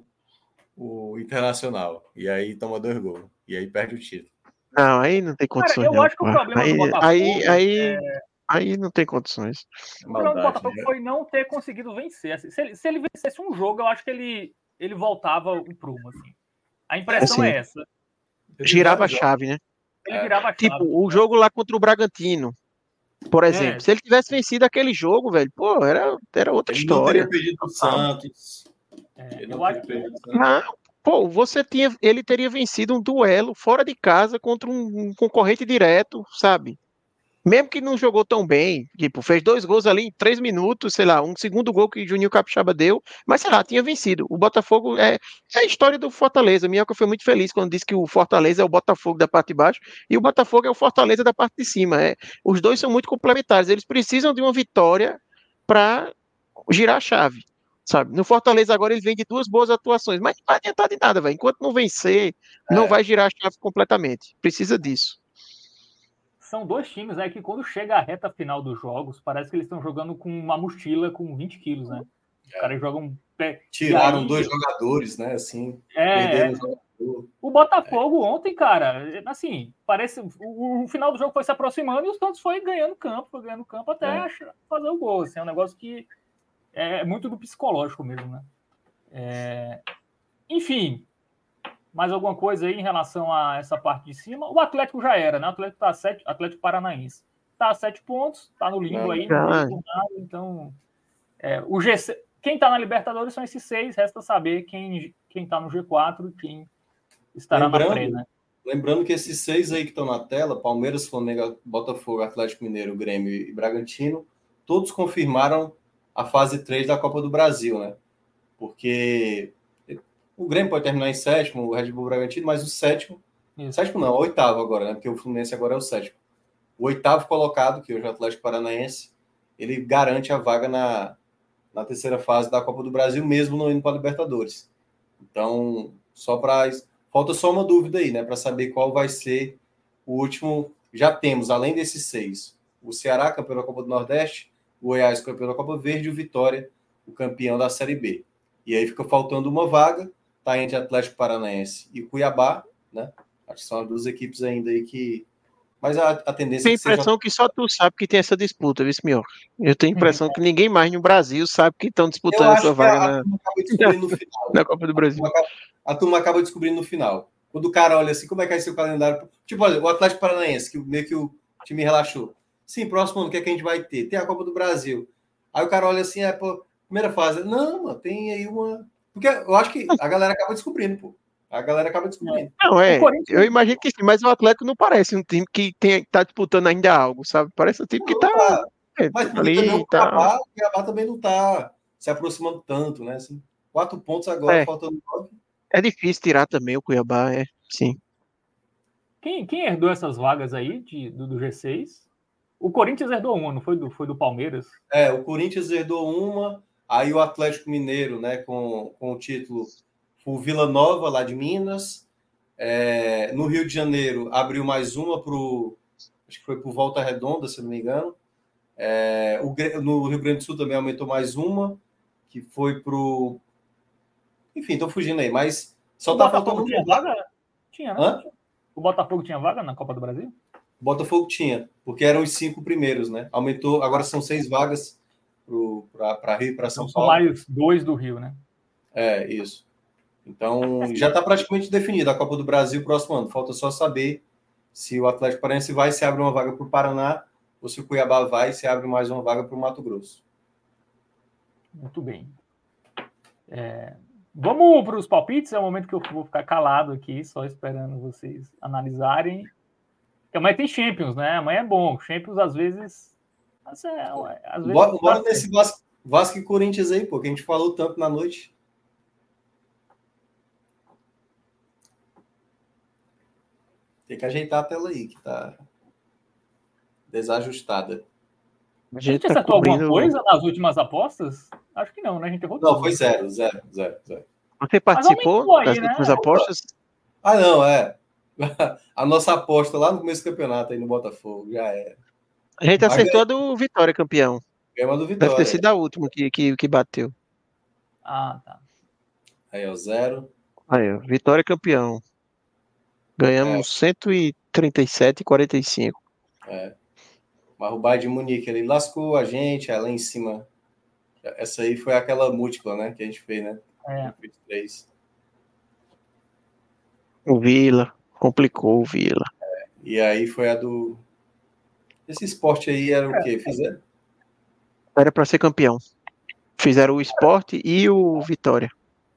o Internacional. E aí toma dois gols. E aí perde o título. Não, aí não tem Cara, condições. eu não, acho que o pô. problema aí, do Botafogo aí, aí, é- aí não tem condições. O problema do Maldade, Botafogo né? foi não ter conseguido vencer. Assim, se, ele, se ele vencesse um jogo, eu acho que ele, ele voltava o prumo. Assim. A impressão Assim, é essa. Girava a chave, né? Ele É. virava a chave. Tipo, o jogo lá contra o Bragantino, por exemplo. É. Se ele tivesse vencido aquele jogo, velho, pô, era, era outra Ele não história. teria perdido o Santos. É, Ele eu não acho teria que perdido o Santos. Não, pô, você tinha, ele teria vencido um duelo fora de casa contra um, um concorrente direto, sabe? Mesmo que não jogou tão bem, tipo, fez dois gols ali em três minutos, sei lá, um segundo gol que Juninho Capixaba deu, mas sei lá, tinha vencido. O Botafogo é, é a história do Fortaleza. Minhoca foi muito feliz quando disse que o Fortaleza é o Botafogo da parte de baixo e o Botafogo é o Fortaleza da parte de cima. É, os dois são muito complementares, eles precisam de uma vitória para girar a chave. Sabe? No Fortaleza agora ele vem de duas boas atuações, mas não vai adiantar de nada, velho. Enquanto não vencer, não É. vai girar a chave completamente. Precisa disso. são dois times, né, que quando chega a reta final dos jogos, parece que eles estão jogando com uma mochila com vinte quilos, né? Os É. caras jogam pé. Tiraram E aí- dois jogadores, né? Assim, É, perderam é. o jogador. O Botafogo ontem, cara, assim, parece o, o final do jogo foi se aproximando e o Santos foi ganhando campo, foi ganhando campo até É. achar- fazer o gol. Assim, é um negócio que é muito do psicológico mesmo, né? É, enfim, mais alguma coisa aí em relação a essa parte de cima? O Atlético já era, né? O Atlético tá a sete, Atlético Paranaense. Tá a sete pontos, tá no limbo Não, aí, já. não tem por nada, então é, o G C, quem tá na Libertadores são esses seis, resta saber quem, quem tá no G quatro e quem estará na pré, né? Lembrando que esses seis aí que estão na tela, Palmeiras, Flamengo, Botafogo, Atlético Mineiro, Grêmio e Bragantino, todos confirmaram a fase três da Copa do Brasil, né? Porque o Grêmio pode terminar em sétimo, o Red Bull Bragantino, mas o sétimo, Isso. sétimo não, o oitavo agora, né? Porque o Fluminense agora é o sétimo. O oitavo colocado, que é o Atlético Paranaense, ele garante a vaga na, na terceira fase da Copa do Brasil, mesmo não indo para a Libertadores. Então, só para... Falta só uma dúvida aí, né? Para saber qual vai ser o último... Já temos, além desses seis, o Ceará, campeão da Copa do Nordeste, o Goiás, campeão da Copa Verde, e o Vitória, o campeão da Série B. E aí fica faltando uma vaga, tá entre Atlético Paranaense e Cuiabá, né? Acho que são as duas equipes ainda aí que... Mas a, a tendência Tem a é que seja... impressão que só tu sabe que tem essa disputa, viu, Mioca? Eu tenho a impressão que ninguém mais no Brasil sabe que estão disputando essa vaga a, na... a turma acaba descobrindo no final. na Copa do Brasil. A turma, acaba, a turma acaba descobrindo no final. Quando o cara olha assim, como é que vai ser o calendário? Tipo, olha, o Atlético Paranaense, que meio que o time relaxou. Sim, próximo ano, o que é que a gente vai ter? Tem a Copa do Brasil. Aí o cara olha assim, é, pô, primeira fase. Não, mano, tem aí uma... Porque eu acho que a galera acaba descobrindo, pô. A galera acaba descobrindo. Não, é, eu imagino que sim, mas o Atlético não parece um time que tem, tá disputando ainda algo, sabe? Parece um time que tá... tá. É, mas ali, também o tá... Cuiabá, o Cuiabá também não tá se aproximando tanto, né? Assim, quatro pontos agora, É. faltando nove. É difícil tirar também o Cuiabá, é, sim. Quem, quem herdou essas vagas aí de, do, do G seis? O Corinthians herdou uma, não foi do, foi do Palmeiras? É, o Corinthians herdou uma, aí o Atlético Mineiro, né, com, com o título, o Vila Nova, lá de Minas. É, no Rio de Janeiro, abriu mais uma para o... Acho que foi para o Volta Redonda, se não me engano. É, o, no Rio Grande do Sul também aumentou mais uma, que foi para o... Enfim, estou fugindo aí, mas só está faltando... Tinha vaga? Tinha, né? Hã? O Botafogo tinha vaga na Copa do Brasil? Botafogo tinha, porque eram os cinco primeiros, né? Aumentou, agora são seis vagas para Rio e para São então, Paulo. São mais dois do Rio, né? É, isso. Então, já está praticamente definido a Copa do Brasil próximo ano. Falta só saber se o Atlético Paranaense vai, se abre uma vaga para o Paraná, ou se o Cuiabá vai, se abre mais uma vaga para o Mato Grosso. Muito bem. É... Vamos para os palpites, é o momento que eu vou ficar calado aqui, só esperando vocês analisarem. Porque amanhã tem Champions, né? Amanhã é bom. Champions, às vezes... Às vezes bora bora nesse Vasco, Vasco e Corinthians aí, pô, que a gente falou tanto na noite. Tem que ajeitar a tela aí, que tá desajustada. A gente, a gente tá acertou cobrindo... alguma coisa nas últimas apostas? Acho que não, né? A gente errou Não, tudo. foi zero, zero, zero, zero. Você participou aí, das né? últimas apostas? Ah, não, é. A nossa aposta lá no começo do campeonato aí no Botafogo, já era. A gente acertou a do Vitória, campeão. Ganhamos do Vitória. Deve ter sido a última que, que, que bateu. Ah, tá. Aí, ó, zero. Aí, ó, Vitória campeão. Ganhamos é. cento e trinta e sete e quarenta e cinco. É. Mas o Bayern de Munique, ele lascou a gente, lá em cima. Essa aí foi aquela múltipla, né, que a gente fez, né? É. três. O Vila, complicou o Vila. É. E aí foi a do... Esse esporte aí era o quê? Fizeram? Era para ser campeão. Fizeram o Sport e o Vitória.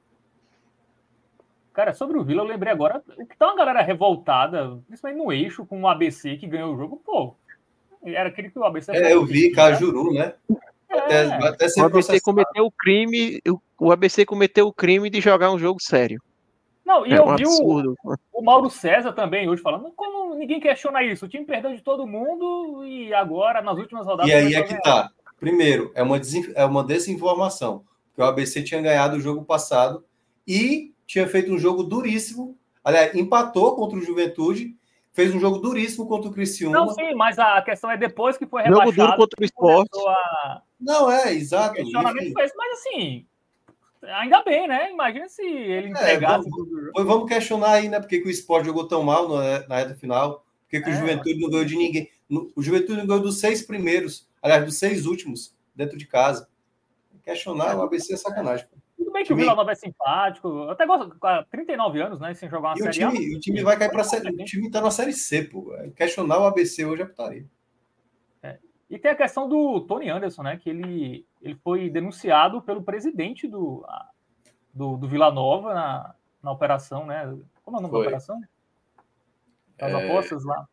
Cara, sobre o Vila, eu lembrei agora, o que tá uma galera revoltada, principalmente no eixo, com o A B C que ganhou o jogo, pô, era aquele que o A B C... É, eu vi, Cajuru, né? É. Até, até ser o A B C cometeu o crime, o A B C cometeu o crime de jogar um jogo sério. Não, e é eu um vi o, o Mauro César também hoje falando, como ninguém questiona isso, o time perdeu de todo mundo e agora, nas últimas rodadas... E aí é que tá. Primeiro, é uma, desin... é uma desinformação, porque o A B C tinha ganhado o jogo passado e tinha feito um jogo duríssimo, aliás, empatou contra o Juventude, fez um jogo duríssimo contra o Criciúma. Não, sim, mas a questão é depois que foi rebaixado... Jogo duro contra o Sport. A... Não, é, exato. O questionamento foi esse, mas assim... Ainda bem, né? Imagina se ele entregasse... É, vamos, vamos questionar aí, né? Por que, que o Sport jogou tão mal na, na reta final? Por que, que é, o Juventude não ganhou de ninguém? O Juventude não ganhou dos seis primeiros, aliás, dos seis últimos, dentro de casa. Questionar o A B C é sacanagem. Tudo bem que o, time... o Vila Nova é simpático. Eu até gosto, com trinta e nove anos, né? Sem jogar uma e série o time, A. O time vai cair para série. O time tá na série C, pô. Questionar o A B C hoje é putaria. É. E tem a questão do Tony Anderson, né? Que ele, ele foi denunciado pelo presidente do, do, do Vila Nova na, na operação, né? Como é o nome foi. da operação? As é... apostas lá.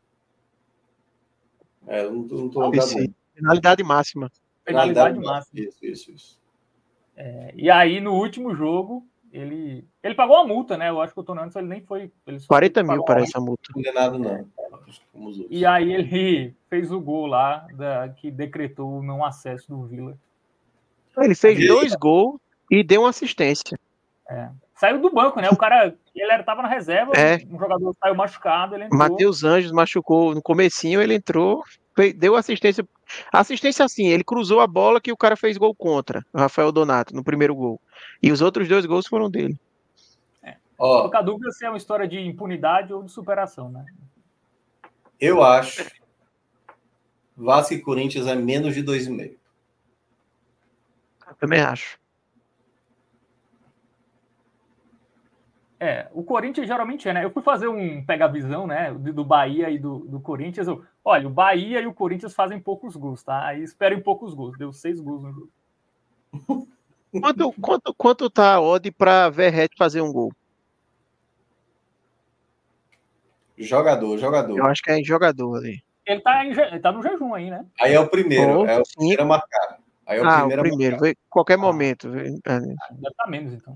É, eu não tô, não tô lembrando. Penalidade máxima. Penalidade máxima. Isso, isso, isso. É, e aí, no último jogo, ele, ele pagou a multa, né? Eu acho que o Tony Anderson ele nem foi. Ele quarenta mil parece a multa. Não é nada, não. E aí ele fez o gol lá da, que decretou o não acesso do Vila. Ele fez e dois gols e deu uma assistência. É. Saiu do banco, né? O cara, ele estava na reserva, é. um jogador saiu machucado, ele entrou. Matheus Anjos machucou no comecinho, ele entrou deu assistência. Assistência assim, ele cruzou a bola que o cara fez gol contra, o Rafael Donato, no primeiro gol. E os outros dois gols foram dele. É. Ó, fica a dúvida se é uma história de impunidade ou de superação, né? Eu acho. Vasco e Corinthians é menos de dois e meio. Eu também acho. É, o Corinthians geralmente é, né? Eu fui fazer um pega-visão, né? Do, do Bahia e do, do Corinthians. Eu, olha, o Bahia e o Corinthians fazem poucos gols, tá? Aí esperem poucos gols. Deu seis gols no jogo. Quanto, quanto, quanto tá a odd pra Verratti fazer um gol? Jogador, jogador. Eu acho que é em jogador ali. Ele tá, em, ele tá no jejum aí, né? Aí é o primeiro. Oh, é o sim. primeiro a marcar. Aí é o ah, primeiro, o primeiro. Vê, qualquer momento. Vê, é. Deve estar menos, então.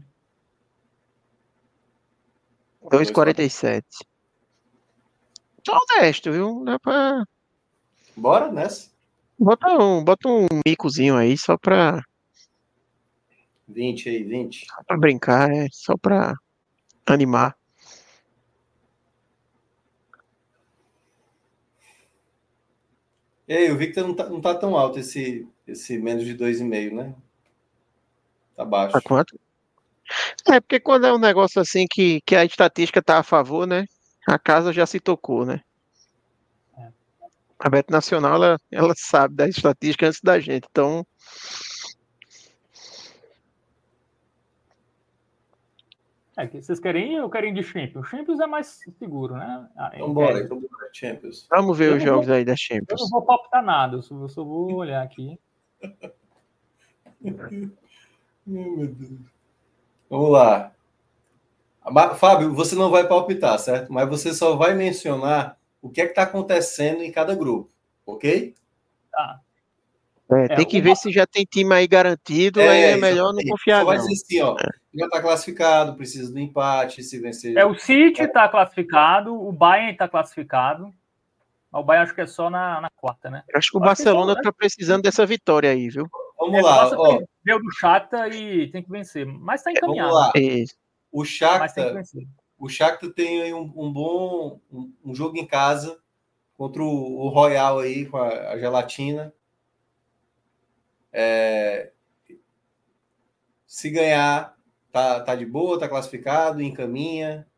dois e quarenta e sete. Só honesto, viu? Dá pra... Bora nessa. Bota um, bota um micozinho aí só pra... vinte aí, vinte. Só pra brincar, é. Só pra animar. Ei, o Victor não tá, não tá tão alto esse, esse menos de dois e meio, né? Tá baixo. Tá quanto? É, porque quando é um negócio assim que, que a estatística tá a favor, né? A casa já se tocou, né? É. A Beto Nacional, ela, ela sabe da estatística antes da gente, então... É, que vocês querem ir ou querem ir de Champions? Champions é mais seguro, né? Ah, Então bora, então bora, Champions. Vamos ver Eu os não jogos vou- aí da Eu Champions. não vou palpitar nada, eu só, eu só vou olhar aqui. Meu Deus. Vamos lá. Ma- Fábio, você não vai palpitar, certo? Mas você só vai mencionar o que é que está acontecendo em cada grupo, ok? Tá. É, É, tem que o ver Ba- se já tem time aí garantido, aí é melhor não exatamente. confiar Só vai não. dizer assim, ó, já está classificado, precisa do empate, se vencer. É, o City está classificado, o Bayern está classificado. Mas o Bayern acho que é só na, na quarta, né? Eu acho que o Acho que Barcelona só- tá precisando dessa vitória aí, viu? Vamos É, o lá, Barça ó, perdeu do Shakhtar e tem que vencer. Mas está vamos encaminhado. lá. Isso. O Mas tem que Shakhtar, vencer. o Shakhtar tem aí um, um bom um, um jogo em casa contra o, o Royal aí com a, a gelatina. É, se ganhar, tá, tá de boa, tá classificado, encaminha.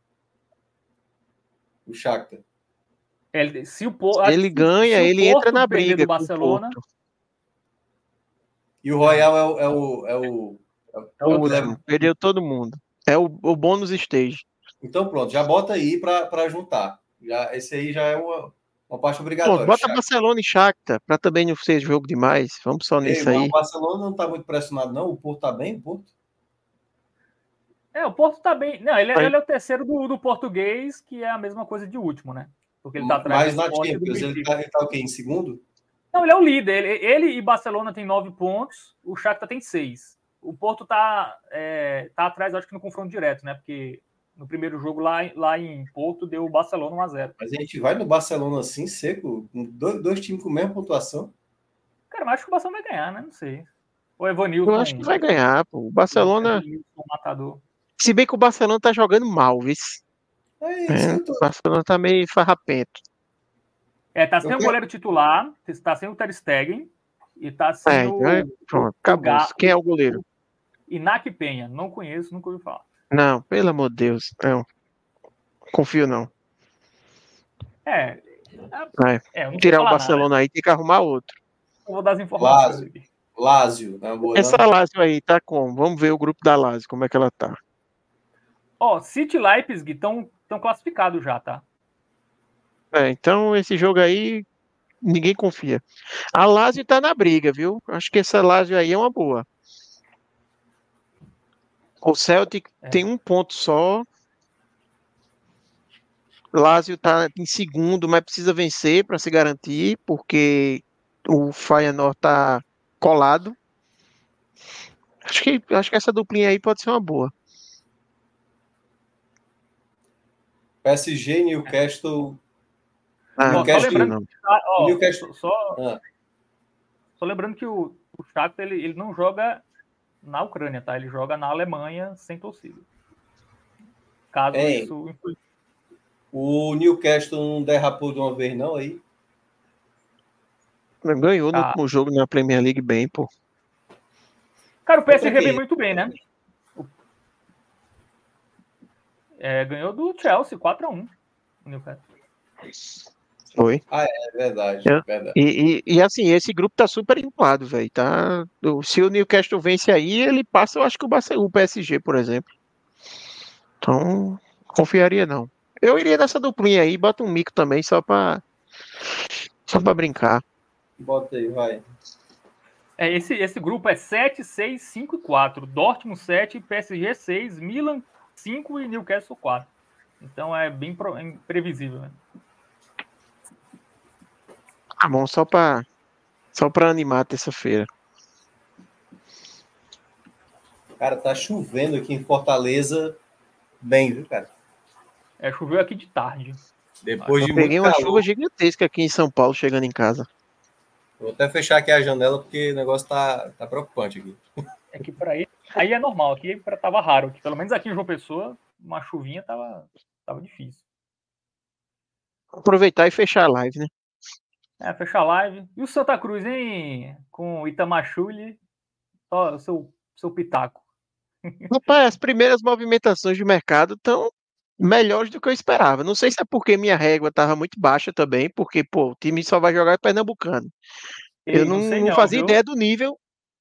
O Shakhtar. Ele, se o Porto, Se ele ganha, se o ele Porto entra na perder briga do com o Barcelona, Porto. E o Royal é o é o é o, é o, É o é o que leva- último, perdeu todo mundo. É o, o bônus stage. Então pronto, já bota aí para juntar. Já esse aí já é uma, uma parte Pô, obrigatória. bota Shakhtar. Barcelona e Shakhtar, pra também não ser jogo demais. Vamos só Ei, nisso mas aí. o Barcelona não tá muito pressionado não, o Porto tá bem, o Porto. é, o Porto tá bem. Não, ele, é- Aí. ele é o terceiro do, do português, que é a mesma coisa de último, né? Porque ele tá atrás Mas do na Sport e do Champions ele Benfica. tá, ele tá o quê? Em segundo? Não, ele é o líder. Ele, ele e Barcelona tem nove pontos, o Shakhtar tem seis. O Porto tá, é, tá atrás, acho que no confronto direto, né? Porque no primeiro jogo lá, lá em Porto deu o Barcelona um a zero. Mas a gente vai no Barcelona assim, seco, com dois, dois times com a mesma pontuação. Cara, mas acho que o Barcelona vai ganhar, né? Não sei. O Evanilson. Eu acho que vai ganhar, pô. O Barcelona. Evanilson, matador. Se bem que o Barcelona tá jogando mal, viu? É isso, É, eu tô... o Barcelona tá meio farrapento. É, tá sem Eu o quero- goleiro titular, tá sem o Ter Stegen e tá sem É, o, então é- pronto, acabou. Ga- Quem é o goleiro? Inak Penha. Não conheço, nunca ouvi falar. Não, pelo amor de Deus. Não. Confio não. É. Vai. é eu não Tirar vou o falar Barcelona aí, tem que arrumar outro. nada, eu vou dar as informações Lázio. aqui. Lázio, não é boa, Essa não? Lazio aí tá como? Vamos ver o grupo da Lazio, como é que ela tá. Ó, City e Leipzig estão classificados já, tá? É, então esse jogo aí, ninguém confia. A Lazio tá na briga, viu? Acho que essa Lazio aí é uma boa. O Celtic É. tem um ponto só. Lazio tá em segundo, mas precisa vencer para se garantir, porque o Feyenoord tá colado. Acho que, acho que essa duplinha aí pode ser uma boa. P S G, Newcastle. Ah, Ó, não só confio, lembrando- não. Ah, ó, Newcastle- só, Ah. só lembrando que o, o Shakhtar ele, ele não joga na Ucrânia, tá? Ele joga na Alemanha sem torcida. Caso Ei. isso influencie. O Newcastle não derrapou de uma vez, não, aí? Ganhou no Ah. último jogo na Premier League bem, pô. Cara, o P S G Outra vem que- muito bem, né? O- É, ganhou do Chelsea, quatro a um. O Newcastle. Foi. É verdade, É. verdade. E, e, e, assim, esse grupo tá super inflado, velho. Tá... o- Se o Newcastle vence aí, ele passa, eu acho que o, Barce- o P S G, por exemplo. Então, confiaria não. Eu iria nessa duplinha aí, bota um mico também, só pra, só pra brincar. Bota aí, vai. É, esse, esse grupo é sete, seis, cinco e quatro. Dortmund sete, P S G seis, Milan cinco e Newcastle quatro. Então é bem pro- é imprevisível, né? Tá bom, só pra, só pra animar terça-feira. Cara, tá chovendo aqui em Fortaleza bem, viu, cara? É, choveu aqui de tarde. Depois de Eu muito peguei uma calor. chuva gigantesca aqui em São Paulo chegando em casa. Vou até fechar aqui a janela porque o negócio tá, tá preocupante aqui. É que por aí, aí é normal, aqui pra- tava raro. Que pelo menos aqui em João Pessoa, uma chuvinha tava, tava difícil. Aproveitar e fechar a live, né? É, fecha a live. E o Santa Cruz, hein? Com o Itamachule, só o seu, seu pitaco. Rapaz, as primeiras movimentações de mercado estão melhores do que eu esperava. Não sei se é porque minha régua estava muito baixa também, porque, pô, o time só vai jogar Pernambucano. Eu Ei, não, não sei não não, fazia viu? ideia do nível.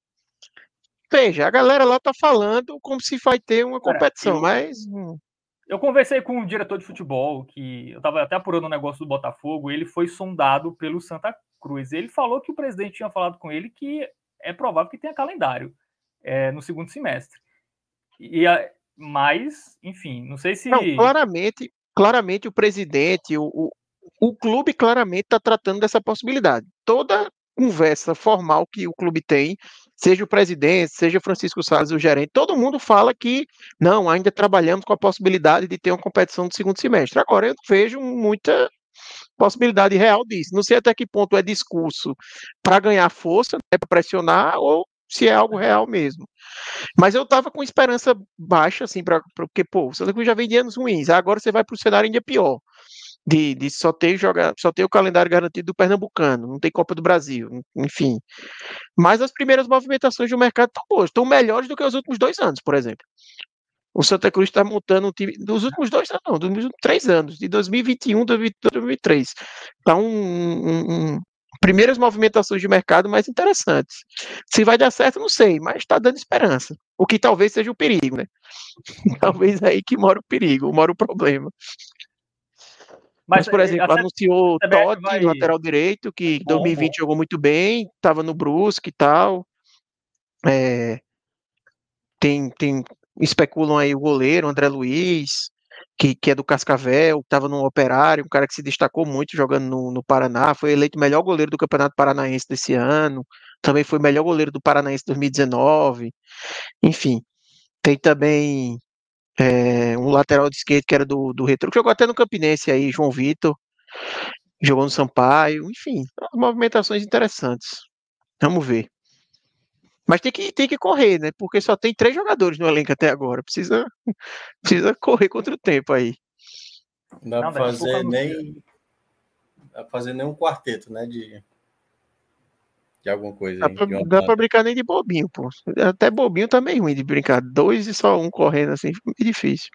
Veja, a galera lá tá falando como se vai ter uma Cara, competição, eu- mas hum, Eu conversei com o diretor de futebol, que eu estava até apurando o negócio do Botafogo, e ele foi sondado pelo Santa Cruz. Ele falou que o presidente tinha falado com ele que é provável que tenha calendário é, no segundo semestre. E a- mas, enfim, não sei se. não, claramente, claramente o presidente, o, o, o clube claramente está tratando dessa possibilidade. Toda conversa formal que o clube tem, seja o presidente, seja Francisco Salles, o gerente, todo mundo fala que não, ainda trabalhamos com a possibilidade de ter uma competição no segundo semestre. Agora eu não vejo muita possibilidade real disso. Não sei até que ponto é discurso para ganhar força, né, para pressionar, ou se é algo real mesmo. Mas eu tava com esperança baixa, assim, pra, pra- porque, pô, o Santa Cruz já vem de anos ruins. Agora você vai pro cenário ainda pior. De, de só ter joga, só ter o calendário garantido do Pernambucano, não tem Copa do Brasil, enfim. Mas as primeiras movimentações do mercado estão boas, estão melhores do que os últimos dois anos, por exemplo. O Santa Cruz está montando um time dos últimos dois anos, não, dos últimos três anos, de dois mil e vinte e um, dois mil e três. Tá um, um, um, primeiras movimentações de mercado mais interessantes. Se vai dar certo, não sei, mas está dando esperança. O que talvez seja o perigo, né? Talvez aí que mora o perigo, mora o problema. Mas, Mas por é, a exemplo, anunciou C B F Totti, vai. lateral direito, que em Bom, dois mil e vinte jogou muito bem, estava no Brusque e tal. É, tem, tem, especulam aí o goleiro, André Luiz, que, que é do Cascavel, que estava no Operário, um cara que se destacou muito jogando no, no Paraná, foi eleito melhor goleiro do Campeonato Paranaense desse ano, também foi melhor goleiro do Paranaense dois mil e dezenove, enfim. Tem também é, um lateral de esquerda que era do, do Retro, que jogou até no Campinense aí, João Vitor, jogou no Sampaio, enfim, movimentações interessantes. Vamos ver. Mas tem que, tem que correr, né? Porque só tem três jogadores no elenco até agora. Precisa, precisa correr contra o tempo aí. Não dá Não, pra daqui a pouco fazer anuncia. nem. Não dá pra fazer nem um quarteto, né? De, de alguma coisa Dá aí. pra, De uma dá pra banda. brincar nem de bobinho, pô. Até bobinho tá meio ruim de brincar. Dois e só um correndo assim, fica meio difícil.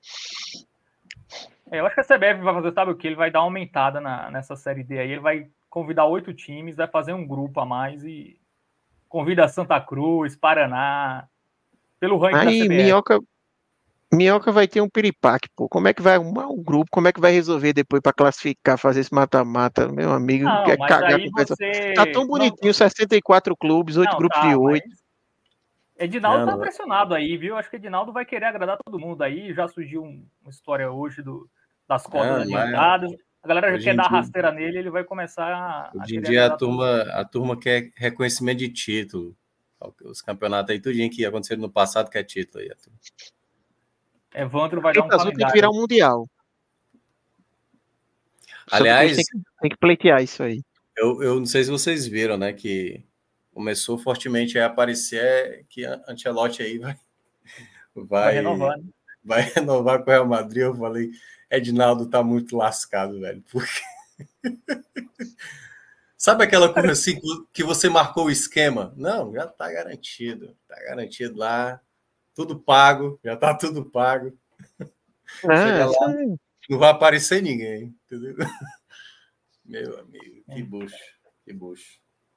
É, eu acho que a C B F vai fazer, sabe o que? Ele vai dar uma aumentada na, nessa série D aí. Ele vai convidar oito times, vai fazer um grupo a mais e convida Santa Cruz, Paraná, pelo ranking da Aí C B F. Minhoca, Minhoca vai ter um piripaque, pô. Como é que vai arrumar um grupo? Como é que vai resolver depois pra classificar, fazer esse mata-mata? Meu amigo, Não, quer mas cagar aí com coisa. você. Tá tão Não, bonitinho, sessenta e quatro clubes, oito não, grupos de tá, mas. oito. Edinaldo Não, tá não vai. pressionado aí, viu? Acho que Edinaldo vai querer agradar todo mundo aí. Já surgiu um- uma história hoje do, das cotas Não, mas adiantadas. A galera já hoje quer em dar dia- rasteira nele, ele vai começar a, a Hoje em querer dia a agradar todo mundo. turma, a turma quer reconhecimento de título. Os campeonatos aí, tudinho que aconteceram no passado, quer título aí. a turma. Evandro vai dar um Preta Azul tem que calendário. virar um mundial. O Santa Cruz Aliás, tem que, tem que pleitear isso aí. eu, eu não sei se vocês viram, né? Que começou fortemente a aparecer que a Ancelotti aí vai, Vai vai, renovar, né? vai renovar com o Real Madrid. Eu falei, Edinaldo tá muito lascado, velho. Porque Sabe aquela coisa assim que você marcou o esquema? Não, já tá garantido. Tá garantido lá. Tudo pago. Já tá tudo pago. É, Chega lá, isso não vai aparecer ninguém. Entendeu? Meu amigo, que bucho. Que bucho.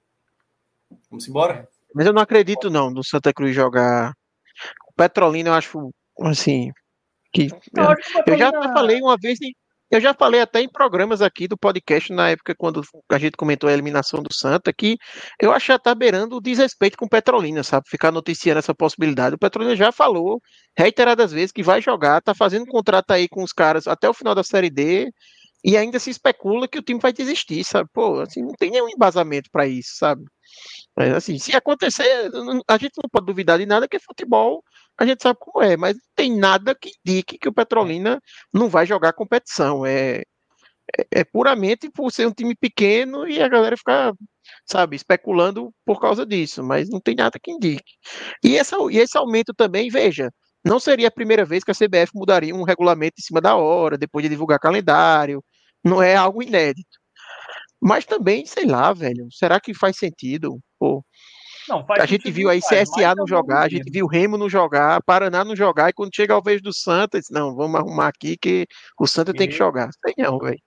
Vamos embora? Mas eu não acredito, não, do Santa Cruz jogar. O Petrolina, eu acho, assim, que. Eu acho que o Eu já até Petrolina- falei uma vez, em- eu já falei até em programas aqui do podcast, na época, quando a gente comentou a eliminação do Santa, que eu acho que já tá beirando o desrespeito com o Petrolina, sabe? Ficar noticiando essa possibilidade. O Petrolina já falou reiteradas vezes que vai jogar, tá fazendo contrato aí com os caras até o final da Série D. E ainda se especula que o time vai desistir, sabe? Pô, assim, não tem nenhum embasamento para isso, sabe? Mas, assim, se acontecer, não- a gente não pode duvidar de nada, que futebol a gente sabe como é, mas não tem nada que indique que o Petrolina não vai jogar competição. É, é puramente por ser um time pequeno e a galera ficar, sabe, especulando por causa disso, mas não tem nada que indique. E, essa, e esse aumento também, veja, não seria a primeira vez que a C B F mudaria um regulamento em cima da hora, depois de divulgar calendário, não é algo inédito. Mas também, sei lá, velho, será que faz sentido? Pô, Não, faz a gente sentido, viu não aí faz, mas C S A é não um jogar, a gente movimento. viu Remo não jogar, Paraná não jogar, e quando chega ao vez do Santa, diz, não, vamos arrumar aqui que o Santa tem que E- jogar. Sei não, velho.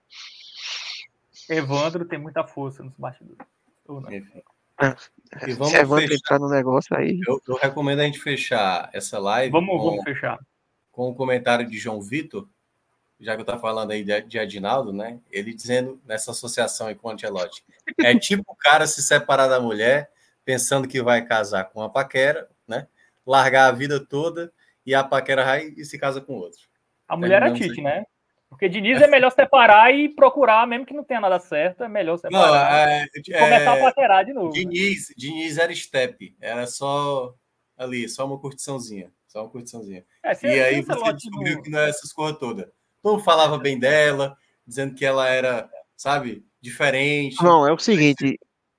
Evandro tem muita força nos bastidores. Ou não? Enfim. Se E vamos Evandro fechar. entrar no negócio aí. Eu, eu recomendo a gente fechar essa live Vamos, com, vamos fechar. com o comentário de João Vitor, já que eu estava falando aí de, de Adinaldo, né? Ele dizendo nessa associação aí com o Ancelotti. É tipo o cara se separar da mulher, pensando que vai casar com a paquera, né? Largar a vida toda e a paquera vai e se casa com outro. A mulher é Terminamos Tite, aqui. né? Porque Diniz é melhor separar e procurar, mesmo que não tenha nada certo, é melhor Não, separar é, e começar é, a paquerar de novo. né? Diniz, Diniz era step, era só ali, só uma curtiçãozinha, só uma curtiçãozinha. É, se, E se aí o você Ancelotti descobriu não- que não é essas coisas todas. Todo falava bem dela, dizendo que ela era, sabe, diferente. Não, é o seguinte,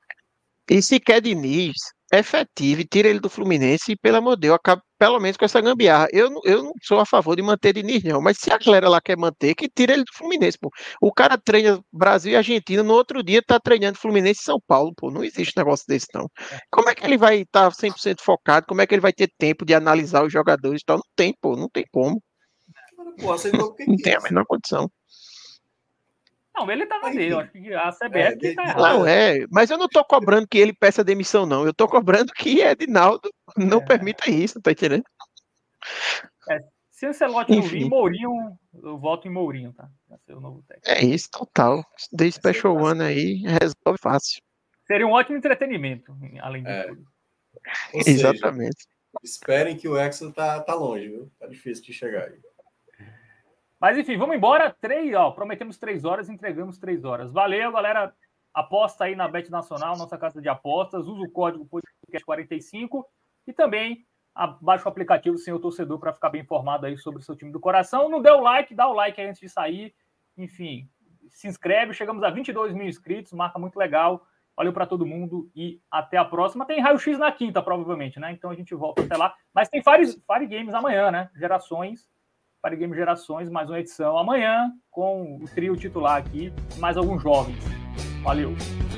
e se quer Diniz, efetivo, tira ele do Fluminense e, pelo amor de Deus, acaba pelo menos com essa gambiarra. Eu, não- eu não sou a favor de manter Diniz, não, mas se a galera lá quer manter, que tira ele do Fluminense, pô. O cara treina Brasil e Argentina, no outro dia tá treinando Fluminense e São Paulo, pô. Não existe negócio desse, não. Como é que ele vai estar cem por cento focado? Como é que ele vai ter tempo de analisar os jogadores e tal? Não tem, pô, não tem como. Pô, aceitou porque Não tem a quis. menor condição. Não, ele tá na Enfim. dele. Eu acho que a C B É, F que de- tá de- errada. Não, é, mas eu não tô cobrando que ele peça demissão, não. Eu tô cobrando que Edinaldo não É. permita isso, tá entendendo? Se o Ancelotti não vir, Enfim. Mourinho, eu voto em Mourinho, tá? Vai ser o novo técnico. É isso, total. The Special One aí resolve fácil. Seria um ótimo entretenimento, além de É. tudo. Ou seja, Exatamente. esperem que o Hexa tá, tá longe, viu? Tá difícil de chegar aí. Mas enfim, vamos embora. Três, ó, prometemos três horas, entregamos três horas. Valeu, galera. Aposta aí na Bet Nacional, nossa casa de apostas. Usa o código podcast quarenta e cinco e também baixa o aplicativo Senhor Torcedor para ficar bem informado aí sobre o seu time do coração. Não deu like, dá o like aí antes de sair. Enfim, se inscreve. Chegamos a vinte e dois mil inscritos, marca muito legal. Valeu para todo mundo e até a próxima. Tem raio-x na quinta, provavelmente, né? Então a gente volta até lá. Mas tem Fire, Fire Games amanhã, né? Gerações. Fire Games Gerações, mais uma edição amanhã com o trio titular aqui e mais alguns jovens. Valeu!